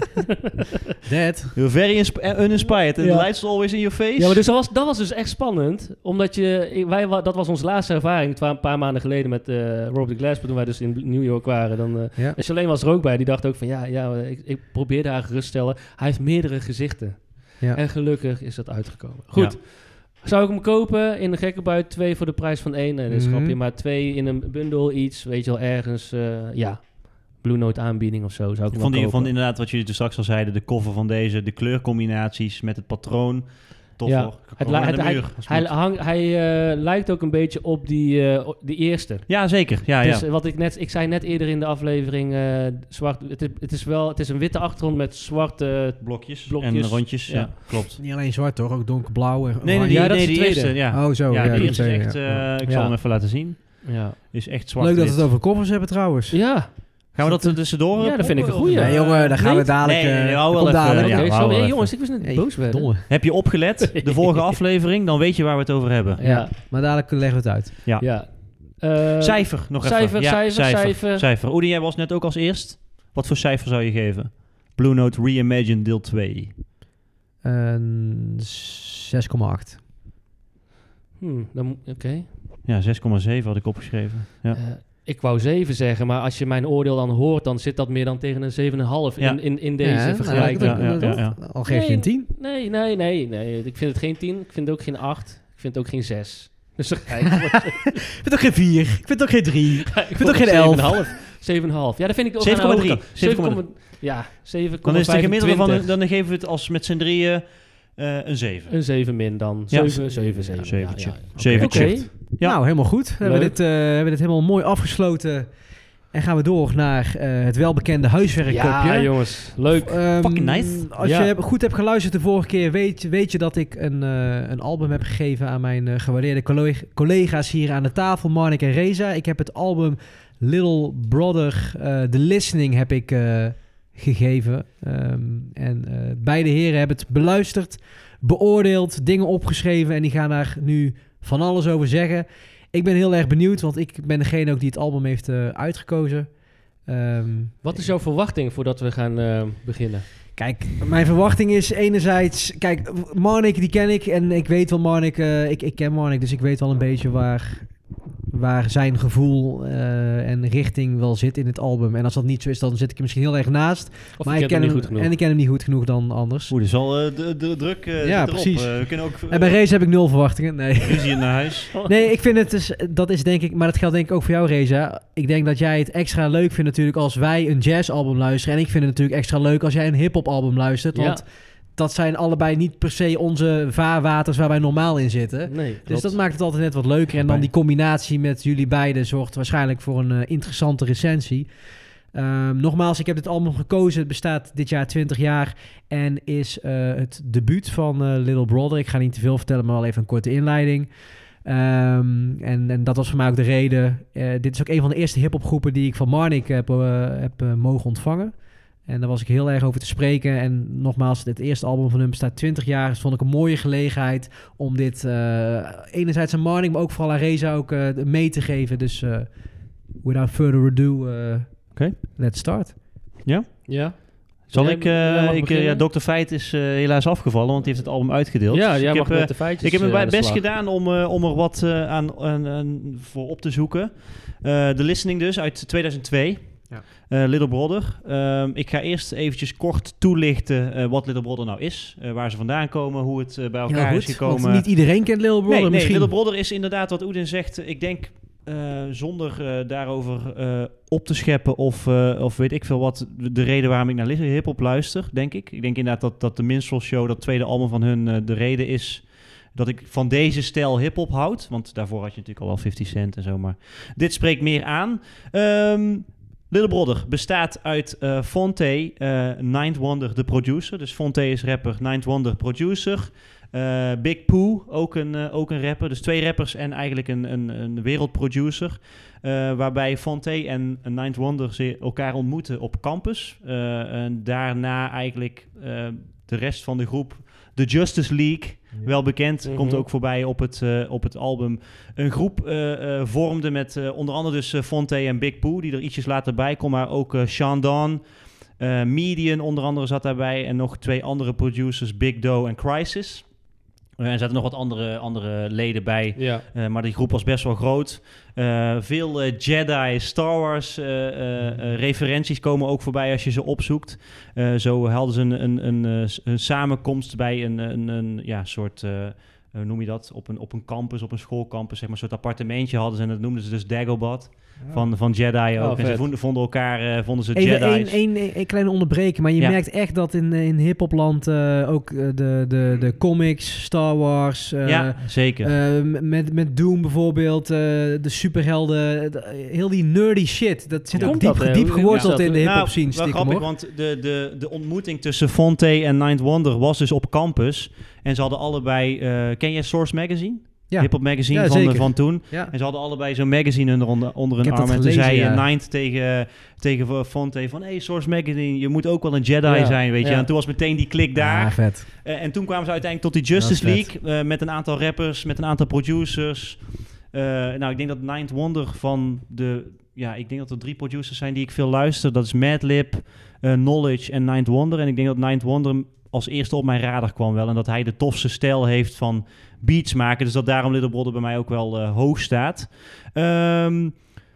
That. You're very insp- uh, uninspired and Ja. the lights always in your face. Ja, maar dus dat, was, dat was dus echt spannend. Omdat je... ik- Wij, wa- dat was onze laatste ervaring. Het was een paar maanden geleden met uh, Robert Glasper. Toen wij dus in New York waren. Dan, uh, Ja. en Charlene was er ook bij. Die dacht ook van... Ja, ja ik, ik probeerde haar gerust te stellen. Hij heeft meerdere gezichten. Ja. En gelukkig is dat uitgekomen. Goed. Zou ik hem kopen in een gekke buit? Twee voor de prijs van één. Nee, dat is een Mhm. grapje. Maar twee in een bundel iets. Weet je wel, ergens... uh, ja, Blue Note aanbieding of zo. Zou ik Ik hem vond, wel die, kopen. vond inderdaad wat jullie toen straks al zeiden, de cover van deze, de kleurcombinaties met het patroon. Tof Ja. hoor. Het Gewoon li- aan het- de hij muur, als hij, moet. hang, hij uh, lijkt ook een beetje op die, uh, die eerste. Ja, zeker. Ja, ja. Dus wat ik net, ik zei net eerder in de aflevering, uh, zwart. Het is, het is wel, het is een witte achtergrond met zwarte. blokjes, blokjes. en rondjes. Ja, Ja. klopt. Niet alleen zwart toch, ook donkerblauw. En Nee, nee, oranje. die, Ja, dat nee, is de die tweede. eerste. Ja, Oh, zo. ja, Ja, die die eerste is tweede, echt. ja. uh, ik Ja. zal hem even laten zien. Ja, Is echt zwart. Leuk dat we het over koffers hebben trouwens. ja. Gaan we dat er tussendoor? Ja, dat vind ik een proppen? goeie. Nee, jongen, dan gaan Nee? we dadelijk... Nee, nee, nee, eh, hou wel komt even, dadelijk. ja, Oké, we sorry. houden Hey, even. jongens, ik was net Hey, boos werden. domme. Heb je opgelet? De vorige aflevering, dan weet je waar we het over hebben. Ja. Maar dadelijk leggen we het uit. Ja. Ja. Uh, Cijfer, nog cijfer, even. Ja, cijfer, cijfer. cijfer. Oedi, jij was net ook als eerst. Wat voor cijfer zou je geven? Blue Note Reimagined deel twee. Een zes komma acht. Hmm, dan moet- Oké. Ja, zes komma zeven had ik opgeschreven. Ja. Uh, ik wou zeven zeggen, maar als je mijn oordeel dan hoort, dan zit dat meer dan tegen een zeven komma vijf Ja. in, in, in deze Ja, vergelijking. nou, Ja, dat- ja, dat- ja, Al geef je Nee. een tien. Nee, nee, nee, nee. Ik vind het geen tien. Ik vind het ook geen acht. Ik vind het ook geen zes. Dus dan ga ik Ik vind het ook geen vier. Ik vind het ook geen drie. ik vind ook geen elf. zeven komma vijf. zeven komma vijf. Ja, dat vind ik ook zeven aan de komma drie. hoge kant. zeven komma- zeven komma drie. Ja, zeven Dan komma is de gemiddelde van, vijfentwintig. dan geven we het als met z'n drieën Uh, een zeven. Een zeven min dan. Ja. zeven, zeven, zeven. Zeventje. Ja, ja, ja. Zeventje. Oké. Okay. Ja. Nou, helemaal goed. We hebben, dit, uh, hebben dit helemaal mooi afgesloten. En gaan we door naar uh, het welbekende huiswerkcupje. Ja, jongens. Leuk. Um, Fucking nice. Als Ja. je goed hebt geluisterd de vorige keer, weet, weet je dat ik een, uh, een album heb gegeven aan mijn uh, gewaardeerde collega- collega's hier aan de tafel, Marnik en Reza. Ik heb het album Little Brother, uh, The Listening, heb ik uh, gegeven. Um, en uh, beide heren hebben het beluisterd, beoordeeld, dingen opgeschreven en die gaan daar nu van alles over zeggen. Ik ben heel erg benieuwd, want ik ben degene ook die het album heeft uh, uitgekozen. Um, Wat is jouw verwachting voordat we gaan uh, beginnen? Kijk, mijn verwachting is enerzijds... Kijk, Marnik, die ken ik. En ik weet wel Marnik... Uh, ik, ik ken Marnik, dus ik weet wel een beetje waar, waar zijn gevoel uh, en richting wel zit in het album. En als dat niet zo is, dan zit ik er misschien heel erg naast. Of maar ik ik ken ken hem niet goed genoeg. En ik ken hem niet goed genoeg dan anders. Oeh, dus al uh, de, de druk uh, Ja, zit erop. precies. Uh, we kunnen ook... Uh, En bij Reza heb ik nul verwachtingen. Nee. ruzie naar huis. Nee, ik vind het dus... Dat is denk ik... Maar dat geldt denk ik ook voor jou, Reza. Ik denk dat jij het extra leuk vindt natuurlijk als wij een jazzalbum luisteren. En ik vind het natuurlijk extra leuk als jij een hiphop album luistert. Ja. Want dat zijn allebei niet per se onze vaarwaters waar wij normaal in zitten. Nee, Dus klopt. dat maakt het altijd net wat leuker. En dan die combinatie met jullie beiden zorgt waarschijnlijk voor een uh, interessante recensie. Um, nogmaals, ik heb dit album gekozen. Het bestaat dit jaar twintig jaar en is uh, het debuut van uh, Little Brother. Ik ga niet te veel vertellen, maar wel even een korte inleiding. Um, en, en dat was voor mij ook de reden. Uh, dit is ook een van de eerste hiphopgroepen die ik van Marnik heb, uh, heb uh, mogen ontvangen. En daar was ik heel erg over te spreken. En nogmaals, het eerste album van hem bestaat twintig jaar. Dus vond ik een mooie gelegenheid om dit uh, enerzijds aan Marnik, maar ook vooral aan Reza ook uh, mee te geven. Dus uh, without further ado, uh, okay. let's start. Ja? Ja. Zal jij, ik... Uh, ik uh, ja, dokter Feit is uh, helaas afgevallen, want die heeft het album uitgedeeld. Ja, dus jij ik mag heb, met uh, de feitjes Ik heb mijn uh, aan de best slag. gedaan om, uh, om er wat uh, aan, aan, aan voor op te zoeken. De uh, Listening dus, uit tweeduizend twee. Ja. Uh, Little Brother. Uh, ik ga eerst eventjes kort toelichten uh, wat Little Brother nou is. Uh, waar ze vandaan komen, hoe het uh, bij elkaar ja, goed, is gekomen. Want niet iedereen kent Little Brother nee, misschien. Nee, Little Brother is inderdaad wat Oedin zegt. Ik denk... Uh, zonder uh, daarover uh, op te scheppen of, uh, of weet ik veel wat, de reden waarom ik naar hiphop luister, denk ik. Ik denk inderdaad dat, dat de Minstrel Show, dat tweede album van hun, uh, de reden is dat ik van deze stijl hiphop houd. Want daarvoor had je natuurlijk al wel fifty cent en zo, maar dit spreekt meer aan. Um, Little Brother bestaat uit uh, Phonte, uh, Ninth Wonder, de producer. Dus Phonte is rapper, Ninth Wonder, producer. Uh, Big Pooh, ook een, uh, ook een rapper. Dus twee rappers en eigenlijk een, een, een wereldproducer. Uh, waarbij Phonte en Ninth Wonder ze elkaar ontmoeten op campus. Uh, en daarna eigenlijk uh, de rest van de groep, de Justice League, ja. wel bekend, mm-hmm. komt ook voorbij op het, uh, op het album. Een groep uh, uh, vormde met uh, onder andere dus uh, Phonte en Big Pooh, die er ietsjes later bij kon, maar ook uh, Sean Don. Uh, Median onder andere zat daarbij en nog twee andere producers, Big Doe en Crisis. Uh, er zaten nog wat andere, andere leden bij, ja. uh, maar die groep was best wel groot. Uh, veel uh, Jedi, Star Wars uh, uh, uh, referenties komen ook voorbij als je ze opzoekt. Uh, zo hadden ze een, een, een, een, een samenkomst bij een, een, een ja, soort... Uh, hoe noem je dat? Op een, op een campus, op een schoolcampus, zeg maar, een soort appartementje hadden ze en dat noemden ze dus Dagobah. Ja. Van, van Jedi ook. Oh, en ze vonden, vonden elkaar, uh, vonden ze Even Jedi's. Een, een, een kleine onderbreking, maar je ja. merkt echt dat in, in hiphopland uh, ook uh, de, de, de comics, Star Wars... Uh, ja, zeker. Uh, met, met Doom bijvoorbeeld, uh, de superhelden, de, heel die nerdy shit. Dat zit ja, ook diep, dat, diep geworteld ja. in de hiphop scene. Nou, wel grappig, hoor. want de, de, de ontmoeting tussen Phonte en Ninth Wonder was dus op campus. En ze hadden allebei... Uh, ken je Source Magazine? Ja. Hip-hop magazine ja, van, de, van toen. Ja. En ze hadden allebei zo'n magazine onder, onder hun arm. En toen zei ja. Ninth tegen, tegen Phonte van... Hey, Source Magazine, je moet moet ook wel een Jedi ja. zijn, weet je. Ja. En toen was meteen die klik daar. Ah, vet. Uh, en toen kwamen ze uiteindelijk tot die Justice League. Uh, met een aantal rappers, met een aantal producers. Uh, nou, ik denk dat Ninth Wonder van de... Ja, ik denk dat er drie producers zijn die ik veel luister. Dat is Madlib, uh, Knowledge en Ninth Wonder. En ik denk dat Ninth Wonder als eerste op mijn radar kwam wel. En dat hij de tofste stijl heeft van beats maken. Dus dat daarom Little Brother bij mij ook wel uh, hoog staat. Um,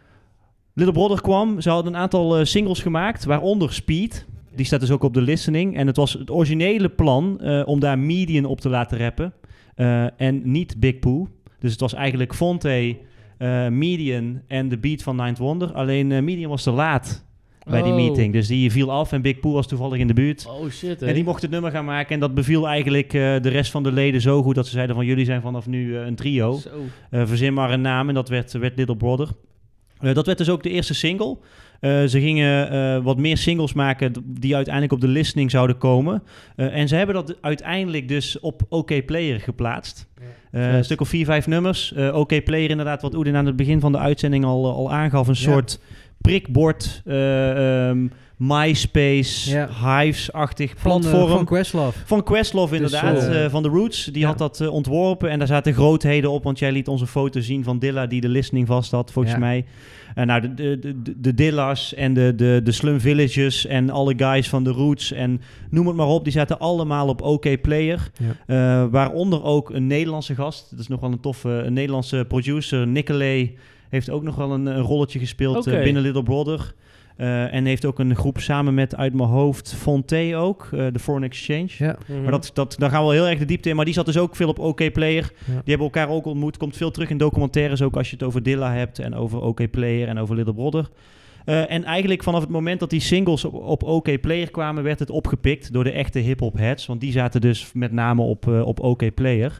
Little Brother kwam. Ze hadden een aantal uh, singles gemaakt, waaronder Speed. Die staat dus ook op de listening. En het was het originele plan uh, om daar Median op te laten rappen. Uh, en niet Big Pooh. Dus het was eigenlijk Phonte, uh, Median en de beat van Ninth Wonder. Alleen uh, Median was te laat. bij die Oh. meeting. Dus die viel af en Big Pooh was toevallig in de buurt. Oh shit, hè. En die mocht het nummer gaan maken en dat beviel eigenlijk uh, de rest van de leden zo goed dat ze zeiden van jullie zijn vanaf nu uh, een trio. Zo. Uh, verzin maar een naam en dat werd, werd Little Brother. Uh, dat werd dus ook de eerste single. Uh, ze gingen uh, wat meer singles maken d- die uiteindelijk op de listening zouden komen. Uh, en ze hebben dat uiteindelijk dus op OK Player geplaatst. Uh, een stuk of vier, vijf nummers. Uh, OK Player inderdaad, wat Oedin aan het begin van de uitzending al, al aangaf. Een Ja. soort prikbord, uh, um, MySpace, Ja. Hives-achtig Van, platform. uh, van Questlove. Van Questlove Dus, inderdaad, uh, uh, van The Roots. Die ja. had dat uh, ontworpen en daar zaten grootheden op. Want jij liet ons een foto zien van Dilla die de listening vast had, volgens Ja. mij. Uh, nou, de, de, de, de Dillas en de, de, de Slum Villages en alle guys van The Roots en noem het maar op. Die zaten allemaal op OK Player. Ja. Uh, waaronder ook een Nederlandse gast. Dat is nog wel een toffe een Nederlandse producer. Nicolay heeft ook nog wel een, een rolletje gespeeld Oké. uh, binnen Little Brother. Uh, en heeft ook een groep samen met, uit mijn hoofd, Fonte ook. uh, de Foreign Exchange. Ja. Mhm. Maar dat, dat, daar gaan we wel heel erg de diepte in. Maar die zat dus ook veel op OK Player. Ja. Die hebben elkaar ook ontmoet. Komt veel terug in documentaires. Ook als je het over Dilla hebt. En over OK Player en over Little Brother. Uh, en eigenlijk vanaf het moment dat die singles op, op OK Player kwamen... werd het opgepikt door de echte hip-hop heads. Want die zaten dus met name op, uh, op OK Player.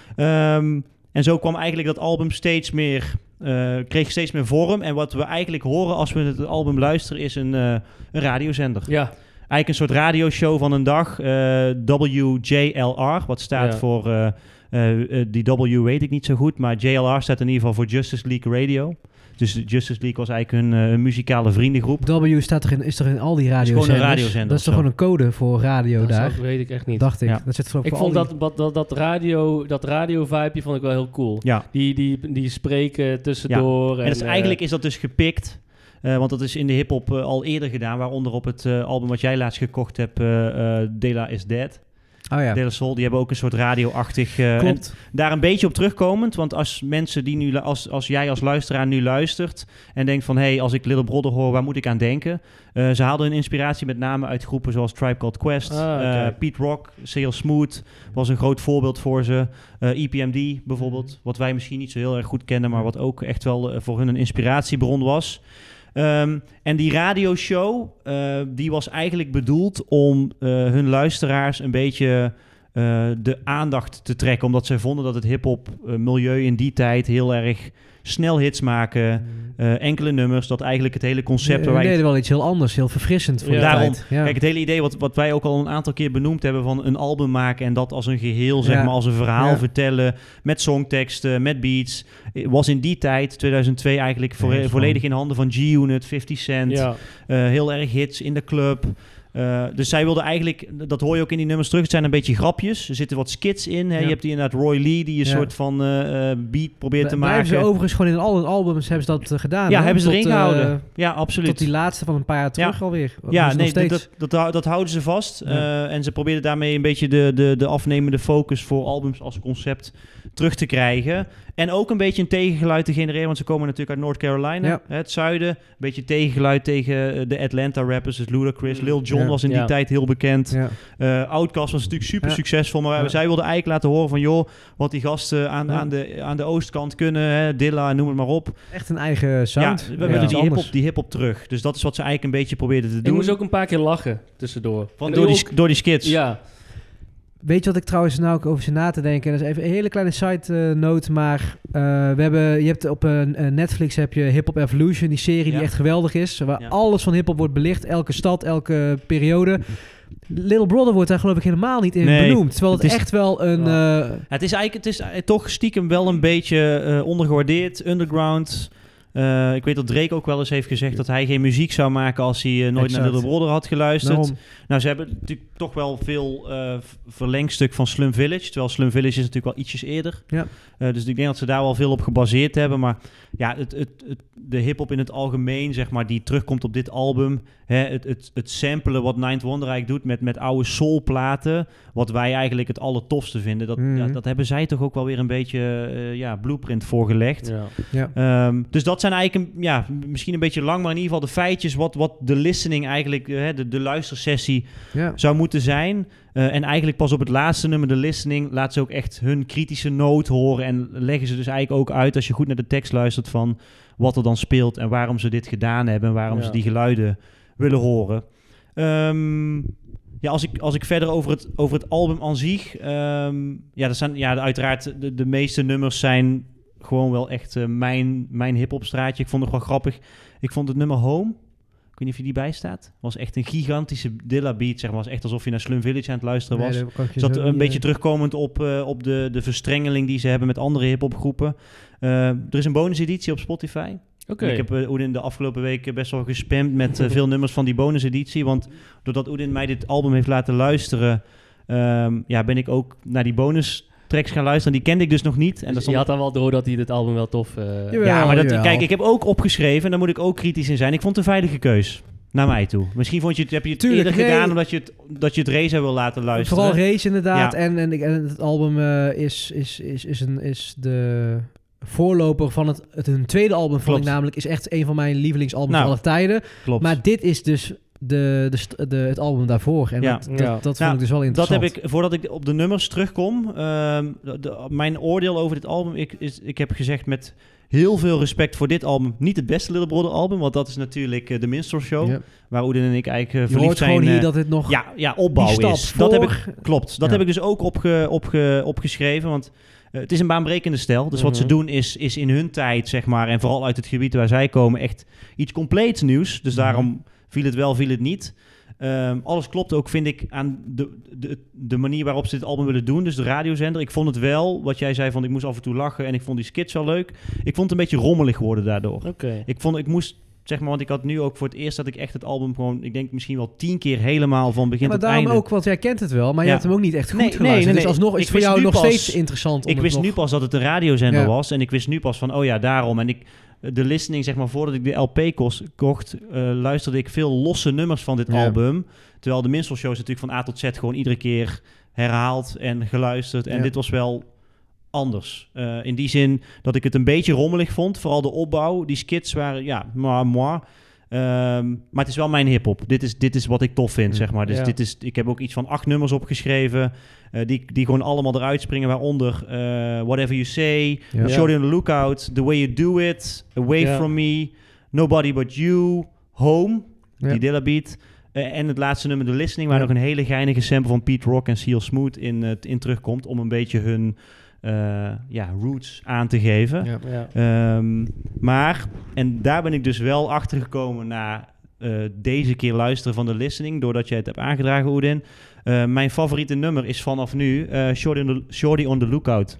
Um, en zo kwam eigenlijk dat album steeds meer... Uh, kreeg steeds meer vorm. En wat we eigenlijk horen als we het album luisteren... is een, uh, een radiozender. Ja. Eigenlijk een soort radioshow van een dag. Uh, W J L R, wat staat Ja. voor... Uh, uh, uh, die W weet ik niet zo goed, maar J L R staat in ieder geval voor Justice League Radio. Dus de Justice League was eigenlijk hun, uh, hun muzikale vriendengroep. W staat toch in, is toch in al die is radiozenders? gewoon een radiozender Dat is toch of gewoon een code voor radio Dat daar? zou- weet ik echt niet. Dacht ik. Ja. Dat zit voor Ik voor vond al die- dat, dat, dat, dat radio, dat radio-vibeje vond ik wel heel cool. Ja, Die, die, die spreken tussendoor. en, dus eh, eigenlijk is dat dus gepikt. Uh, want dat is in de hiphop uh, al eerder gedaan. Waaronder op het uh, album wat jij laatst gekocht hebt, uh, uh, Dela is Dead. Oh ja, De La Soul, die hebben ook een soort radio-achtig... Uh, en klopt. daar een beetje op terugkomend, want als mensen die nu, lu- als, als jij als luisteraar nu luistert en denkt van, hé, hey, als ik Little Brother hoor, waar moet ik aan denken? Uh, ze haalden hun inspiratie met name uit groepen zoals Tribe Called Quest, Ah, oké. uh, Pete Rock, C L Smooth was een groot voorbeeld voor ze. Uh, E P M D bijvoorbeeld, wat wij misschien niet zo heel erg goed kennen, maar wat ook echt wel uh, voor hun een inspiratiebron was. Um, en die radioshow, uh, die was eigenlijk bedoeld om uh, hun luisteraars een beetje uh, de aandacht te trekken. Omdat zij vonden dat het hip-hop uh, milieu in die tijd heel erg snel hits maken, uh, enkele nummers, dat eigenlijk het hele concept... We waar wij deden wel iets heel anders, heel verfrissend voor Ja. de Daarom, tijd. Ja. Kijk, het hele idee wat, wat wij ook al een aantal keer benoemd hebben van een album maken en dat als een geheel, zeg Ja. maar, als een verhaal Ja. vertellen, met songteksten, met beats, was in die tijd, tweeduizend twee, eigenlijk vo- Nee, is volledig gewoon- in handen van G-Unit, fifty Cent, Ja. uh, heel erg hits in de club. Uh, dus zij wilden eigenlijk, dat hoor je ook in die nummers terug, het zijn een beetje grapjes. Er zitten wat skits in. Hè? Ja. Je hebt die inderdaad Roy Lee, die een Ja. soort van uh, uh, beat probeert te Blijven maken. ze overigens gewoon in al hun albums hebben ze dat uh, gedaan. ja, hè? hebben ze Tot, erin uh, gehouden. Ja, absoluut. Tot die laatste van een paar jaar terug alweer. Dat Ja, is nee, nog steeds. dat, dat, dat, dat houden ze vast. Ja. Uh, en ze proberen daarmee een beetje de, de, de afnemende focus voor albums als concept terug te krijgen. En ook een beetje een tegengeluid te genereren, want ze komen natuurlijk uit North Carolina, Ja. hè, het zuiden. Een beetje tegengeluid tegen uh, de Atlanta rappers, dus Ludacris. Lil Jon Ja. was in die Ja. tijd heel bekend. Ja. Uh, Outkast was natuurlijk super Ja. succesvol, maar Ja. zij wilden eigenlijk laten horen van, joh, wat die gasten aan, Ja. aan, de, aan de oostkant kunnen, hè, Dilla, noem het maar op. Echt een eigen sound. Ja, we willen Iets die anders. hip-hop die hip-hop terug. Dus dat is wat ze eigenlijk een beetje probeerden te Ik doen. moest ook een paar keer lachen tussendoor. Van, En door, die, ook- sk- door die skits. Ja. Weet je wat ik trouwens nou ook over zit na te denken? Dat is even een hele kleine side note, maar uh, we hebben, je hebt op uh, Netflix heb je Hip Hop Evolution, die serie Ja. die echt geweldig is, waar Ja. alles van hip hop wordt belicht, elke stad, elke periode. Little Brother wordt daar geloof ik helemaal niet in Nee, benoemd, terwijl het, het is- echt wel een... uh, Het is eigenlijk het is eh, toch stiekem wel een beetje uh, ondergewaardeerd, underground. Uh, ik weet dat Drake ook wel eens heeft gezegd dat hij geen muziek zou maken als hij uh, nooit Exact. naar Little Brother had geluisterd. daarom. Nou, ze hebben natuurlijk toch wel veel uh, v- verlengstuk van Slum Village. Terwijl Slum Village is natuurlijk wel ietsjes eerder. Ja. Uh, dus ik denk dat ze daar wel veel op gebaseerd hebben. Maar ja, het, het, het, de hip-hop in het algemeen, zeg maar, die terugkomt op dit album. Hè, het, het, het samplen wat Ninth Wonder eigenlijk doet met, met oude soulplaten. Wat wij eigenlijk het allertofste vinden. Dat, Mhm. ja, dat hebben zij toch ook wel weer een beetje uh, ja, blueprint voorgelegd. Ja. Ja. Um, dus dat zijn eigenlijk een, ja, misschien een beetje lang, maar in ieder geval de feitjes wat, wat de listening eigenlijk, uh, de, de luistersessie Ja. zou moeten zijn. Uh, en eigenlijk pas op het laatste nummer, de listening, laat ze ook echt hun kritische noot horen en leggen ze dus eigenlijk ook uit, als je goed naar de tekst luistert, van wat er dan speelt en waarom ze dit gedaan hebben en waarom Ja. ze die geluiden willen horen. Um, ja, als ik, als ik verder over het, over het album aan zich... Um, ja, dat zijn, ja, uiteraard de, de meeste nummers zijn gewoon wel echt uh, mijn, mijn hip-hop straatje. Ik vond het wel grappig. Ik vond het nummer Home... Ik weet niet of je die bij staat. Was echt een gigantische Dilla beat, zeg maar. Was echt alsof je naar Slum Village aan het luisteren was. Nee, zat een niet, beetje uh... terugkomend op, uh, op de, de verstrengeling die ze hebben met andere hip-hop groepen. Uh, er is een bonuseditie op Spotify. Okay. Ik heb uh, Oedin de afgelopen weken best wel gespamd met uh, veel nummers van die bonuseditie. Want doordat Oedin mij dit album heeft laten luisteren, um, ja, ben ik ook naar die bonus tracks gaan luisteren. Die kende ik dus nog niet. En dus dat je had dan wel door dat hij dit album wel tof... Uh... Jawel, ja, maar dat, kijk, ik heb ook opgeschreven, en daar moet ik ook kritisch in zijn. Ik vond het een veilige keus. Naar mij toe. Misschien vond je het, heb je het Tuurlijk, eerder nee. gedaan omdat je het, dat je het Race wil laten luisteren. Vooral Race inderdaad. Ja. En, en, en het album uh, is, is, is, is, een, is de voorloper van het, het hun tweede album. Vond ik namelijk is echt een van mijn lievelingsalbums nou, aller tijden. Klopt. Maar dit is dus de, de, de, het album daarvoor. En ja. dat, dat, Ja. dat vond nou, ik dus wel interessant. Dat heb ik, voordat ik op de nummers terugkom, uh, de, de, mijn oordeel over dit album, ik, is, ik heb gezegd met heel veel respect voor dit album. Niet het beste Little Brother album, want dat is natuurlijk uh, de Minstrel Show, ja. waar Oedin en ik eigenlijk uh, verliefd hoort zijn. gewoon hier uh, dat het nog ja, ja, opbouw is. Voor... Dat heb ik, klopt. Dat ja. heb ik dus ook opge, opge, opgeschreven, want uh, het is een baanbrekende stijl. Dus mm-hmm. wat ze doen is, is in hun tijd, zeg maar, en vooral uit het gebied waar zij komen, echt iets compleets nieuws. Dus mm-hmm. daarom viel het wel, viel het niet. Um, alles klopt ook, vind ik, aan de, de, de manier waarop ze dit album willen doen. Dus de radiozender. Ik vond het wel, wat jij zei, van ik moest af en toe lachen en ik vond die skits wel leuk. Ik vond het een beetje rommelig worden daardoor. Okay. Ik vond, ik moest, zeg maar, want ik had nu ook voor het eerst dat ik echt het album gewoon, ik denk misschien wel tien keer helemaal van begin ja, tot einde. Maar daarom ook, want jij kent het wel, maar ja. je hebt hem ook niet echt goed nee, geluisterd. Nee, nee, nee. Dus alsnog is ik voor jou nog pas, steeds interessant. Om ik wist nog... nu pas dat het een radiozender ja. was en ik wist nu pas van, oh ja, daarom. En ik... De listening, zeg maar, voordat ik de L P kost, kocht, uh, luisterde ik veel losse nummers van dit ja. album. Terwijl de Minstrel Show is natuurlijk van A tot Z gewoon iedere keer herhaald en geluisterd. En ja. dit was wel anders. Uh, in die zin dat ik het een beetje rommelig vond. Vooral de opbouw. Die skits waren, ja, moi, moi. Um, maar het is wel mijn hiphop. Dit is, dit is wat ik tof vind, zeg maar. Dus ja. dit is, ik heb ook iets van acht nummers opgeschreven. Uh, die, die gewoon allemaal eruit springen. Waaronder uh, Whatever You Say, ja. Shorty on the Lookout, The Way You Do It, Away ja. From Me, Nobody But You, Home, ja. die Dilla beat. Uh, en het laatste nummer, The Listening, waar ja. nog een hele geinige sample van Pete Rock en Seal Smooth in, uh, in terugkomt. Om een beetje hun uh, ja, roots aan te geven. Ja. Ja. Um, maar, en daar ben ik dus wel achter gekomen na uh, deze keer luisteren van The Listening. Doordat jij het hebt aangedragen, Oedin. Uh, mijn favoriete nummer is vanaf nu uh, Shorty, on the, Shorty on the Lookout.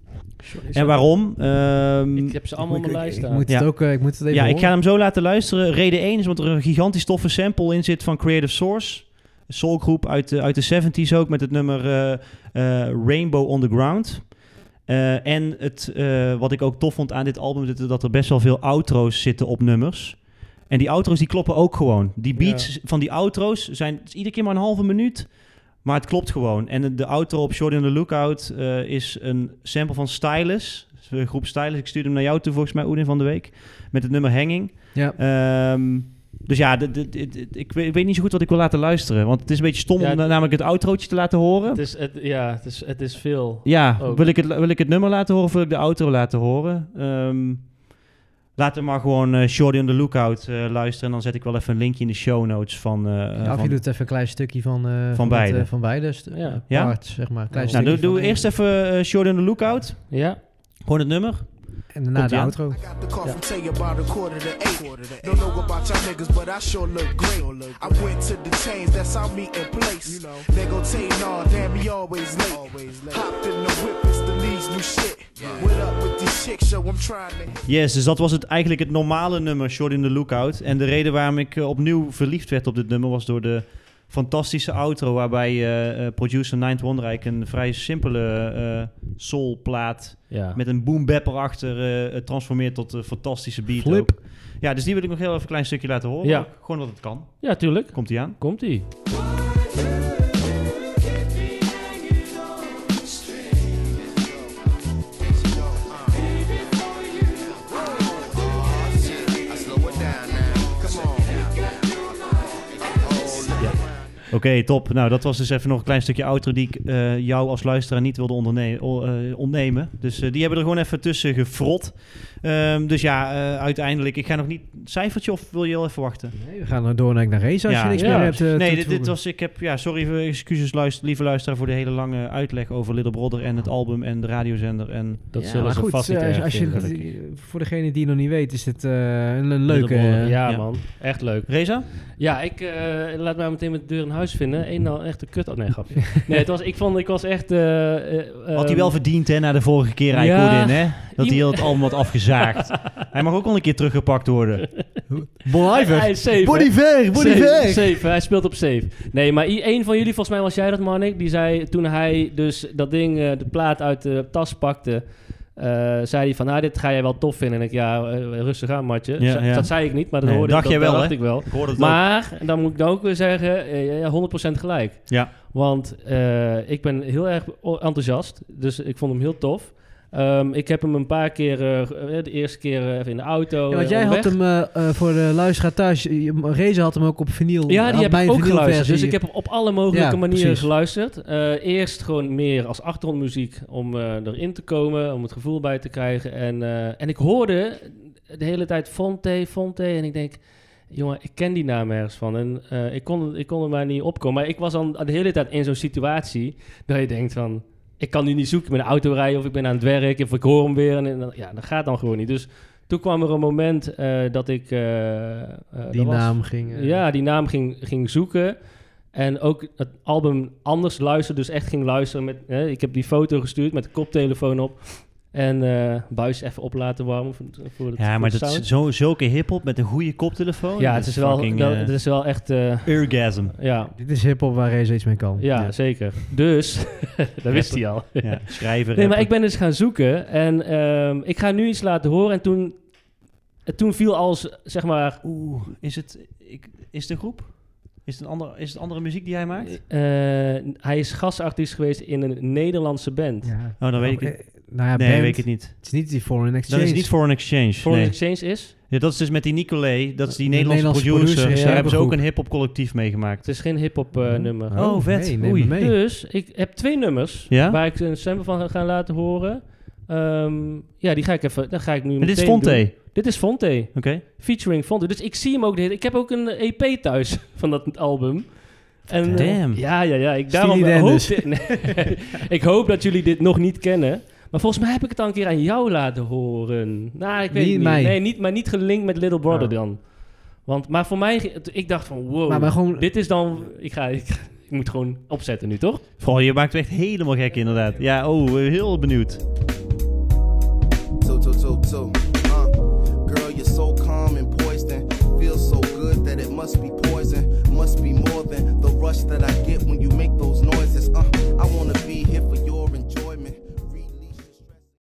En waarom? Um, ik heb ze allemaal op mijn lijst staan. Ik moet, ja. het ook, uh, ik moet het even Ja, horen. ik ga hem zo laten luisteren. Reden één is omdat er een gigantisch toffe sample in zit van Creative Source. Een soulgroep uit de, uit de zeventies ook met het nummer uh, uh, Rainbow on the Ground. Uh, en het, uh, wat ik ook tof vond aan dit album, is dat er best wel veel outro's zitten op nummers. En die outro's die kloppen ook gewoon. Die beats ja. van die outro's zijn iedere keer maar een halve minuut. Maar het klopt gewoon. En de outro op Shorty on the Lookout uh, is een sample van Stylus. De groep Stylus. Ik stuurde hem naar jou toe volgens mij, Oedin, van de week. Met het nummer Hanging. Ja. Um, dus ja, de, de, de, de, ik, weet, ik weet niet zo goed wat ik wil laten luisteren. Want het is een beetje stom ja, om namelijk het outrootje te laten horen. Het is, het, ja, het is, het is veel. Ja, wil ik, het, wil ik het nummer laten horen of wil ik de outro laten horen? Um, Laten we maar gewoon uh, Shorty on the Lookout uh, luisteren. En dan zet ik wel even een linkje in de show notes van... Uh, ja, of van, je doet even een klein stukje van... Uh, van, van beide. Het, uh, van beide. St- ja. Ja? Part, zeg maar. Klein nou, doe, doe van, eerst even uh, Shorty on the Lookout. Ja. Gewoon het nummer. En daarna Komt de aan. outro. I got the call from tell you about a quarter to eight. Don't know about y'all niggas, but I sure look great. I went to the chains, that's how me in place. They gon' tell you, nah, damn, he always late. Hopped in the whip, it's the Lee's new shit. What up with this chick show, I'm trying to... Yes, dus dat was het, eigenlijk het normale nummer, Shorty on the Lookout. En de reden waarom ik uh, opnieuw verliefd werd op dit nummer was door de fantastische outro, waarbij uh, uh, producer Ninth Wonder eigenlijk een vrij simpele uh, soulplaat Ja. met een boom bap erachter uh, transformeert tot een fantastische beat. Flip. Ook. Ja, dus die wil ik nog heel even een klein stukje laten horen. Ja. Gewoon dat het kan. Ja, tuurlijk. Komt ie aan. Komt-ie. Oké, top. Nou, dat was dus even nog een klein stukje outro die ik uh, jou als luisteraar niet wilde onderne- uh, ontnemen. Dus uh, die hebben er gewoon even tussen gefrot. Um, dus ja, uh, uiteindelijk, ik ga nog niet... Cijfertje of wil je heel even wachten? Nee, we gaan door naar Reza als Ja, je niks ja. meer hebt. uh, toe nee, te dit, dit voegen. was... Ik heb... Ja, sorry, voor excuses, luister, lieve luisteraar, voor de hele lange uitleg over Little Brother en het album en de radiozender. En Dat Ja, zullen maar ze goed, vast niet uh, erg als je, vinden. voor degene die het nog niet weet, is dit uh, een, een leuke... Little Brother. uh, ja, ja. man. Echt leuk. Reza? Ja, ik uh, laat mij meteen met de deur in huis vinden. Eén al echt een kut... Oh, nee, grapje. Nee, het was, ik vond... Ik was echt... Uh, uh, Had hij wel verdiend, hè, na de vorige keer ja. Rijkoordin, hè? Dat hij Iem- het allemaal had afgezaagd. Hij mag ook wel een keer teruggepakt worden. Bon Hij Iver. is safe, Body hè? ver, body Safe, ver. safe, hij speelt op safe. Nee, maar i- een van jullie, volgens mij was jij dat, Marnik, die zei toen hij dus dat ding, uh, de plaat uit de tas pakte, uh, zei hij van, nou, dit ga jij wel tof vinden. En ik, ja, uh, rustig aan, matje. Ja, Z- ja. Dat zei ik niet, maar dat Nee, hoorde dacht ik, jij dat, wel, dat hè? dacht ik wel. Ik hoorde het ook. Maar, dan moet ik dan ook weer zeggen, uh, ja, honderd procent gelijk. Ja. Want uh, ik ben heel erg o- enthousiast, dus ik vond hem heel tof. Um, ik heb hem een paar keer, uh, de eerste keer uh, even in de auto. Ja, want uh, jij had onderweg. hem uh, uh, voor de luisteraar thuis. je- Reza had hem ook op vinyl. Ja, had die heb mijn ik ook vinylversie. geluisterd. Dus ik heb hem op alle mogelijke Ja, manieren precies. geluisterd. Uh, eerst gewoon meer als achtergrondmuziek om uh, erin te komen, om het gevoel bij te krijgen. En, uh, en ik hoorde de hele tijd Fonte, Fonte. En ik denk, jongen, ik ken die naam ergens van. En uh, ik, kon, ik kon er maar niet opkomen. Maar ik was dan de hele tijd in zo'n situatie dat je denkt van, ik kan nu niet zoeken met een auto rijden of ik ben aan het werk of ik hoor hem weer. En, en ja, dat gaat dan gewoon niet. Dus toen kwam er een moment uh, dat ik... Uh, uh, Die dat was- naam ging... uh, ja, die naam ging, ging zoeken. En ook het album anders luisteren. Dus echt ging luisteren met... Hè, ik heb die foto gestuurd met de koptelefoon op. En uh, buis even op laten warmen voor, voor het, Ja, voor maar de dat is sound. zo, zulke hiphop met een goede koptelefoon. Ja, dat het is, wel, fucking, dat, uh, het is wel echt... Uh, orgasm. ja, Dit is hiphop waar Reza iets mee kan. ja, Ja. zeker. Dus, dat wist hij al. Ja, schrijver. Nee, maar rapper. ik ben dus gaan zoeken. En um, ik ga nu iets laten horen. En toen, toen viel als, zeg maar... Oeh, is het, ik, is het een groep? Is het, een ander, is het andere muziek die hij maakt? Uh, hij is gastartiest geweest in een Nederlandse band. Ja. Oh, dan weet ik het. Eh, Nou ja, Nee, band, weet ik het niet. Het is niet die Foreign Dan Exchange. is het niet Foreign Exchange. Foreign nee. Exchange is... Ja, dat is dus met die Nicolay, dat is die De Nederlandse, Nederlandse producer. producer, Daar ja, hebben ze ook groep. een hip-hop collectief meegemaakt. Het is geen hip-hop uh, Oh. nummer. Oh, vet. Hey, neem Oei. me mee. Dus ik heb twee nummers Ja? waar ik een sample van ga gaan laten horen. Um, ja, die ga ik even. Dan ga ik nu. En dit is meteen doen. Fonte. Dit is Fonte, Oké. featuring Fonte. Dus ik zie hem ook de hele. Ik heb ook een E P thuis van dat album. En, eh, Damn. ja, ja, ja. Ik, daarom Steely hoop, Dennis. dit- nee, ik hoop dat jullie dit nog niet kennen. Maar volgens mij heb ik het al een keer aan jou laten horen. Nou, ik weet Niet het niet. mij. Nee, niet, maar niet gelinkt met Little Brother Oh. dan. Want, maar voor mij, ik dacht van, wow, Maar, maar gewoon... dit is dan... Ik, ga, ik, ik moet gewoon opzetten nu, toch? Vooral, je maakt me echt helemaal gek inderdaad. Ja, oh, heel benieuwd. Two, two, two, two. Uh, girl, you're so calm and poised and feels so good that it must be poison. Must be more than the rush that I get when you make those noises. Uh, I wanna be here for your enjoyment. Release your stress.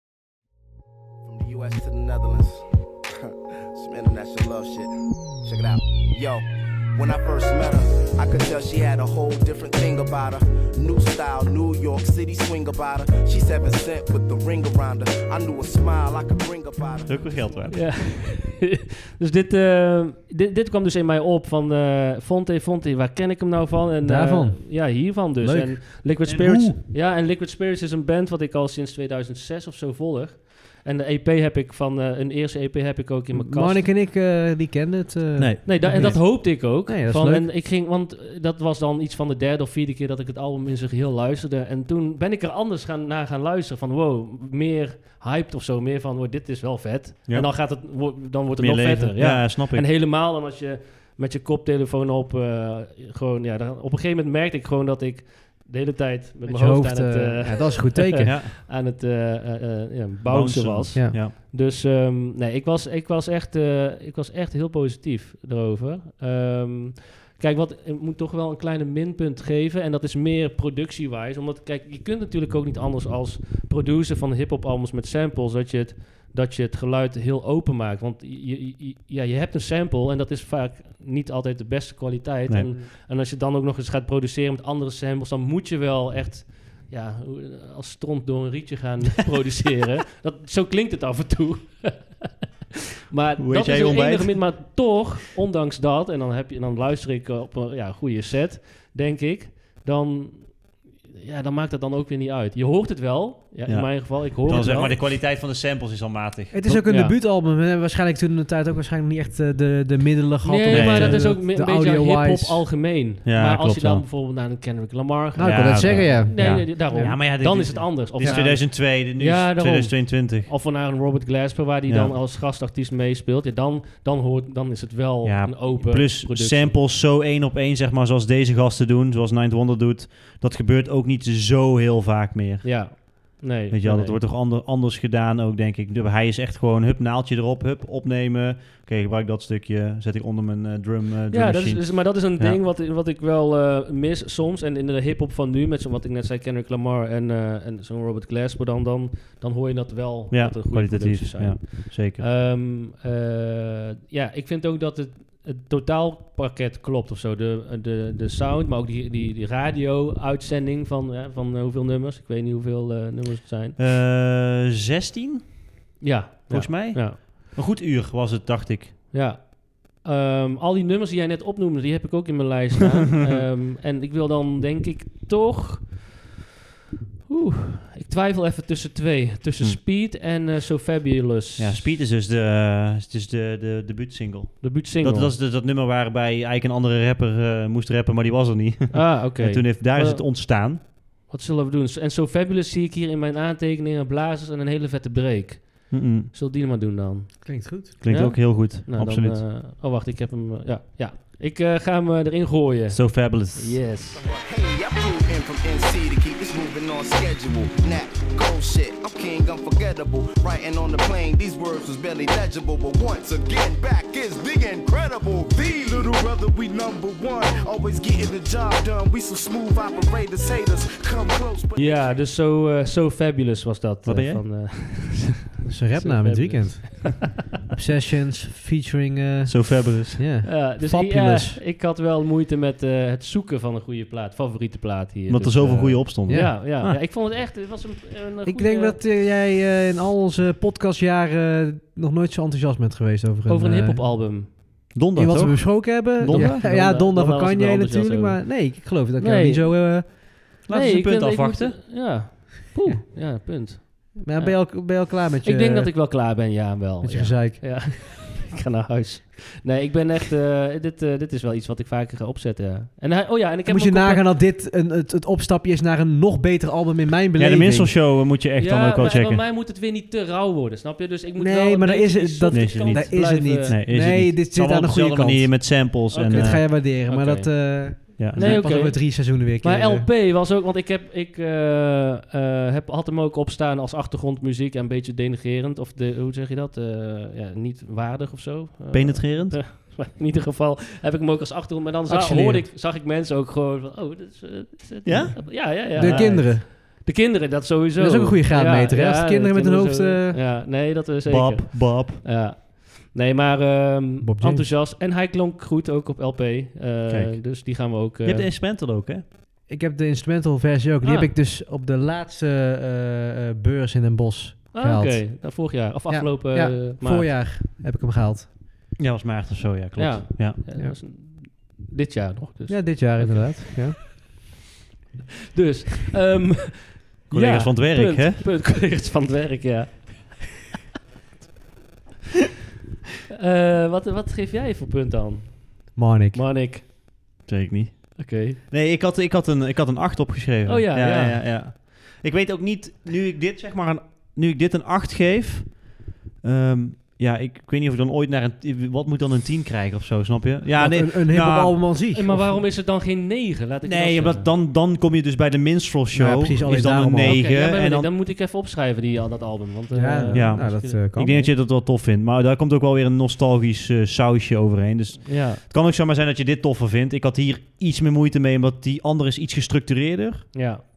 From the U S to the Netherlands. Some international love shit. Check it out. Yo. When I first met her, I could tell she had a whole different thing about her. New style, New York City swing about her. She's seven cent with the ring around her. I knew a smile I could bring about her. Dat is ook wel geld waard. Ja. Dus dit, uh, dit, dit kwam dus in mij op van uh, Fonte, Fonte, waar ken ik hem nou van? En, uh, Daarvan? Ja, hiervan dus. Leuk. En Liquid En Spirits. hoe? Ja, en Liquid Spirits is een band wat ik al sinds tweeduizend zes of zo volg. En de E P heb ik van, uh, een eerste E P heb ik ook in mijn kast. Marnik en ik, uh, die kenden het. Uh, Nee. Nee, da- en dat hoopte ik ook. Nee, dat is van, leuk. En ik ging, want eh, dat was dan iets van de derde of vierde keer dat ik het album in zijn geheel luisterde. En toen ben ik er anders gaan, naar gaan luisteren. Van wow, meer hyped of zo. Meer van, wow, dit is wel vet. Ja. En dan, gaat het, wo- dan wordt het Meer nog leven. vetter. Ja, snap ik. En helemaal dan als je met je koptelefoon op, uh, gewoon, ja, dan, op een gegeven moment merkte ik gewoon dat ik de hele tijd met, Met mijn je hoofd, hoofd, aan het, uh, uh, ja, dat is een goed teken. ja. aan het uh, uh, uh, ja, bouncen Bouncen. was. Ja. Ja. Dus um, nee, ik was, ik, was echt, uh, ik was echt heel positief erover. Um, kijk, wat, ik moet toch wel een kleine minpunt geven. En dat is meer productiewijs. Omdat, kijk, je kunt natuurlijk ook niet anders als producer van hip-hop albums met samples. Dat je, het, dat je het geluid heel open maakt. Want je, je, ja, je hebt een sample en dat is vaak niet altijd de beste kwaliteit. Nee. En, en als je dan ook nog eens gaat produceren met andere samples, dan moet je wel echt, ja, als stront door een rietje gaan produceren. Dat, zo klinkt het af en toe. Maar Hoe eet dat jij is je het ontbijt? enige, maar toch, ondanks dat, en dan, heb je, en dan luister ik eh, op een ja, goede set, denk ik, dan, ja, dan maakt het dan ook weer niet uit. Je hoort het wel, ja, in Ja. mijn geval, ik hoor Dan het zeg wel. maar, de kwaliteit van de samples is al matig. Het is ook een Ja. debuutalbum. En waarschijnlijk toen in de tijd ook waarschijnlijk niet echt eh, de, de middelen gehad. Nee, om Nee, maar echt, dat eh, is ook me- de een beetje audio-wise. hip-hop algemeen. Ja, maar als klopt je dan wel. bijvoorbeeld naar een Kendrick Lamar gaat, Nou, ik Ja, wil net zeggen, ja. nee, ja. nee, daarom. Ja, maar ja, dit- dan dit- is het anders. Of Dit is naar- tweeduizend twee, dit nu Ja, is daarom. tweeduizend tweeëntwintig. Of naar een Robert Glasper, waar die Ja. dan als gastartiest meespeelt. Ja, dan, dan, hoort, dan is het wel Ja, een open Plus productie. samples zo één op één, zeg maar, zoals deze gasten doen, zoals Ninth Wonder doet. Dat gebeurt ook niet zo heel vaak meer. Ja, nee. Weet je wel, nee. dat wordt toch ander, anders gedaan ook, denk ik. De- Hij is echt gewoon, hup, naaldje erop, hup, opnemen. Oké, gebruik dat stukje, zet ik onder mijn eh, drum, eh, drum Ja, dat is, machine. dus- maar dat is een Ja. ding wat, wat ik wel eh, mis soms. En in de hip-hop van nu, met zo wat ik net zei, Kendrick Lamar en, eh, en zo'n Robert Glasper, dan, dan, dan hoor je dat wel. Ja, dat er goede producties kwalitatief, zijn. ja, zeker. Ehm, eh, ja, ik vind ook dat het, het totaalpakket klopt of zo. De, de, de sound, maar ook die, die, die radio-uitzending van, eh, van eh, hoeveel nummers. Ik weet niet hoeveel eh, nummers het zijn. Eh, zestien, Ja. volgens ja, mij. Ja. Een goed uur was het, dacht ik. Ja. Ehm, al die nummers die jij net opnoemde, die heb ik ook in mijn lijst staan. Ehm, en ik wil dan denk ik toch... Oeh, ik twijfel even tussen twee. Tussen Hm. Speed en eh, So Fabulous. Ja, Speed is dus de, uh, is dus de, de debuutsingle. Debuutsingle. Dat, dat is de, dat nummer waarbij eigenlijk een andere rapper uh, moest rappen, maar die was er niet. Ah, oké. En toen heeft, daar is Uh, het ontstaan. Wat zullen we doen? En So Fabulous zie ik hier in mijn aantekeningen blazers en een hele vette break. Mm-mm. Zullen die er maar doen dan? Klinkt goed. Klinkt Ja? ook heel goed, Nou, absoluut. Dan, uh, oh, wacht, ik heb hem... Uh, ja, ja. Ik uh, ga hem uh, erin gooien. So Fabulous. Yes. Hey, I flew in from N C to keep this moving on schedule. Nat, cold shit, I'm king, unforgettable. Writing on the plane, these words was barely legible. But once again, back is the incredible. The little brother, we number one. Always getting the job done. We so smooth operators, haters, come close. But Ja, dus So, uh, so Fabulous was dat. Wat ben uh, jij? Van, uh, Dat is een rapnaam in het weekend. Obsessions, featuring... eh, So Fabulous. Ja. Ja, dus Fabulous. ik, uh, ik had wel moeite met uh, het zoeken van een goede plaat, favoriete plaat hier. Omdat er Dus, zoveel uh, goede op stonden. Ja, ja, Ah. ja, ik vond het echt, het was een, een Ik goede- denk dat eh, jij eh, in al onze podcastjaren nog nooit zo enthousiast bent geweest over een... over een eh, hip-hop album. Donder, in wat we toch? besproken hebben. Donda? Ja, Donda. ja, Donda Donda van was ik Kanye wel enthousiast natuurlijk. over. Maar nee, ik geloof dat ik Nee. jou niet zo... eh, Laten we eens een ik punt vind- ik afwachten. moet- ja. Poeh, ja, punt. maar ben je, al, ben je al klaar met je... Ik denk dat ik wel klaar ben, ja, wel. Met je ja. gezeik. Ja, ik ga naar huis. Nee, ik ben echt... eh, dit, eh, dit is wel iets wat ik vaker ga opzetten, ja. En hij, oh ja, en ik heb Moet je hem ook op- nagaan dat dit een, het, het opstapje is naar een nog beter album in mijn Ja, beleving. de Minstrel Show moet je echt ja, dan ook wel maar checken. bij mij moet het weer niet te rauw worden, snap je? Dus ik moet wel Nee, een maar daar beetje is die het, dat, Nee, softe is het kant niet. daar is het niet. blijven- Nee, is het nee, niet. dit Het zal zit wel aan de op goede dezelfde kant. manier met samples. Oké. En, Dit eh, ga je waarderen, maar Oké. dat... eh ja, Nee, nee, oké. pas over drie seizoenen weer. Maar keer, eh, L P was ook, want ik heb, ik eh, eh, heb, had hem ook opstaan als achtergrondmuziek en een beetje denigrerend. Of de, hoe zeg je dat? Eh, ja, niet waardig of zo. Eh, penetrerend? eh, maar in ieder geval heb ik hem ook als achtergrond. Maar dan za- Accelerend. hoorde ik, zag ik mensen ook gewoon van, oh, dit is... eh, dit is het. Ja? Ja, ja, ja. de Ja. kinderen. De kinderen, dat sowieso. Dat is ook een goede graadmeter, hè? Als de kinderen met hun hoofd, zo- eh, Ja, nee, dat is zeker. Bob, Bob. Ja. Nee, maar ehm, Bob James. enthousiast. En hij klonk goed ook op L P. eh, Kijk. dus die gaan we ook... Je eh, hebt de instrumental ook, hè? Ik heb de instrumental versie ook. Die Ah. heb ik dus op de laatste eh, eh, beurs in Den Bosch ah, gehaald. oké. Nou, vorig jaar. Of Ja, afgelopen ja, eh, maart. Voorjaar heb ik hem gehaald. Ja, was maart of zo, ja, klopt. Ja. Ja. Ja, dat Ja. was een- dit jaar nog. Dus, Ja, dit jaar Oké. inderdaad. Ja. dus ehm, Collega's ja, van het werk, punt, hè? Punt, collega's van het werk, ja. Eh, wat, wat geef jij voor punt dan? Marnik. Manik. Zeg ik niet. Oké. Nee, ik had, ik had een ik had een acht opgeschreven. Oh ja, ja, ja. ja, ja. Ik weet ook niet, nu ik dit zeg maar een, nu ik dit een acht geef, ehm, ja, ik, ik weet niet of ik dan ooit naar een, wat moet dan een tien krijgen of zo, snap je? Ja, Wat, nee, een, een hip-hop ja, album aan zich. Eh, maar Of- waarom is het dan geen negen? Laat ik het nee, wel omdat zeggen. dan, dan kom je dus bij de Minstrel Show, Ja, precies, alleen is dan een daarom al. negen. Oké, ja, maar en dan, dan, moet ik even opschrijven die, al dat album. Want, eh, Ja, ja. nou, dat misschien- eh, kan. ik denk dat je dat wel tof vindt, maar daar komt ook wel weer een nostalgisch eh, sausje overheen. Dus ja, het kan ook zomaar zijn dat je dit toffer vindt. Ik had hier iets meer moeite mee, omdat die andere is iets gestructureerder. ja.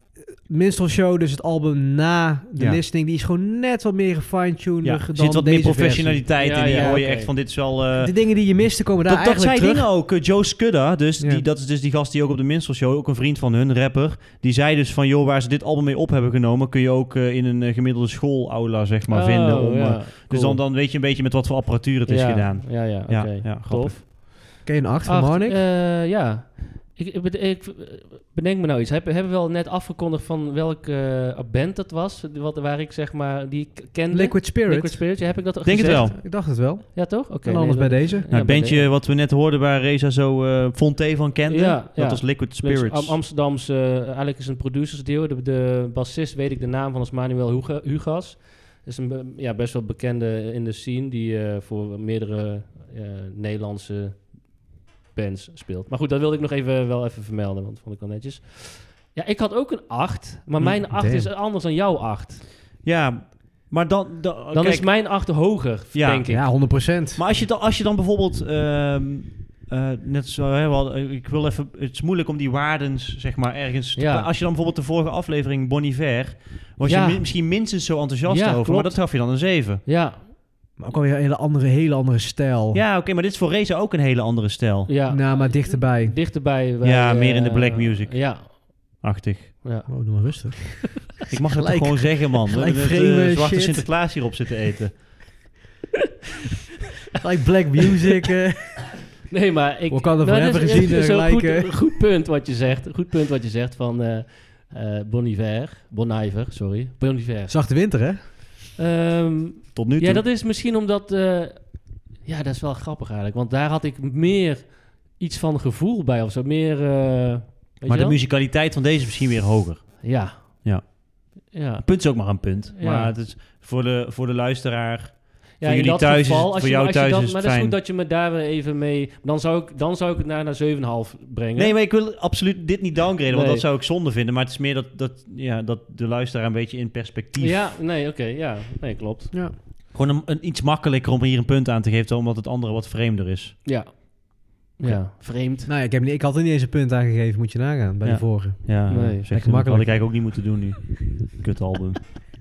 Minstrel Show, dus het album na de Ja. listening, die is gewoon net wat meer gefine-tuned Ja, dan er zit wat deze meer professionaliteit versie. in. Die Ja, ja, hoor je oké. echt van, dit is wel... eh, versie. De dingen die je miste komen daar dat, dat eigenlijk zei terug. dingen ook. eh, Joe Scudder, dus Ja. die, dat is dus die gast die ook op de Minstrel Show, ook een vriend van hun, rapper, die zei dus van, joh, waar ze dit album mee op hebben genomen, kun je ook eh, in een eh, gemiddelde schoolaula, zeg maar, Oh, vinden. Om, ja, eh, cool. Dus dan, dan weet je een beetje met wat voor apparatuur het is ja, gedaan. Ja, ja, oké. Ja, ja, grappig. Tof. Ken je een acht van Acht, Marnik? eh, ja. Ik, ik, bede- ik bedenk me nou iets. Heb, hebben we wel net afgekondigd van welke uh, band dat was? Wat, waar ik zeg maar, die ik kende? Liquid Spirit. Liquid Spirit. Ja, heb ik dat Denk het gezegd? wel. Ik dacht het wel. Ja, toch? Oké. en anders nee, bij dat- deze. ja, Nou, het bij bandje deze. wat we net hoorden waar Reza zo eh Fonté van kende, Ja, dat ja. was Liquid Dus Spirits. Am- Amsterdamse, uh, eigenlijk is een producersdeal. De, de bassist weet ik de naam van, is Manuel Huga- Hugas. Is een be- ja, best wel bekende in de scene die uh, voor meerdere uh, Nederlandse bands speelt. Maar goed, dat wilde ik nog even wel even vermelden, want dat vond ik wel netjes. Ja, ik had ook een acht, maar Hm, mijn acht damn. is anders dan jouw acht. Ja, maar dan... dan, Dan kijk, is mijn acht hoger, Ja. denk ik. Ja, honderd procent. Maar als je dan, als je dan bijvoorbeeld... ehm, eh, net zo, hè, we hadden- ik wil even... Het is moeilijk om die waardens, zeg maar, ergens... te- Ja. Als je dan bijvoorbeeld de vorige aflevering Bon Iver... was Ja. je mi- misschien minstens zo enthousiast Ja, over, klopt. maar dat gaf je dan een zeven. Ja, Maar ook alweer een hele andere, hele andere stijl. Ja, oké, maar dit is voor Reza ook een hele andere stijl. ja. Nou, maar dichterbij. Dichterbij. bij, Ja, meer in de eh, black music. Ja, Achtig. ja. Oh, doe maar rustig. Ik mag het toch Gelijk- gewoon zeggen, man. We gelijk hebben het, vreemde eh, zwarte shit. Sinterklaas hierop zitten eten. Like black music. eh. Nee, maar ik... Wakanda nou, Forever dat is- gezien, dat is eh, een gelijk, goed, eh. goed punt wat je zegt. Goed punt wat je zegt van eh eh Bon Iver. Bon Iver, sorry. Bon Iver. Zachte winter, hè? Ehm, Tot nu toe. ja, dat is misschien omdat... eh, ja, dat is wel grappig eigenlijk. Want daar had ik meer iets van gevoel bij of zo. Meer... eh, weet je maar de wel? musicaliteit van deze is misschien weer hoger. Ja. Ja. Ja. Een punt is ook maar een punt. Ja. Maar het is voor de, voor de luisteraar... Ja, voor in jullie dat thuis is geval, het- als voor je, jou als je thuis dat, is maar het dat is fijn. goed dat je me daar weer even mee... Dan zou ik, dan zou ik het naar, naar zeven komma vijf brengen. Nee, maar ik wil absoluut dit niet downgraden, want Nee. dat zou ik zonde vinden. Maar het is meer dat, dat, ja, dat de luisteraar een beetje in perspectief... Ja, nee, oké. ja, nee, klopt. Ja. Gewoon een, een iets makkelijker om hier een punt aan te geven, omdat het andere wat vreemder is. Ja. Ja, vreemd. Nou ja, ik, heb niet, ik had er niet eens een punt aan gegeven, moet je nagaan, bij Ja. de vorige. Ja, Nee, zeg, lekker dat had makkelijk. ik eigenlijk ook niet moeten doen nu. Kut album.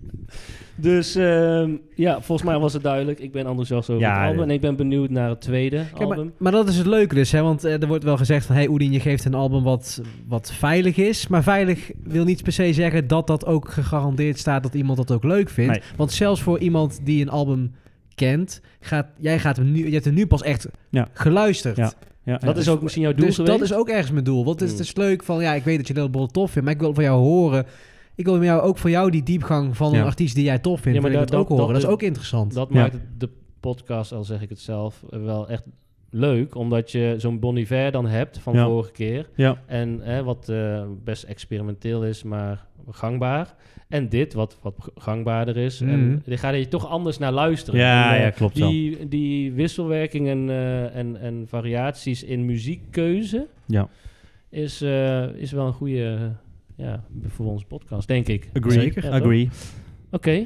Dus ehm, ja, volgens mij was het duidelijk. Ik ben enthousiast over Ja, het album. ja. En ik ben benieuwd naar het tweede Kijk, maar, album. maar dat is het leuke dus, hè? Want eh, er wordt wel gezegd van... hey Oedin, je geeft een album wat, wat veilig is. Maar veilig wil niet per se zeggen dat dat ook gegarandeerd staat... dat iemand dat ook leuk vindt. Nee. Want zelfs voor iemand die een album kent... Gaat, jij gaat hem nu, je hebt hem nu pas echt Ja. geluisterd. Ja. Ja, Dat ja. is ook misschien jouw doel Dus geweest? dat is ook ergens mijn doel. Want het is Hmm. dus leuk van... ja, ik weet dat je dat bijvoorbeeld tof vindt... maar ik wil van jou horen... ik wil van jou, ook van jou die diepgang van Ja. een artiest die jij tof vindt... Ja, maar wil ik dat- dat ook dat- horen. Dat, dat is is- ook interessant. Dat Ja. maakt het- de podcast, al zeg ik het zelf, eh, wel echt leuk. Omdat je zo'n Bon Iver dan hebt van Ja. vorige keer. Ja. En eh, wat eh, best experimenteel is, maar gangbaar. En dit, wat, wat gangbaarder is. Mhm. En daar ga je toch anders naar luisteren. Ja, En, eh, ja, klopt wel. die, die wisselwerkingen eh, en, en variaties in muziekkeuze Ja. is, eh, is wel een goede eh, ja, voor onze podcast, denk ik. Agree. Zeker. Ja, Agree. Oké.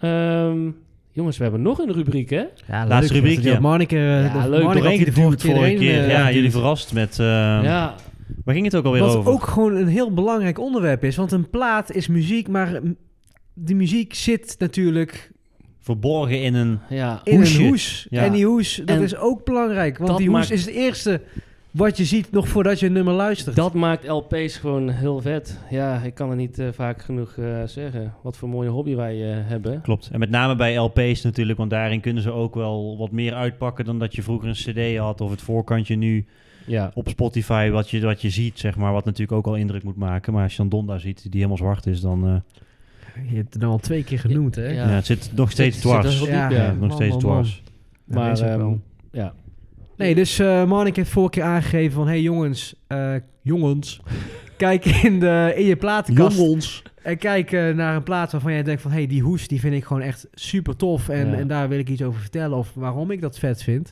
Ehm, jongens, we hebben nog een rubriek, hè? Ja, Laatste leuk. rubriek, Die had ja. Marnike, eh, Ja, de- leuk. Marnike had Doorheen die de vorige geduwd vorige keer. keer. erin, Ja, eh, jullie geduwd. verrast met... eh, Ja, Waar ging het ook alweer Wat over? ook gewoon een heel belangrijk onderwerp is. Want een plaat is muziek, maar m- die muziek zit natuurlijk Verborgen in een... ja. in Hoesje. een hoes. Ja. En die hoes, dat En is ook belangrijk. Want dat die hoes maakt- is het eerste wat je ziet nog voordat je een nummer luistert. Dat maakt L P's gewoon heel vet. Ja, ik kan het niet eh, vaak genoeg eh, zeggen. Wat voor mooie hobby wij eh, hebben. Klopt. En met name bij L P's natuurlijk, want daarin kunnen ze ook wel wat meer uitpakken dan dat je vroeger een cd had of het voorkantje nu Ja, op Spotify, wat je, wat je ziet, zeg maar, wat natuurlijk ook al indruk moet maken. Maar als je dan Donda ziet, die helemaal zwart is, dan... eh, Je hebt het nou al twee keer genoemd, hè? Ja. ja. het zit nog steeds Zit- zit dwars. er wel Ja, diep, Ja, ja. nog Man, steeds man, dwars. Ja, Maar is ook ehm, wel. ja. Nee, dus eh Marnik heeft vorige keer aangegeven van... hey jongens, eh, jongens, kijk in, de, in je platenkast... Jongens. En kijk eh, naar een plaat waarvan jij denkt van... hey, die hoes die vind ik gewoon echt super tof. En, Ja. en daar wil ik iets over vertellen of waarom ik dat vet vind.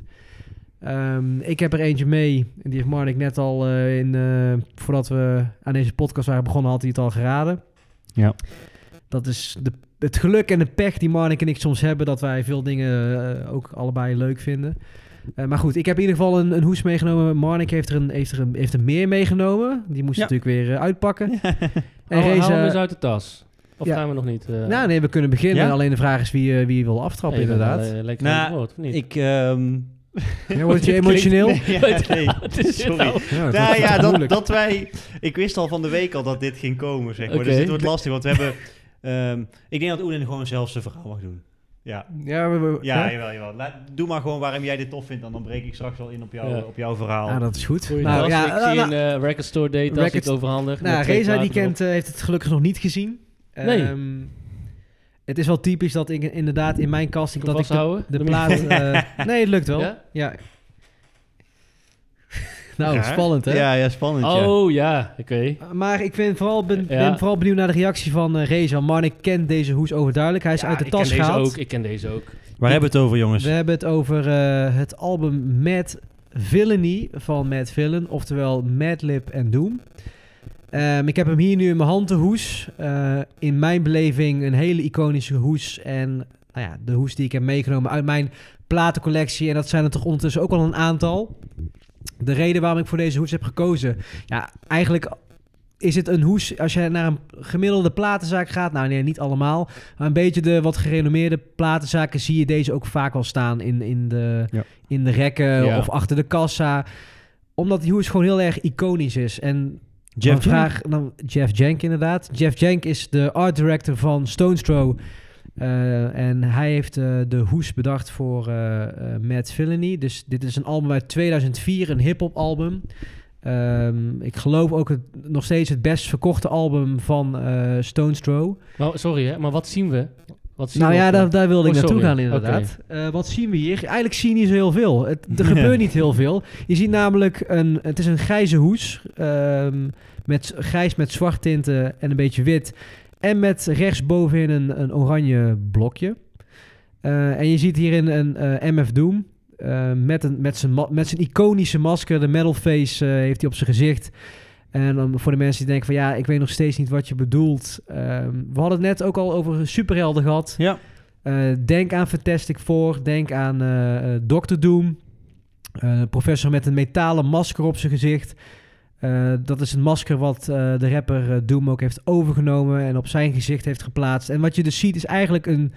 Ehm, ik heb er eentje mee. En die heeft Marnik net al eh, in... eh, voordat we aan deze podcast waren begonnen, had hij het al geraden. Ja. Dat is de, het geluk en de pech die Marnik en ik soms hebben... dat wij veel dingen eh, ook allebei leuk vinden. Uh, maar goed, ik heb in ieder geval een, een hoes meegenomen. Marnik heeft er een, heeft er een, heeft er meer meegenomen. Die moest Ja. natuurlijk weer uh, uitpakken. En En Haal Reza- hem eens uit de tas. Of Ja. gaan we nog niet? Uh, Nou nee, we kunnen beginnen. Ja? Alleen de vraag is wie, uh, wie wil aftrappen hey, inderdaad. Uh, lekker Nou, aan het woord, of niet? Ik... ehm, Ja, word je dit emotioneel? klinkt- nee, ja, nee, Wat is dit sorry. nou? Ja, het Nou wordt ja, dat, moeilijk. dat wij... Ik wist al van de week al dat dit ging komen, zeg maar. Oké. Dus dit wordt lastig, want we hebben... ehm, ik denk dat Oenen gewoon zelf zijn verhaal mag doen. Ja, Ja, we, we- ja ja? jawel, jawel. Laat, doe maar gewoon waarom jij dit tof vindt... en dan breek ik straks wel in op, jou, Ja. op jouw verhaal. Ah, dat is goed. Goeie Nou, tas. ja, ik uh, zie nou, een uh, record store date als record- ik overhandig. nou, met twee Reza die platen erop. kent, uh, heeft het gelukkig nog niet gezien. Nee. Ehm, het is wel typisch dat ik inderdaad in mijn casting... Kan dat ik de, vasthouden? de Doe plaat... uh, nee, het lukt wel. Ja? Ja. Nou, Raar. spannend hè? Ja, ja, spannend, ja. Oh ja, oké. Maar ik ben vooral, ben, Ja. ben vooral benieuwd naar de reactie van uh, Reza. Marnik kent deze hoes overduidelijk. Hij is Ja, uit de ik tas ken deze gehaald. ook, ik ken deze ook. Waar hebben we het over, jongens? We hebben het over uh, het album Mad Villainy van Mad Villain. Oftewel Madlib en Doom. Um, ik heb hem hier nu in mijn hand, de hoes. Uh, in mijn beleving een hele iconische hoes. En nou ja, de hoes die ik heb meegenomen uit mijn platencollectie. En dat zijn er toch ondertussen ook al een aantal. De reden waarom ik voor deze hoes heb gekozen... Ja, eigenlijk is het een hoes... Als je naar een gemiddelde platenzaak gaat... Nou nee, niet allemaal. Maar een beetje de wat gerenommeerde platenzaken... zie je deze ook vaak wel staan in, in, de, Ja. in de rekken Ja. of achter de kassa. Omdat die hoes gewoon heel erg iconisch is. En Jeff dan vraag, dan, Jeff Jank inderdaad. Jeff Jank is de art director van Stones Throw. Uh, en hij heeft uh, de hoes bedacht voor uh, uh, Mad Villainy. Dus dit is een album uit tweeduizend vier, een hip-hop album. Um, ik geloof ook het, nog steeds het best verkochte album van uh, Stones Throw. Maar, sorry hè, maar wat zien we? Wat zien Nou we ja, op- daar, daar wilde ik Oh, naartoe sorry. gaan inderdaad. Uh, wat zien we hier? Eigenlijk zie je niet zo heel veel. Het, er gebeurt niet heel veel. Je ziet namelijk, een, het is een grijze hoes. Um, met grijs met zwart tinten en een beetje wit. En met rechtsbovenin een, een oranje blokje. Uh, en je ziet hierin een uh, M F Doom. Uh, met, een, met, zijn ma- met zijn iconische masker, de metal face, uh, heeft hij op zijn gezicht. En um, voor de mensen die denken van ja, ik weet nog steeds niet wat je bedoelt. Um, we hadden het net ook al over superhelden gehad. Ja. Uh, denk aan Fantastic Four, denk aan uh, uh, doctor Doom. Uh, professor met een metalen masker op zijn gezicht. Uh, dat is een masker wat uh, de rapper uh, Doom ook heeft overgenomen en op zijn gezicht heeft geplaatst. En wat je dus ziet is eigenlijk een,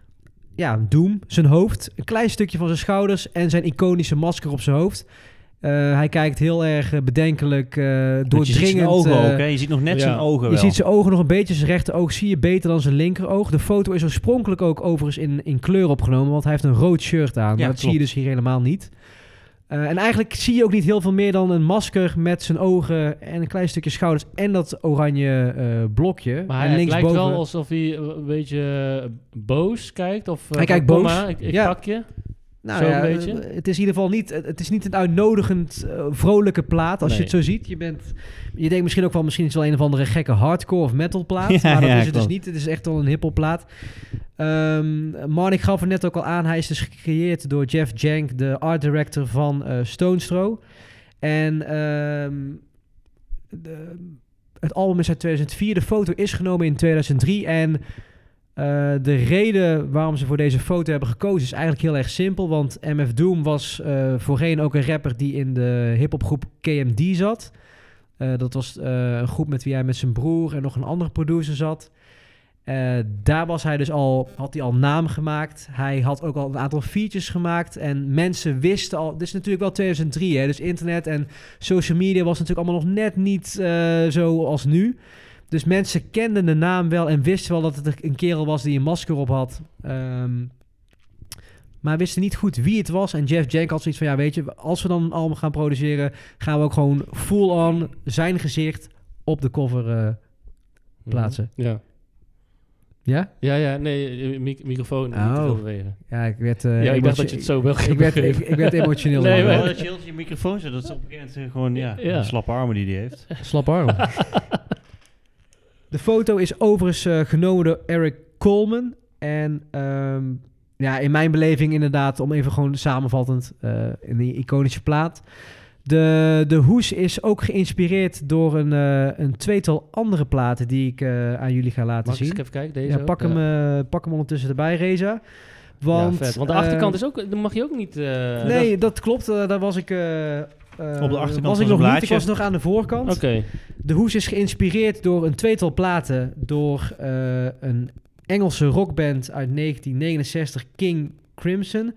ja, Doom, zijn hoofd, een klein stukje van zijn schouders en zijn iconische masker op zijn hoofd. Uh, hij kijkt heel erg uh, bedenkelijk, uh, Want je ziet zijn doordringend. ogen uh, ook, hè? Je ziet nog net ja. zijn ogen je wel. ziet zijn ogen nog een beetje, zijn rechteroog zie je beter dan zijn linkeroog. De foto is oorspronkelijk ook overigens in, in kleur opgenomen, want hij heeft een rood shirt aan. Ja, maar dat zie je klopt. dus hier helemaal niet. Uh, en eigenlijk zie je ook niet heel veel meer dan een masker met zijn ogen en een klein stukje schouders en dat oranje uh, blokje. Maar en hij, het lijkt linksboven... wel alsof hij een beetje boos kijkt. Of, uh, Hij kijkt kom boos. maar, ik, ik Ja. pak je. Nou Zo ja, een beetje? eh, het is in ieder geval niet, het is niet een uitnodigend uh, vrolijke plaat als je Nee. het zo ziet. Je bent, je denkt misschien ook wel, misschien is het wel een of andere gekke hardcore of metal plaat, Ja, maar dat ja, is het dus klopt. niet. Het is echt wel een hiphop plaat. Um, Marnik gaf er net ook al aan, hij is dus gecreëerd door Jeff Jank, de art director van uh, Stones Throw. En um, de, het album is uit tweeduizend vier, de foto is genomen in tweeduizend drie en uh, de reden waarom ze voor deze foto hebben gekozen is eigenlijk heel erg simpel, want M F Doom was uh, voorheen ook een rapper die in de hiphopgroep K M D zat. Uh, dat was uh, een groep met wie hij met zijn broer en nog een andere producer zat. Uh, daar was hij dus al, had hij al naam gemaakt. Hij had ook al een aantal features gemaakt. En mensen wisten al... Dit is natuurlijk wel tweeduizend drie, hè, dus internet en social media was natuurlijk allemaal nog net niet uh, zo als nu. Dus mensen kenden de naam wel en wisten wel dat het een kerel was die een masker op had. Um, maar wisten niet goed wie het was. En Jeff Jank had zoiets van, ja, weet je, als we dan een album gaan produceren, gaan we ook gewoon full-on zijn gezicht op de cover uh, plaatsen. Ja. Ja? Ja, ja, nee, mic- microfoon, niet te Oh. veel bewegen. Ja, ik werd... Uh, ja, ik dacht emotio- dat je het zo wel ging ik werd, ik, begrepen. ik werd emotioneel. Nee, van, maar- uh, Oh, dat je je microfoon zet, dat is op een gegeven moment gewoon, ja, Ja. een slappe armen die die heeft. Slap arm. De foto is overigens uh, genomen door Eric Coleman. En um, ja, in mijn beleving inderdaad, om even gewoon samenvattend, uh, in die iconische plaat. De, de hoes is ook geïnspireerd door een, uh, een tweetal andere platen die ik uh, aan jullie ga laten Mag ik zien. eens even kijken? Deze Ja, ook? pak, Ja. Hem, uh, pak hem ondertussen erbij, Reza. Want, ja, vet. Want de eh, achterkant is ook, daar mag je ook niet... eh, nee, dat klopt. eh, daar was ik... eh, eh, Op de achterkant was van ik nog zo'n niet. Ik blaadje. was nog aan de voorkant. dat- Oké. De hoes is geïnspireerd door een tweetal platen door eh, een Engelse rockband uit negentien negenenzestig, King Crimson.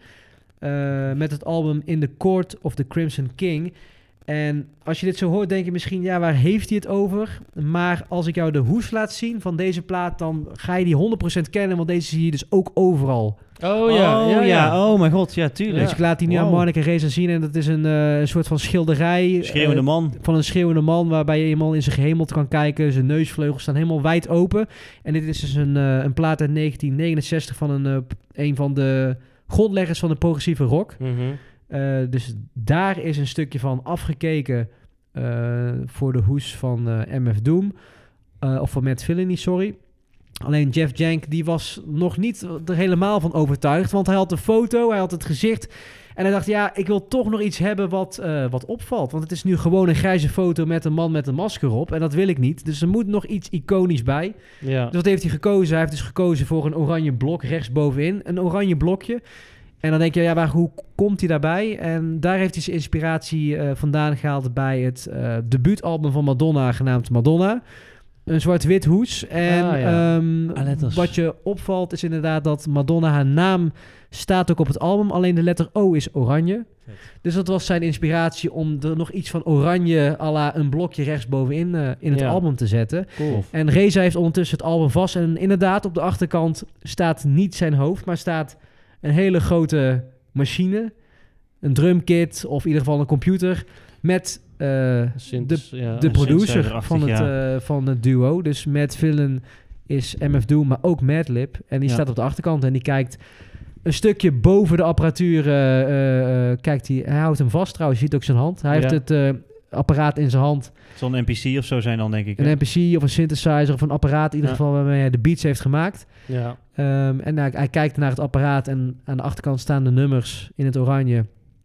eh, met het album In the Court of the Crimson King. En als je dit zo hoort, denk je misschien, ja, waar heeft hij het over? Maar als ik jou de hoes laat zien van deze plaat, dan ga je die honderd procent kennen, want deze zie je dus ook overal. Oh ja, ja, ja. Oh mijn god, ja, tuurlijk. Dus ik laat die nu aan Wow. Marnik en Reza zien en dat is een, eh, een soort van schilderij. Schreeuwende eh, man. van een schreeuwende man, waarbij je eenmaal in zijn gehemeld kan kijken. Zijn neusvleugels staan helemaal wijd open. En dit is dus een, eh, een plaat uit negentien negenenzestig van een, eh, een van de grondleggers van de progressieve rock. Mhm. Uh, dus daar is een stukje van afgekeken uh, voor de hoes van uh, M F Doom. Uh, of van Matt Villainy, sorry. Alleen Jeff Jank, die was nog niet er helemaal van overtuigd. Want hij had de foto, hij had het gezicht. En hij dacht, ja, ik wil toch nog iets hebben wat, uh, wat opvalt. Want het is nu gewoon een grijze foto met een man met een masker op. En dat wil ik niet. Dus er moet nog iets iconisch bij. Ja. Dus wat heeft hij gekozen? Hij heeft dus gekozen voor een oranje blok rechtsbovenin. Een oranje blokje. En dan denk je, ja, maar hoe komt hij daarbij? En daar heeft hij zijn inspiratie uh, vandaan gehaald bij het uh, debuutalbum van Madonna, genaamd Madonna. Een zwart-wit hoes. En Ah, ja. um, Ah, letters. wat je opvalt is inderdaad dat Madonna, haar naam staat ook op het album. Alleen de letter O is oranje. Vet. Dus dat was zijn inspiratie om er nog iets van oranje à la een blokje rechtsbovenin uh, in het Ja. album te zetten. Cool. En Reza heeft ondertussen het album vast. En inderdaad, op de achterkant staat niet zijn hoofd, maar staat een hele grote machine. Een drumkit of in ieder geval een computer met uh, Synth- de, ja. de een producer synthesizer-achtig, van het, ja. uh, van het duo. Dus Matt Villain is M F Doom, maar ook Madlib. En die Ja. staat op de achterkant en die kijkt een stukje boven de apparatuur. Uh, uh, uh, kijkt hij, hij houdt hem vast trouwens, je ziet ook zijn hand. Hij Ja. heeft het uh, apparaat in zijn hand. Het zal een N P C of zo zijn dan, denk ik. hè? Een N P C of een synthesizer of een apparaat in ieder Ja. geval waarmee hij de beats heeft gemaakt. Ja. Um, en hij, hij kijkt naar het apparaat en aan de achterkant staan de nummers in het oranje.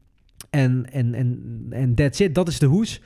En en en en that's it, dat is de hoes.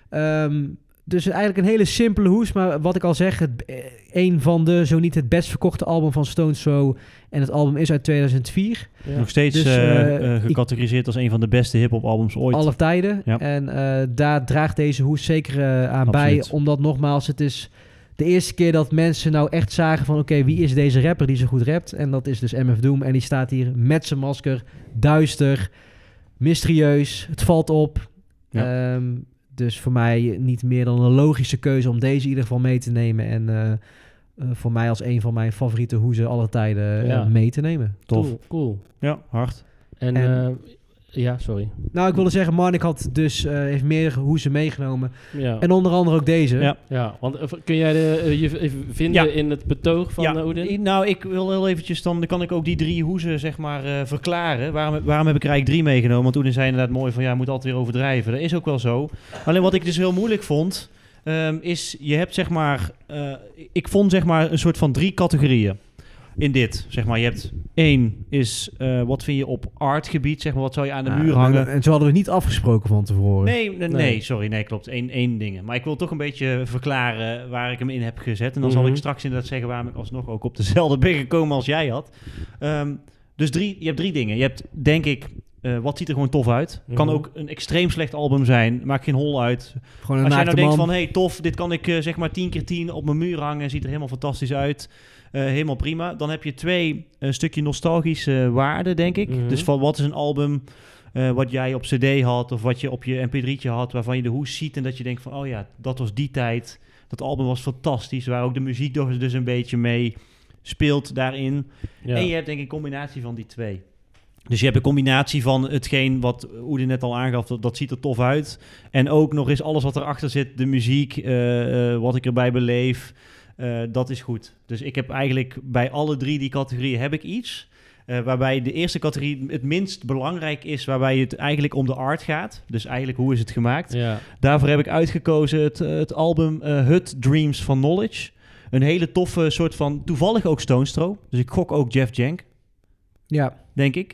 Um, dus eigenlijk een hele simpele hoes, maar wat ik al zeg, het, eh, een van de, zo niet het best verkochte album van Stones Throw. En het album is uit tweeduizend vier, Ja. Nog steeds Dus, eh, eh, eh, gecategoriseerd als een van de beste hip-hop albums ooit. alle tijden. Ja. En uh, daar draagt deze hoes zeker uh, aan Absoluut. bij, omdat nogmaals, het is de eerste keer dat mensen nou echt zagen van, oké, okay, wie is deze rapper die zo goed rapt? En dat is dus M F Doom. En die staat hier met zijn masker, duister, mysterieus, het valt op. Ja. Um, dus voor mij niet meer dan een logische keuze om deze in ieder geval mee te nemen. En uh, uh, voor mij als een van mijn favoriete hoezen aller tijden uh, Ja. mee te nemen. Tof. Cool, cool. Ja, hard. En, En- eh, ja, sorry. Nou, ik wilde zeggen, Marnik had dus uh, heeft meerdere hoezen meegenomen. Ja. En onder andere ook deze. Ja. Ja, want eh, kun jij de, eh, je even vinden Ja. in het betoog van ja, eh, Oedin? i- nou, ik wil heel eventjes, dan kan ik ook die drie hoezen, zeg maar, eh, verklaren. Waarom, waarom heb ik er eigenlijk drie meegenomen? Want Oedin zei inderdaad mooi van, ja, je moet altijd weer overdrijven. Dat is ook wel zo. Alleen wat ik dus heel moeilijk vond, um, is, je hebt zeg maar, uh, ik vond zeg maar een soort van drie categorieën. In dit, zeg maar, je hebt één is, uh, wat vind je op artgebied, zeg maar, wat zou je aan de Ah, muur en- hangen? En zo hadden we het niet afgesproken van tevoren. Nee, nee, Nee. nee, sorry, nee, klopt. Eén, één ding. Maar ik wil toch een beetje verklaren waar ik hem in heb gezet. En dan zal Mhm. ik straks inderdaad zeggen waarom ik alsnog ook op dezelfde ben gekomen als jij had. Um, dus drie, je hebt drie dingen. Je hebt, denk ik, uh, wat ziet er gewoon tof uit. Kan Mhm. ook een extreem slecht album zijn. Maakt geen hol uit. Gewoon een Als jij naakte nou denkt man. van, hey, tof, dit kan ik uh, zeg maar tien keer tien op mijn muur hangen. Ziet er helemaal fantastisch uit. Uh, helemaal prima. Dan heb je twee, een stukje nostalgische waarde, denk ik. Mhm. Dus van wat is een album uh, wat jij op cd had of wat je op je M P drietje had, waarvan je de hoes ziet en dat je denkt van, oh ja, dat was die tijd. Dat album was fantastisch, waar ook de muziek dus dus een beetje mee speelt daarin. Ja. En je hebt denk ik een combinatie van die twee. Dus je hebt een combinatie van hetgeen wat Oedin net al aangaf, dat, dat ziet er tof uit. En ook nog eens alles wat erachter zit, de muziek, uh, uh, wat ik erbij beleef. Uh, dat is goed. Dus ik heb eigenlijk bij alle drie die categorieën heb ik iets. Uh, waarbij de eerste categorie het minst belangrijk is, waarbij het eigenlijk om de art gaat. Dus eigenlijk hoe is het gemaakt. Ja. Daarvoor heb ik uitgekozen het, uh, het album uh, Hut Dreams van Knowledge. Een hele toffe soort van, toevallig ook Stones Throw. Dus ik gok ook Jeff Jank, Ja, denk ik.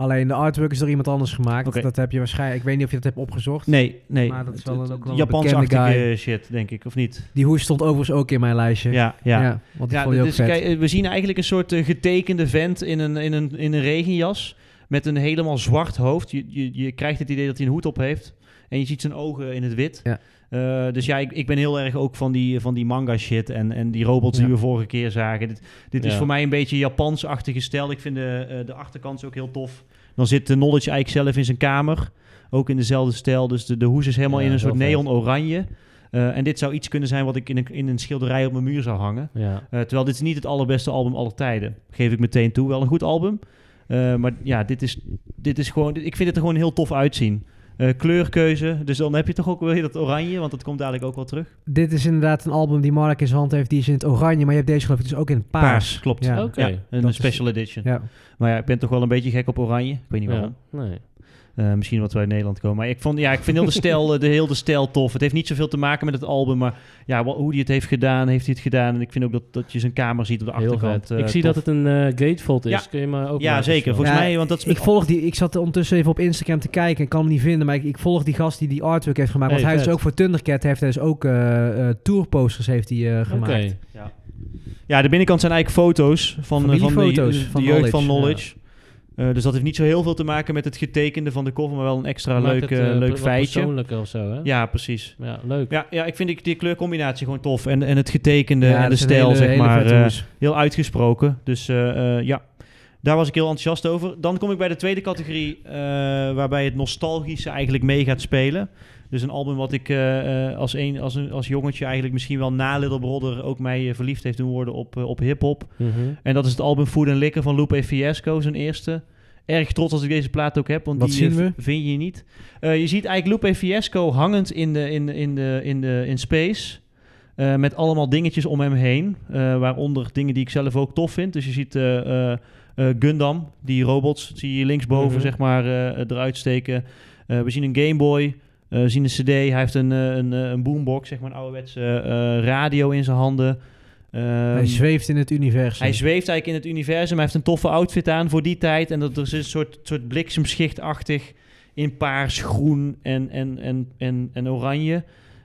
Alleen de artwork is door iemand anders gemaakt. Oké. Dat heb je waarschijnlijk... Ik weet niet of je dat hebt opgezocht. Nee, nee. Maar dat is wel een- ook wel een Japans-achtige bekende guy. shit, denk ik, of niet? Die hoes stond overigens ook in mijn lijstje. Ja, ja. ja want ik Ja, vond die ook dus vet. kijk, we zien eigenlijk een soort uh, getekende vent in een, in, een, in een regenjas met een helemaal zwart hoofd. Je, je, je krijgt het idee dat hij een hoed op heeft en je ziet zijn ogen in het wit. Ja. Uh, dus ja, ik, ik ben heel erg ook van die, van die manga shit en, en die robots Ja. die we vorige keer zagen. Dit, dit is Ja. voor mij een beetje Japans-achtige stijl. Ik vind de, uh, de achterkant ook heel tof. Dan zit de Knowledge eigenlijk zelf in zijn kamer, ook in dezelfde stijl. Dus de, de hoes is helemaal Ja, in een heel soort vet. neon-oranje. Uh, en dit zou iets kunnen zijn wat ik in een, in een schilderij op mijn muur zou hangen. Ja. Uh, terwijl dit is niet het allerbeste album aller tijden. Geef ik meteen toe. Wel een goed album. Uh, maar ja, dit is, dit is gewoon... Ik vind het er gewoon heel tof uitzien. Uh, kleurkeuze. Dus dan heb je toch ook weer dat oranje. Want dat komt dadelijk ook wel terug. Dit is inderdaad een album die Mark in zijn hand heeft. Die is in het oranje. Maar je hebt deze geloof ik dus ook in het paars. klopt. Ja. Oké. Ja, dat een is- special edition. Ja. Maar ja, ik ben toch wel een beetje gek op oranje. Ik weet niet waarom. Ja. Nee. Uh, misschien wat wij uit Nederland komen. Maar ik, vond, ja, ik vind heel de, stijl, uh, de hele stijl tof. Het heeft niet zoveel te maken met het album. Maar ja, wa- hoe hij het heeft gedaan, heeft hij het gedaan. En ik vind ook dat, dat je zijn kamer ziet op de Heel achterkant. vet. uh, ik zie tof. dat het een uh, gatefold is. Ja. Kun je me ook Ja, zeker. Volgens Ja, mij, want dat is Ik volg die, ik zat ondertussen even op Instagram te kijken. Ik kan hem niet vinden, maar ik, ik volg die gast die die artwork heeft gemaakt. Hey, want hij is vet. ook voor Thundercat, heeft hij dus ook uh, uh, tourposters heeft hij, uh, gemaakt. Oké. Ja, de binnenkant zijn eigenlijk foto's van, eh, van de, Familiefoto's de, de van jeugd van Knowledge, Knowledge. Uh, dus dat heeft niet zo heel veel te maken met het getekende van de cover, maar wel een extra Maakt leuk, het, uh, uh, leuk wat feitje. persoonlijker of zo, hè? Ja, precies. Ja, leuk. Ja, ja, ik vind die, die kleurcombinatie gewoon tof. En, en het getekende Ja, en dat de is een stijl, hele- zeg hele maar, vette uh, hoes. heel uitgesproken. Dus uh, uh, ja, daar was ik heel enthousiast over. Dan kom ik bij de tweede categorie, uh, waarbij het nostalgische eigenlijk mee gaat spelen. Dus een album wat ik uh, uh, als, een, als, een, als jongetje eigenlijk misschien wel na Little Brother ook mij uh, verliefd heeft doen worden op, uh, op hip-hop. Mhm. En dat is het album Food and Liquor van Lupe Fiasco, zijn eerste. Erg trots als ik deze plaat ook heb, want Wat die zien uh, we? v- vind je niet. Uh, je ziet eigenlijk Lupe Fiasco hangend in, de, in, de, in, de, in, de, in space. Uh, met allemaal dingetjes om hem heen. Uh, waaronder dingen die ik zelf ook tof vind. Dus je ziet uh, uh, uh, Gundam, die robots, zie je linksboven Mhm. zeg maar uh, eruit steken. Uh, we zien een Game Boy. Uh, we zien een cd. Hij heeft een, uh, een, uh, een boombox, zeg maar een ouderwetse uh, radio in zijn handen. Um, Hij zweeft in het universum. hij zweeft eigenlijk in het universum. Hij heeft een toffe outfit aan voor die tijd. En dat er is een soort, soort bliksemschichtachtig in paars, groen en, en, en, en, en oranje.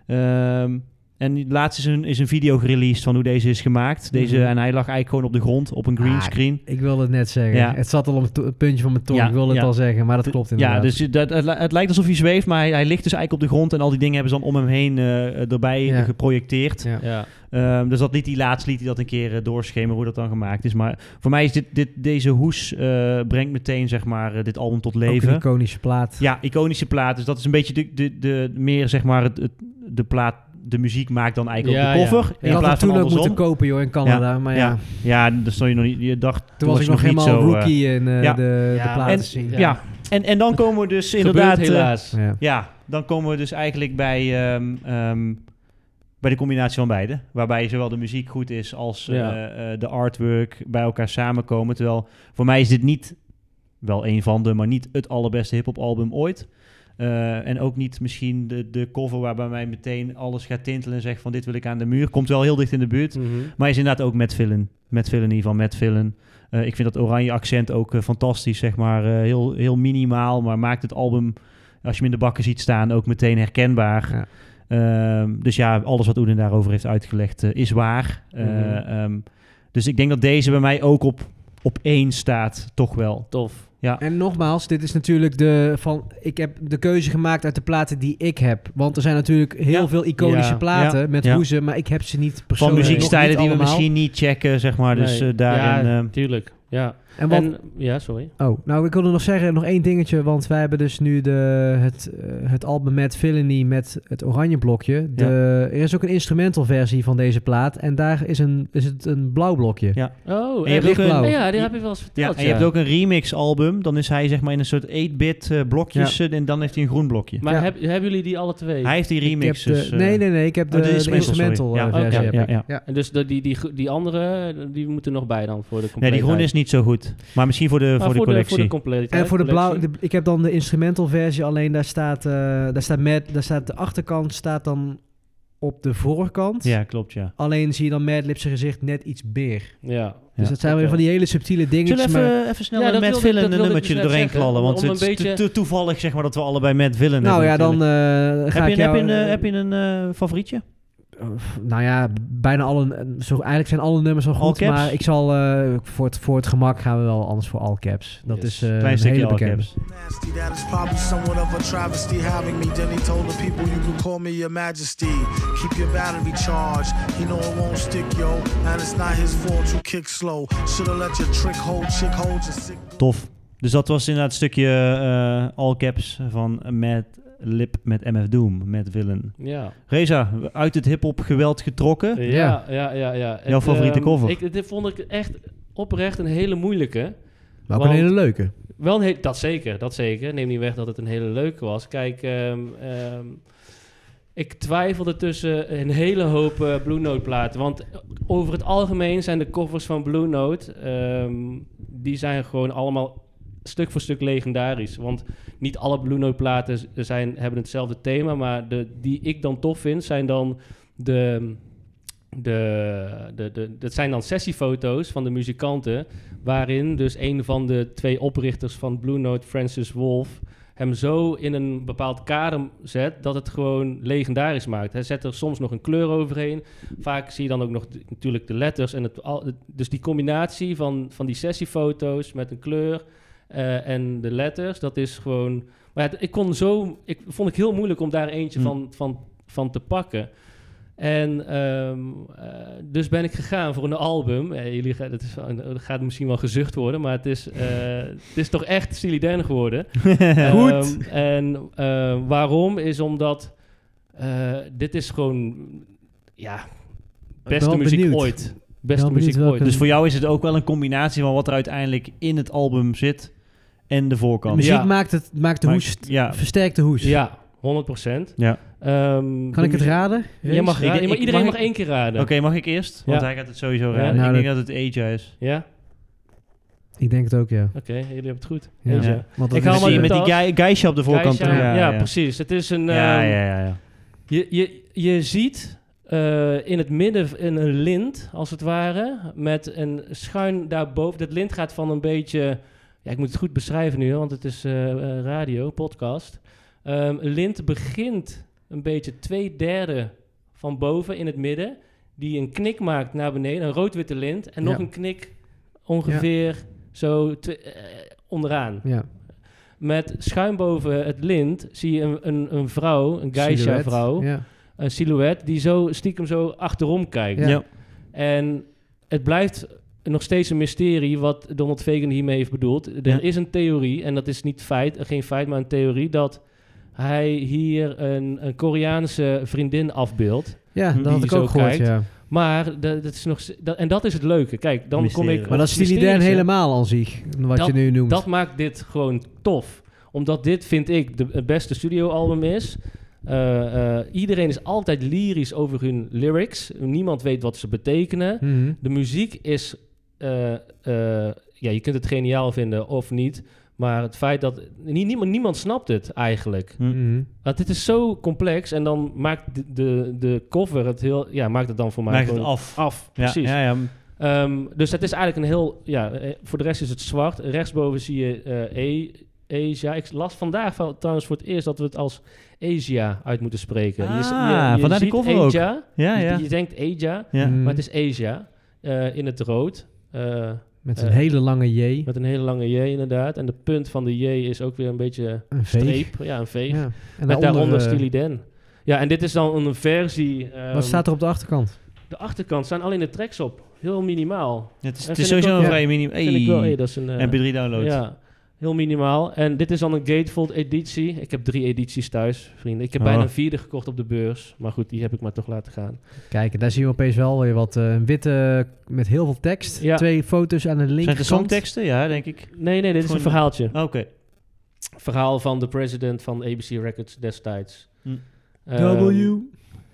Um, en laatst is een, is een video gereleased van hoe deze is gemaakt. Deze, Mhm. En hij lag eigenlijk gewoon op de grond op een green Ah, screen. Ik wilde het net zeggen. Ja. Het zat al op het, to- het puntje van mijn tong. Ja, ik wilde het ja. al zeggen, maar dat klopt inderdaad. Ja, dus dat, het, li- het lijkt alsof hij zweeft, maar hij, hij ligt dus eigenlijk op de grond. En al die dingen hebben ze dan om hem heen uh, erbij Ja. geprojecteerd. Ja. Ja. Um, dus dat liet hij laatst liet hij dat een keer uh, doorschemeren hoe dat dan gemaakt is. Maar voor mij is dit, dit, deze hoes uh, brengt meteen zeg maar uh, dit album tot Ook een leven. iconische plaat. Ja, iconische plaat. Dus dat is een beetje de, de, de meer zeg maar het, het, de plaat, de muziek maakt dan eigenlijk Ja, op de ja. cover. Ik In had plaats het van toen ook andersom. moeten kopen joh in Canada, maar ja. Ja, daar stond je nog niet. Je dacht, Toen was ik je nog niet helemaal zo, uh, rookie in uh, ja. de, Ja, de platen en- zien. Ja. Ja. En, en dan komen we dus Gebeurt inderdaad. uh, helaas. Ja. Ja, dan komen we dus eigenlijk bij, um, um, bij de combinatie van beide. Waarbij zowel de muziek goed is als uh, Ja. uh, de artwork bij elkaar samenkomen. Terwijl voor mij is dit niet, wel een van de, maar niet het allerbeste hip-hop album ooit. Uh, en ook niet misschien de, de cover waarbij mij meteen alles gaat tintelen en zegt van dit wil ik aan de muur. Komt wel heel dicht in de buurt. Mhm. Maar is inderdaad ook Matt Villain. Matt Villainy van Matt Villain. Uh, ik vind dat oranje accent ook uh, fantastisch, zeg maar. Uh, heel, heel minimaal, maar maakt het album, als je hem in de bakken ziet staan, ook meteen herkenbaar. Ja. Um, dus ja, alles wat Oeden daarover heeft uitgelegd uh, is waar. Uh, Mhm. um, dus ik denk dat deze bij mij ook op, op één staat, toch wel. Tof. Ja. En nogmaals, dit is natuurlijk de van. Ik heb de keuze gemaakt uit de platen die ik heb. Want er zijn natuurlijk heel Ja. veel iconische Ja. platen Ja. met Ja. hoezen, maar ik heb ze niet Van persoonlijk. muziekstijlen nog die niet we allemaal. misschien niet checken, zeg maar. Dus Nee. uh, daarin... Ja, uh, tuurlijk. Ja. En wat, En, ja, sorry. oh, nou, ik wilde nog zeggen, nog één dingetje. Want wij hebben dus nu de, het, uh, het album met Villainy met het oranje blokje. De, Er is ook een instrumental versie van deze plaat. En daar is, een, is het een blauw blokje. Ja. Oh, En je hebt en- ook een- oh ja, die heb je wel eens ja, verteld. en je hebt ook een remix album. Dan is hij zeg maar in een soort acht-bit uh, blokjes. uh, en dan heeft hij een groen blokje. Maar Ja. heb, hebben jullie die alle twee? Hij heeft die Ik heb remixes. de, uh, nee, nee, nee. Ik heb de, oh, de de instrumental, instrumental, sorry. uh, Ja, versie. oké, heb ja, ik. ja. En dus de, die, die, die andere, die moeten nog bij dan voor de Nee, compleetheid. die groen is niet zo goed. Maar misschien voor de, Maar voor de voor, de, collectie. voor de compleetheid. En voor de blauw, collectie. de- ik heb dan de instrumental versie, alleen daar staat, eh, daar staat met, daar staat de achterkant staat dan op de voorkant. Ja, klopt, ja. Alleen zie je dan Madlib zijn gezicht net iets beer. Ja. Dus Ja. dat zijn weer Oké. van die hele subtiele dingetjes. Zullen we maar- even, even snel Ja, met dat Matt wilde ik- Villen dat een wilde ik nummertje dus net doorheen zeggen. knallen? Want Om een het is beetje- te, te toevallig zeg maar dat we allebei Matt Villen Nou hebben. ja, dan natuurlijk. eh, ga Heb ik je, heb jou... je een, eh, eh, heb je een eh, favorietje? Uh, nou ja, bijna alle... Zo, eigenlijk zijn alle nummers wel All goed, caps? maar ik zal... eh, voor, het, voor het gemak gaan we wel anders voor all caps. Dat Yes. is eh, Klein een stukje hele all bekende. caps. Nasty, that is probably somewhat of a travesty having me. Then he told the people you can call me your majesty. Keep your battery charged. He know it won't stick, yo. And it's not his fault you kick slow. Shoulda let your trick hold, chick hold your sick. Tof. Dus dat was inderdaad een stukje eh, all caps van Matt Lip met M F Doom, met Villen. Ja. Reza, uit het hip-hop geweld getrokken. Ja, ja, ja. ja. Jouw Het, favoriete ehm, cover? Ik, dit vond ik echt oprecht een hele moeilijke. Maar ook Want- een hele leuke. Wel een he- dat zeker, dat zeker. Neem niet weg dat het een hele leuke was. Kijk, ehm, ehm, ik twijfelde tussen een hele hoop eh, Blue Note platen. Want over het algemeen zijn de covers van Blue Note... ehm, die zijn gewoon allemaal stuk voor stuk legendarisch. Want niet alle Blue Note platen z- zijn, hebben hetzelfde thema... maar de, die ik dan tof vind, zijn dan de... De, de, de, dat zijn dan sessiefoto's van de muzikanten... waarin dus een van de twee oprichters van Blue Note, Francis Wolff... hem zo in een bepaald kader zet dat het gewoon legendarisch maakt. Hij zet er soms nog een kleur overheen. Vaak zie je dan ook nog de- natuurlijk de letters. En het, al, dus die combinatie van, van die sessiefoto's met een kleur eh, en de letters... dat is gewoon... Maar ja, ik kon zo... Ik vond ik heel moeilijk om daar eentje Hm. van, van, van te pakken... En ehm, uh, dus ben ik gegaan voor een album. Uh, jullie gaan, het is, dat gaat misschien wel gezucht worden, maar het is, uh, het is toch echt Steely Dan geworden. Goed. Um, en uh, waarom is omdat uh, dit is gewoon, ja, beste wel muziek benieuwd. ooit. Beste Wel muziek benieuwd ooit. welke- Dus voor jou is het ook wel een combinatie van wat er uiteindelijk in het album zit en de De voorkant. muziek Ja. maakt, het, maakt de Maar- hoes... ja. Versterkt de hoes. Ja, honderd procent. Ja. Um, Kan ik het raden? Je mag Ik- raden. ik- maar iedereen mag mag, ik- één keer raden. Oké, mag ik eerst? Want Ja. hij gaat het sowieso Ja. raden. Nou, ik denk dat- dat het Aja is. Ja? Ik denk het ook, ja. Oké, jullie hebben het goed. Ja. Asia. Ja. Want dat Ik haal is- maar Zie je de met die tas. guy, geisha op de voorkant. Geisha, ja, ja, ja. precies. Het is een... Ja, ehm, ja, ja, ja. Je, je, je ziet eh, in het midden in een lint, als het ware, met een schuin daarboven. Dat lint gaat van een beetje... Ja, ik moet het goed beschrijven nu, want het is eh, eh, radio, podcast. Ehm, een lint begint een beetje twee derde van boven in het midden, die een knik maakt naar beneden, een rood-witte lint, en nog Ja. een knik ongeveer zo twe- eh, onderaan. Ja. Met schuin boven het lint zie je een, een, een vrouw, een Silhouet. geisha-vrouw, Ja. een silhouet die zo stiekem zo achterom kijkt. Ja. Ja. En het blijft nog steeds een mysterie wat Donald Fagan hiermee heeft bedoeld. Er Ja. is een theorie, en dat is niet feit, geen feit, maar een theorie, dat hij hier een, een Koreaanse vriendin afbeeldt. Ja, Die dat had ik zo ook gehoord, kijkt. ja. Maar dat, dat is nog, s- dat, en dat is het leuke. Kijk, dan Mysterie. kom ik... Maar dat is op Steely Dan mysterische. helemaal aan zich, wat Dat- je nu noemt. Dat maakt dit gewoon tof. Omdat dit, vind ik, de, het beste studioalbum is. Uh, uh, iedereen is altijd lyrisch over hun lyrics. Niemand weet wat ze betekenen. Mhm. De muziek is... uh, uh, ja, je kunt het geniaal vinden of niet. Maar het feit dat... nie- niemand, niemand snapt het eigenlijk. Hm. Mhm. Want dit is zo complex. En dan maakt de, de, de cover het heel... Ja, maakt het dan voor mij Maakt het gewoon af. af. Ja, Precies. ja, ja. Ehm, dus het is eigenlijk een heel... Ja, eh, voor de rest is het zwart. Rechtsboven zie je eh E, Asia. Ik las vandaag van, trouwens voor het eerst dat we het als Asia uit moeten spreken. Ah, je, je, je vandaar de ziet cover ook. Asia. Ja, Je- ja. Je, denkt Asia, Ja. Mhm. maar het is Asia. eh, in het rood. Eh, Met een eh, hele lange J. met een hele lange J inderdaad. En de punt van de J is ook weer een beetje Een veeg. streep. Ja, een veeg. Ja. En Met daaronder eh, Steely Dan. Ja, en dit is dan een versie... ehm, Wat staat er op de achterkant? De achterkant staan alleen de tracks op. Heel minimaal. Het is, En het is vind ik sowieso ook- een ja, vrij minim... Vind ik wel, hey, Hey. dat is een... eh, M P drie download. Ja, heel minimaal. En dit is dan een gatefold editie. Ik heb drie edities thuis, vrienden. Ik heb Oh. bijna een vierde gekocht op de beurs. Maar goed, die heb ik maar toch laten gaan. Kijk, daar zien we opeens wel weer wat eh, een witte met heel veel tekst. Ja. Twee foto's aan de Zijn linkerkant. het de songteksten? Ja, denk ik. Nee, nee, dit is Gewoon- een verhaaltje. Oké. Verhaal van de president van A B C Records destijds. Hm. Ehm, W.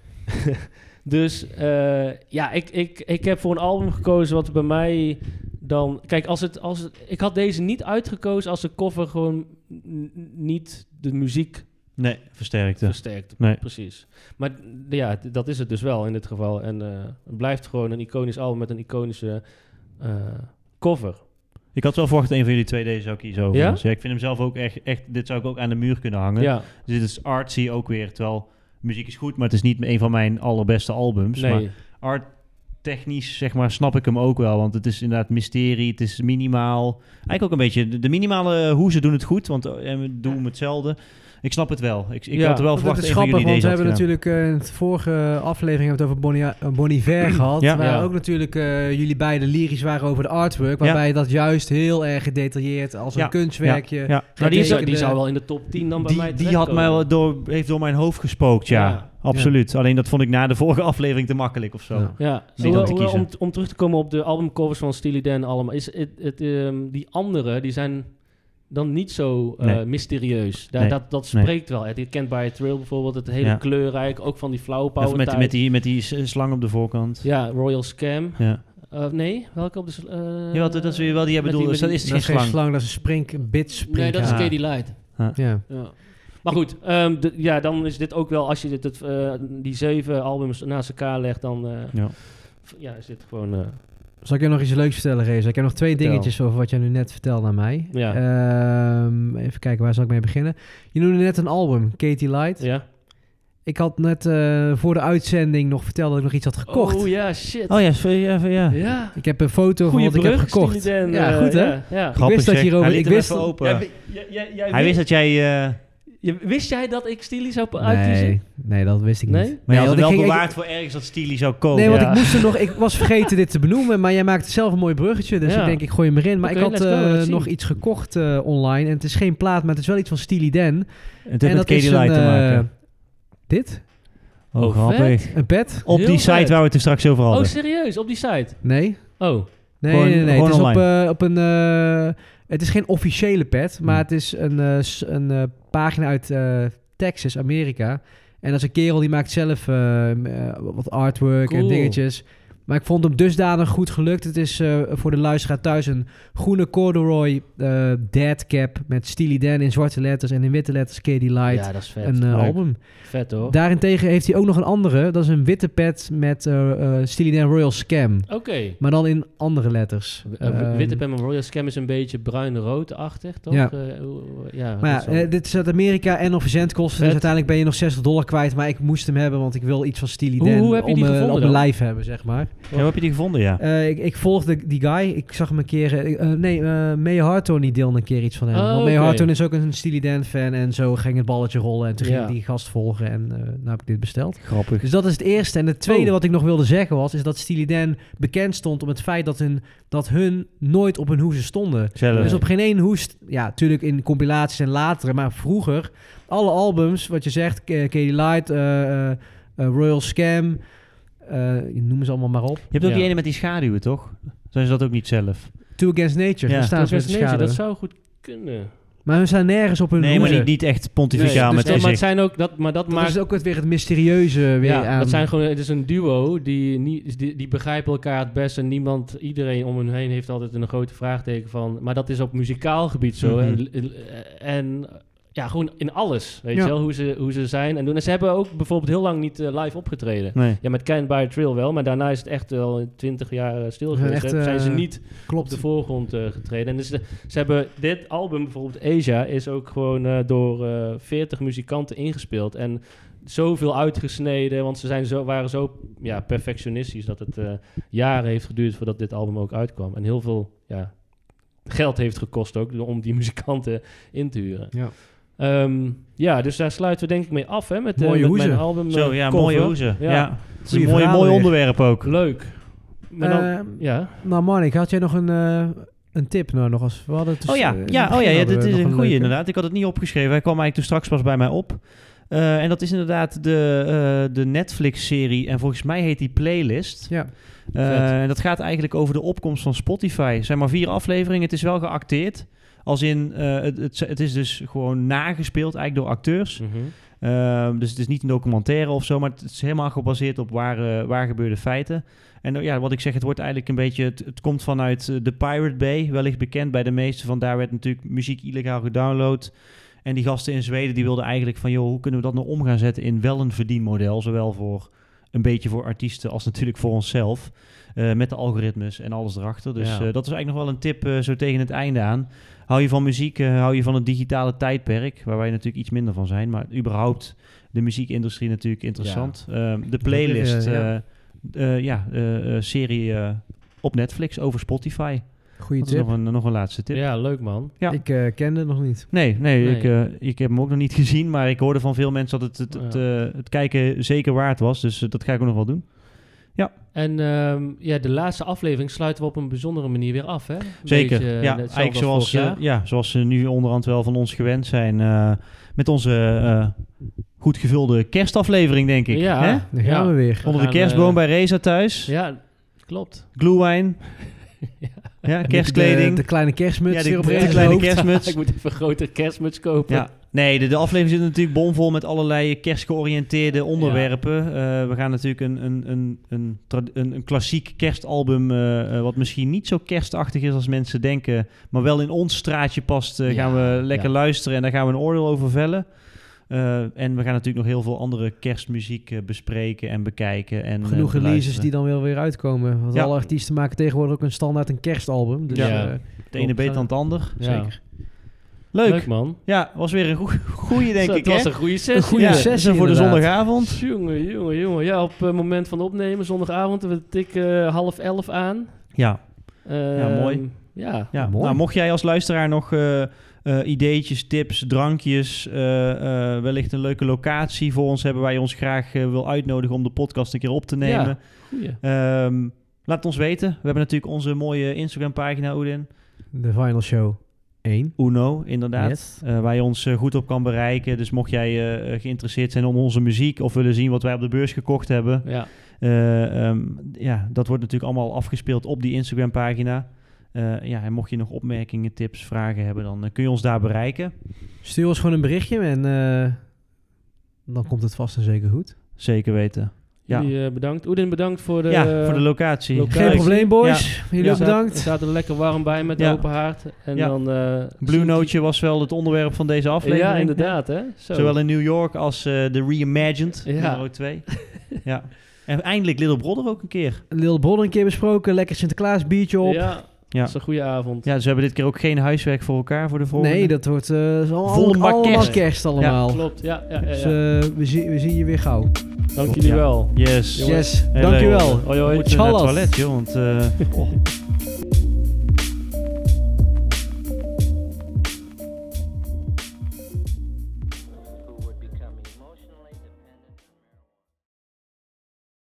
Dus eh, ja, ik, ik, ik heb voor een album gekozen wat bij mij dan... Kijk, als het, als het, ik had deze niet uitgekozen als de cover gewoon n- niet de muziek Nee, versterkte. versterkt. Nee. Precies. Maar d- ja, d- dat is het dus wel in dit geval. En eh, het blijft gewoon een iconisch album met een iconische eh, cover. Ik had wel verwacht dat een van jullie twee deze zou kiezen over. Ja? Ja, ik vind hem zelf ook echt, echt... Dit zou ik ook aan de muur kunnen hangen. Ja, Dus dit is artsy ook weer. Terwijl muziek is goed, maar het is niet een van mijn allerbeste albums. Maar nee. art technisch, zeg maar, snap ik hem ook wel. Want het is inderdaad mysterie, het is minimaal. Eigenlijk ook een beetje... De, de minimale hoezen doen het goed, want uh, we doen hetzelfde. Ik snap het wel. Ik, ik Ja, had er wel Dat verwacht is dat een van grappig, jullie want we deze hebben had gedaan. natuurlijk uh, in de vorige aflevering hebben we het over Bonnie, uh, Bon Iver gehad. Ja. Waar Ja. ook natuurlijk uh, jullie beiden lyrisch waren over de artwork. Waarbij dat juist heel erg gedetailleerd als een Ja. kunstwerkje. Ja. Nou, Die, die, is, zou, die getekende- zou wel in de top tien dan bij mij die, die had mij wel door, heeft door mijn hoofd gespookt, ja. Ja. Absoluut. Alleen dat vond ik na de vorige aflevering te makkelijk of zo. Ja. Ja, Niet Hoewel- om te hoewel, kiezen. om, om terug te komen op de albumcovers van Steely Dan allemaal, is het, het, ehm, die andere, die zijn dan niet zo eh, Nee. mysterieus. Daar, Nee. Dat, dat Nee. spreekt wel. Je kent bij Thrill bijvoorbeeld het hele Ja. kleurrijk, ook van die flower power Even met, tijd. met, die, met die s- slang op de voorkant. Ja, Royal Scam. Ja. Uh, nee, welke op de... s- eh, Ja, wat, dat is weer wel die jij met bedoelt. die- Dus dat met is Dat is geen geen slang. slang, dat is een sprink, een bit spring. Nee, dat is Ja. Katy Light. Ja. Ja. Maar goed, ehm, de- ja, dan is dit ook wel, als je dit, het, eh, die zeven albums naast elkaar legt, dan eh, Ja. f- ja, is dit gewoon... eh, Zal ik je nog iets leuks vertellen, Reza? Ik heb nog twee Vertel. dingetjes over wat jij nu net vertelde aan mij. Ja. Ehm, even kijken, waar zal ik mee beginnen? Je noemde net een album, Katy Light. ja. Ik had net eh, voor de uitzending nog verteld dat ik nog iets had gekocht. Oh ja, shit. Oh ja, ja, ja. ja. Ja. Ik heb een foto van Goeie wat ik heb brug, gekocht. Steely Dan, ja, eh, goed hè? Ja, ja. Grappig wist dat zeg. hierover- Hij liet ik hem wist even dat- open. Ja, wi- jij- jij- jij Hij wist dat jij... eh, je- wist jij dat ik Steely zou p- uitkiezen? Nee, nee, dat wist ik Nee? niet. maar je Nee, had want het wel ik ging- ik- bewaard voor ergens dat Steely zou komen. Nee, want Ja. ik moest er nog. Ik was vergeten dit te benoemen, maar jij maakte zelf een mooi bruggetje, dus Ja. ik denk ik gooi hem erin. Maar Oké, ik had let's go, eh, let's nog zien. iets gekocht eh, online en het is geen plaat, maar het is wel iets van Steely Dan. Het heeft en met Katy is Light een, te eh, maken. dit? Oh, Oh, grappig. vet. Een pet? Op Heel die site vet. waar we het er straks over hadden. Oh, serieus? Op die site? Nee. Oh. Nee, Gewoon- nee, nee. gewoon Het is op, online. eh, op een. eh, het is geen officiële pet, maar Hmm. het is een, eh, s- een eh, pagina uit eh, Texas, Amerika. En dat is een kerel die maakt zelf eh, m- eh, wat artwork en Cool. dingetjes. Maar ik vond hem dusdanig goed gelukt. Het is eh, voor de luisteraar thuis een groene corduroy eh dead cap met Steely Dan in zwarte letters en in witte letters Katy Light. Ja, dat is vet. een eh, Leuk. album. Vet hoor. Daarentegen heeft hij ook nog een andere. Dat is een witte pet met eh eh, Steely Dan Royal Scam. Oké. Maar dan in andere letters. Uh, Ehm, Witte pen met Royal Scam is een beetje bruin-rood-achtig, toch? Ja. Eh, hoe- ja, Maar dat ja, is wel- eh, dit is uit Amerika en nog verzendkosten. Vet. Dus uiteindelijk ben je nog zestig dollar kwijt. Maar ik moest hem hebben, want ik wil iets van Steely Hoe- Dan hoe heb je om, die eh, gevonden op mijn dan? lijf hebben, zeg maar. Ja, hoe heb je die gevonden, ja? Eh, ik, ik volgde die guy. Ik zag hem een keer... eh, eh, nee, uh, May Harton die deelde een keer iets van hem. Oh, Want May oké. Harton is ook een Steely Dan fan. En zo ging het balletje rollen. En toen ging Ja. ik die gast volgen. En uh, nou heb ik dit besteld. Grappig. Dus dat is het eerste. En het tweede Oh. wat ik nog wilde zeggen was... is dat Steely Dan bekend stond om het feit dat hun, dat hun nooit op hun hoezen stonden. Zelf. Dus op geen één hoest, ja, natuurlijk in compilaties en latere, maar vroeger, alle albums, wat je zegt, K- Katy Light, eh, eh, eh, Royal Scam, eh, noem ze allemaal maar op. Je hebt ook Ja. die ene met die schaduwen, toch? Zijn ze dat ook niet zelf? Two Against Nature, Ja. daar staan ze met de Nature, schaduw. dat zou goed kunnen. Maar hun staan nergens op hun Nee, maar hoezen. niet, niet echt pontificaal Dus met dat, maar het gezicht. zijn ook dat, maar dat Dat maakt is ook het weer het mysterieuze weer ja, aan. dat zijn gewoon, het is een duo die, niet, die, die begrijpen elkaar het best en niemand, iedereen om hen heen heeft altijd een grote vraagteken van, maar dat is op muzikaal gebied zo. Mhm. En, en ja, gewoon in alles, weet Ja. je wel, hoe ze, hoe ze zijn en doen. En ze hebben ook bijvoorbeeld heel lang niet eh, live opgetreden. Nee. Ja, met Can't Buy a Thrill wel, maar daarna is het echt wel twintig jaar eh, stil Ze zijn geweest. echt, hè. zijn ze eh, niet Klopt. op de voorgrond eh, getreden. En dus de- ze hebben dit album, bijvoorbeeld Asia, is ook gewoon eh, door eh veertig muzikanten ingespeeld. En zoveel uitgesneden, want ze zijn zo, waren zo ja, perfectionistisch dat het eh, jaren heeft geduurd voordat dit album ook uitkwam. En heel veel ja, geld heeft gekost ook om die muzikanten in te huren. Ja. Ehm, ja, dus daar sluiten we denk ik mee af hè, met, eh, Mooie met hoezen. mijn album. eh, Zo, ja, cover. mooie hoezen. Ja. Ja. Het is Goeie een mooi, verhalen mooi weer. onderwerp ook. Leuk. Maar dan, Ehm, ja. Nou Marnik, had jij nog een, eh, een tip nou nog als we hadden het dus, Oh ja, eh, in het ja, oh begin ja, ja hadden dit we is nog een goeie leuke. inderdaad. Ik had het niet opgeschreven. Hij kwam eigenlijk toen straks pas bij mij op. Uh, en dat is inderdaad de, uh, de Netflix-serie. En volgens mij heet die Playlist. Ja. Uh, en dat gaat eigenlijk over de opkomst van Spotify. Er zijn maar vier afleveringen. Het is wel geacteerd. Als in, uh, het, het, het is dus gewoon nagespeeld eigenlijk door acteurs. Mhm. Uh, dus het is niet een documentaire of zo, maar het is helemaal gebaseerd op waar, uh, waar gebeurde feiten. En uh, ja, wat ik zeg, het wordt eigenlijk een beetje, het, het komt vanuit uh, de Pirate Bay, wellicht bekend bij de meesten. Van daar werd natuurlijk muziek illegaal gedownload. En die gasten in Zweden die wilden eigenlijk van... joh, hoe kunnen we dat nou om gaan zetten in wel een verdienmodel? Zowel voor een beetje voor artiesten als natuurlijk voor onszelf. Uh, met de algoritmes en alles erachter. Dus Ja. uh, dat is eigenlijk nog wel een tip uh, zo tegen het einde aan. Hou je van muziek, uh, hou je van het digitale tijdperk... waar wij natuurlijk iets minder van zijn. Maar überhaupt de muziekindustrie natuurlijk interessant. Uh, de playlist, Ja, uh, ja. uh, ja, uh, uh, serie uh, op Netflix over Spotify. Goeie Dat is tip. nog een, nog een laatste tip. Ja, leuk man. Ja. Ik uh, kende het nog niet. Nee, nee, Nee. Ik, uh, ik heb hem ook nog niet gezien, maar ik hoorde van veel mensen dat het het, het, Ja. uh, het kijken zeker waard was. Dus uh, dat ga ik ook nog wel doen. En ehm, ja, de laatste aflevering sluiten we op een bijzondere manier weer af, hè? Een Zeker, beetje, uh, ja. hetzelfde Eigenlijk als zoals, vorig uh, jaar. ja, zoals ze nu onderhand wel van ons gewend zijn. Uh, met onze uh, goed gevulde kerstaflevering, denk ik. Ja, Hè? Dan gaan ja. we weer. Onder de gaan, kerstboom uh, bij Reza thuis. Ja, klopt. Glühwein. Ja, kerstkleding. De, de kleine kerstmuts. Ja, de- hier op de Reza's kleine hoofd. kerstmuts. Ik moet even een grotere kerstmuts kopen. Ja. Nee, de, de aflevering zit natuurlijk bomvol met allerlei kerstgeoriënteerde onderwerpen. Uh, we gaan natuurlijk een, een, een, een, tra- een, een klassiek kerstalbum, uh, uh, wat misschien niet zo kerstachtig is als mensen denken, maar wel in ons straatje past, uh, Ja, gaan we lekker ja. luisteren en daar gaan we een oordeel over vellen. Uh, en we gaan natuurlijk nog heel veel andere kerstmuziek uh, bespreken en bekijken. En, Genoeg uh, releases beluisteren. die dan wel weer uitkomen. Want Ja. alle artiesten maken tegenwoordig ook een standaard een kerstalbum. Dus, Ja. ja. Het ene beter dan het ander. Ja. Zeker. Leuk. Leuk man. Ja, was weer een goe- goeie, denk Zo, ik. Het was hè? een goede sessie. Een goede ja, sessie zo voor de inderdaad. zondagavond. Jongen, jongen, jongen. Ja, op het moment van opnemen, zondagavond, we tikken uh, half elf aan. Ja. Uh, Ja, mooi. Ja, Ja, mooi. nou, mocht jij als luisteraar nog uh, uh, ideetjes, tips, drankjes, uh, uh, wellicht een leuke locatie voor ons hebben waar je ons graag uh, wil uitnodigen om de podcast een keer op te nemen. Ja, goeie. Um, laat het ons weten. We hebben natuurlijk onze mooie Instagram pagina, Oedin. De Final Show één. Uno, inderdaad. Yes. Uh, waar je ons uh, goed op kan bereiken. Dus mocht jij uh, geïnteresseerd zijn om onze muziek of willen zien wat wij op de beurs gekocht hebben. Ja. Uh, um, ja, dat wordt natuurlijk allemaal afgespeeld op die Instagram pagina. Uh, ja, en mocht je nog opmerkingen, tips, vragen hebben, dan uh, kun je ons daar bereiken. Stuur ons gewoon een berichtje en uh, dan komt het vast en zeker goed. Zeker weten. Ja, Jullie uh, bedankt. Oedin, bedankt voor de... ja voor de locatie. locatie. Geen probleem, boys. Ja. Jullie Ja. ook bedankt. We zaten er lekker warm bij met Ja. open haard. En Ja. dan... Uh, Blue Noteje was wel het onderwerp van deze aflevering. Ja, inderdaad, hè. Zo. Zowel in New York als uh, de Reimagined, Ja. nummer twee. Ja. En eindelijk Little Brother ook een keer. Lil Brodder een keer besproken. Lekker Sinterklaas biertje op. Ja, Ja. dat is een goede avond. Ja, dus we hebben dit keer ook geen huiswerk voor elkaar voor de volgende. Nee, dat wordt uh, allemaal, Volle bak allemaal kerst. kerst allemaal. Klopt, ja. ja, ja, Dus ja. uh, we, zien, we zien je weer gauw. Dank jullie Ja. wel. Yes. Jongens. Yes, Heel dankjewel. leuk. Hoi, hoi. Moet je naar het Tjallas. toilet, joh. Want, uh, oh.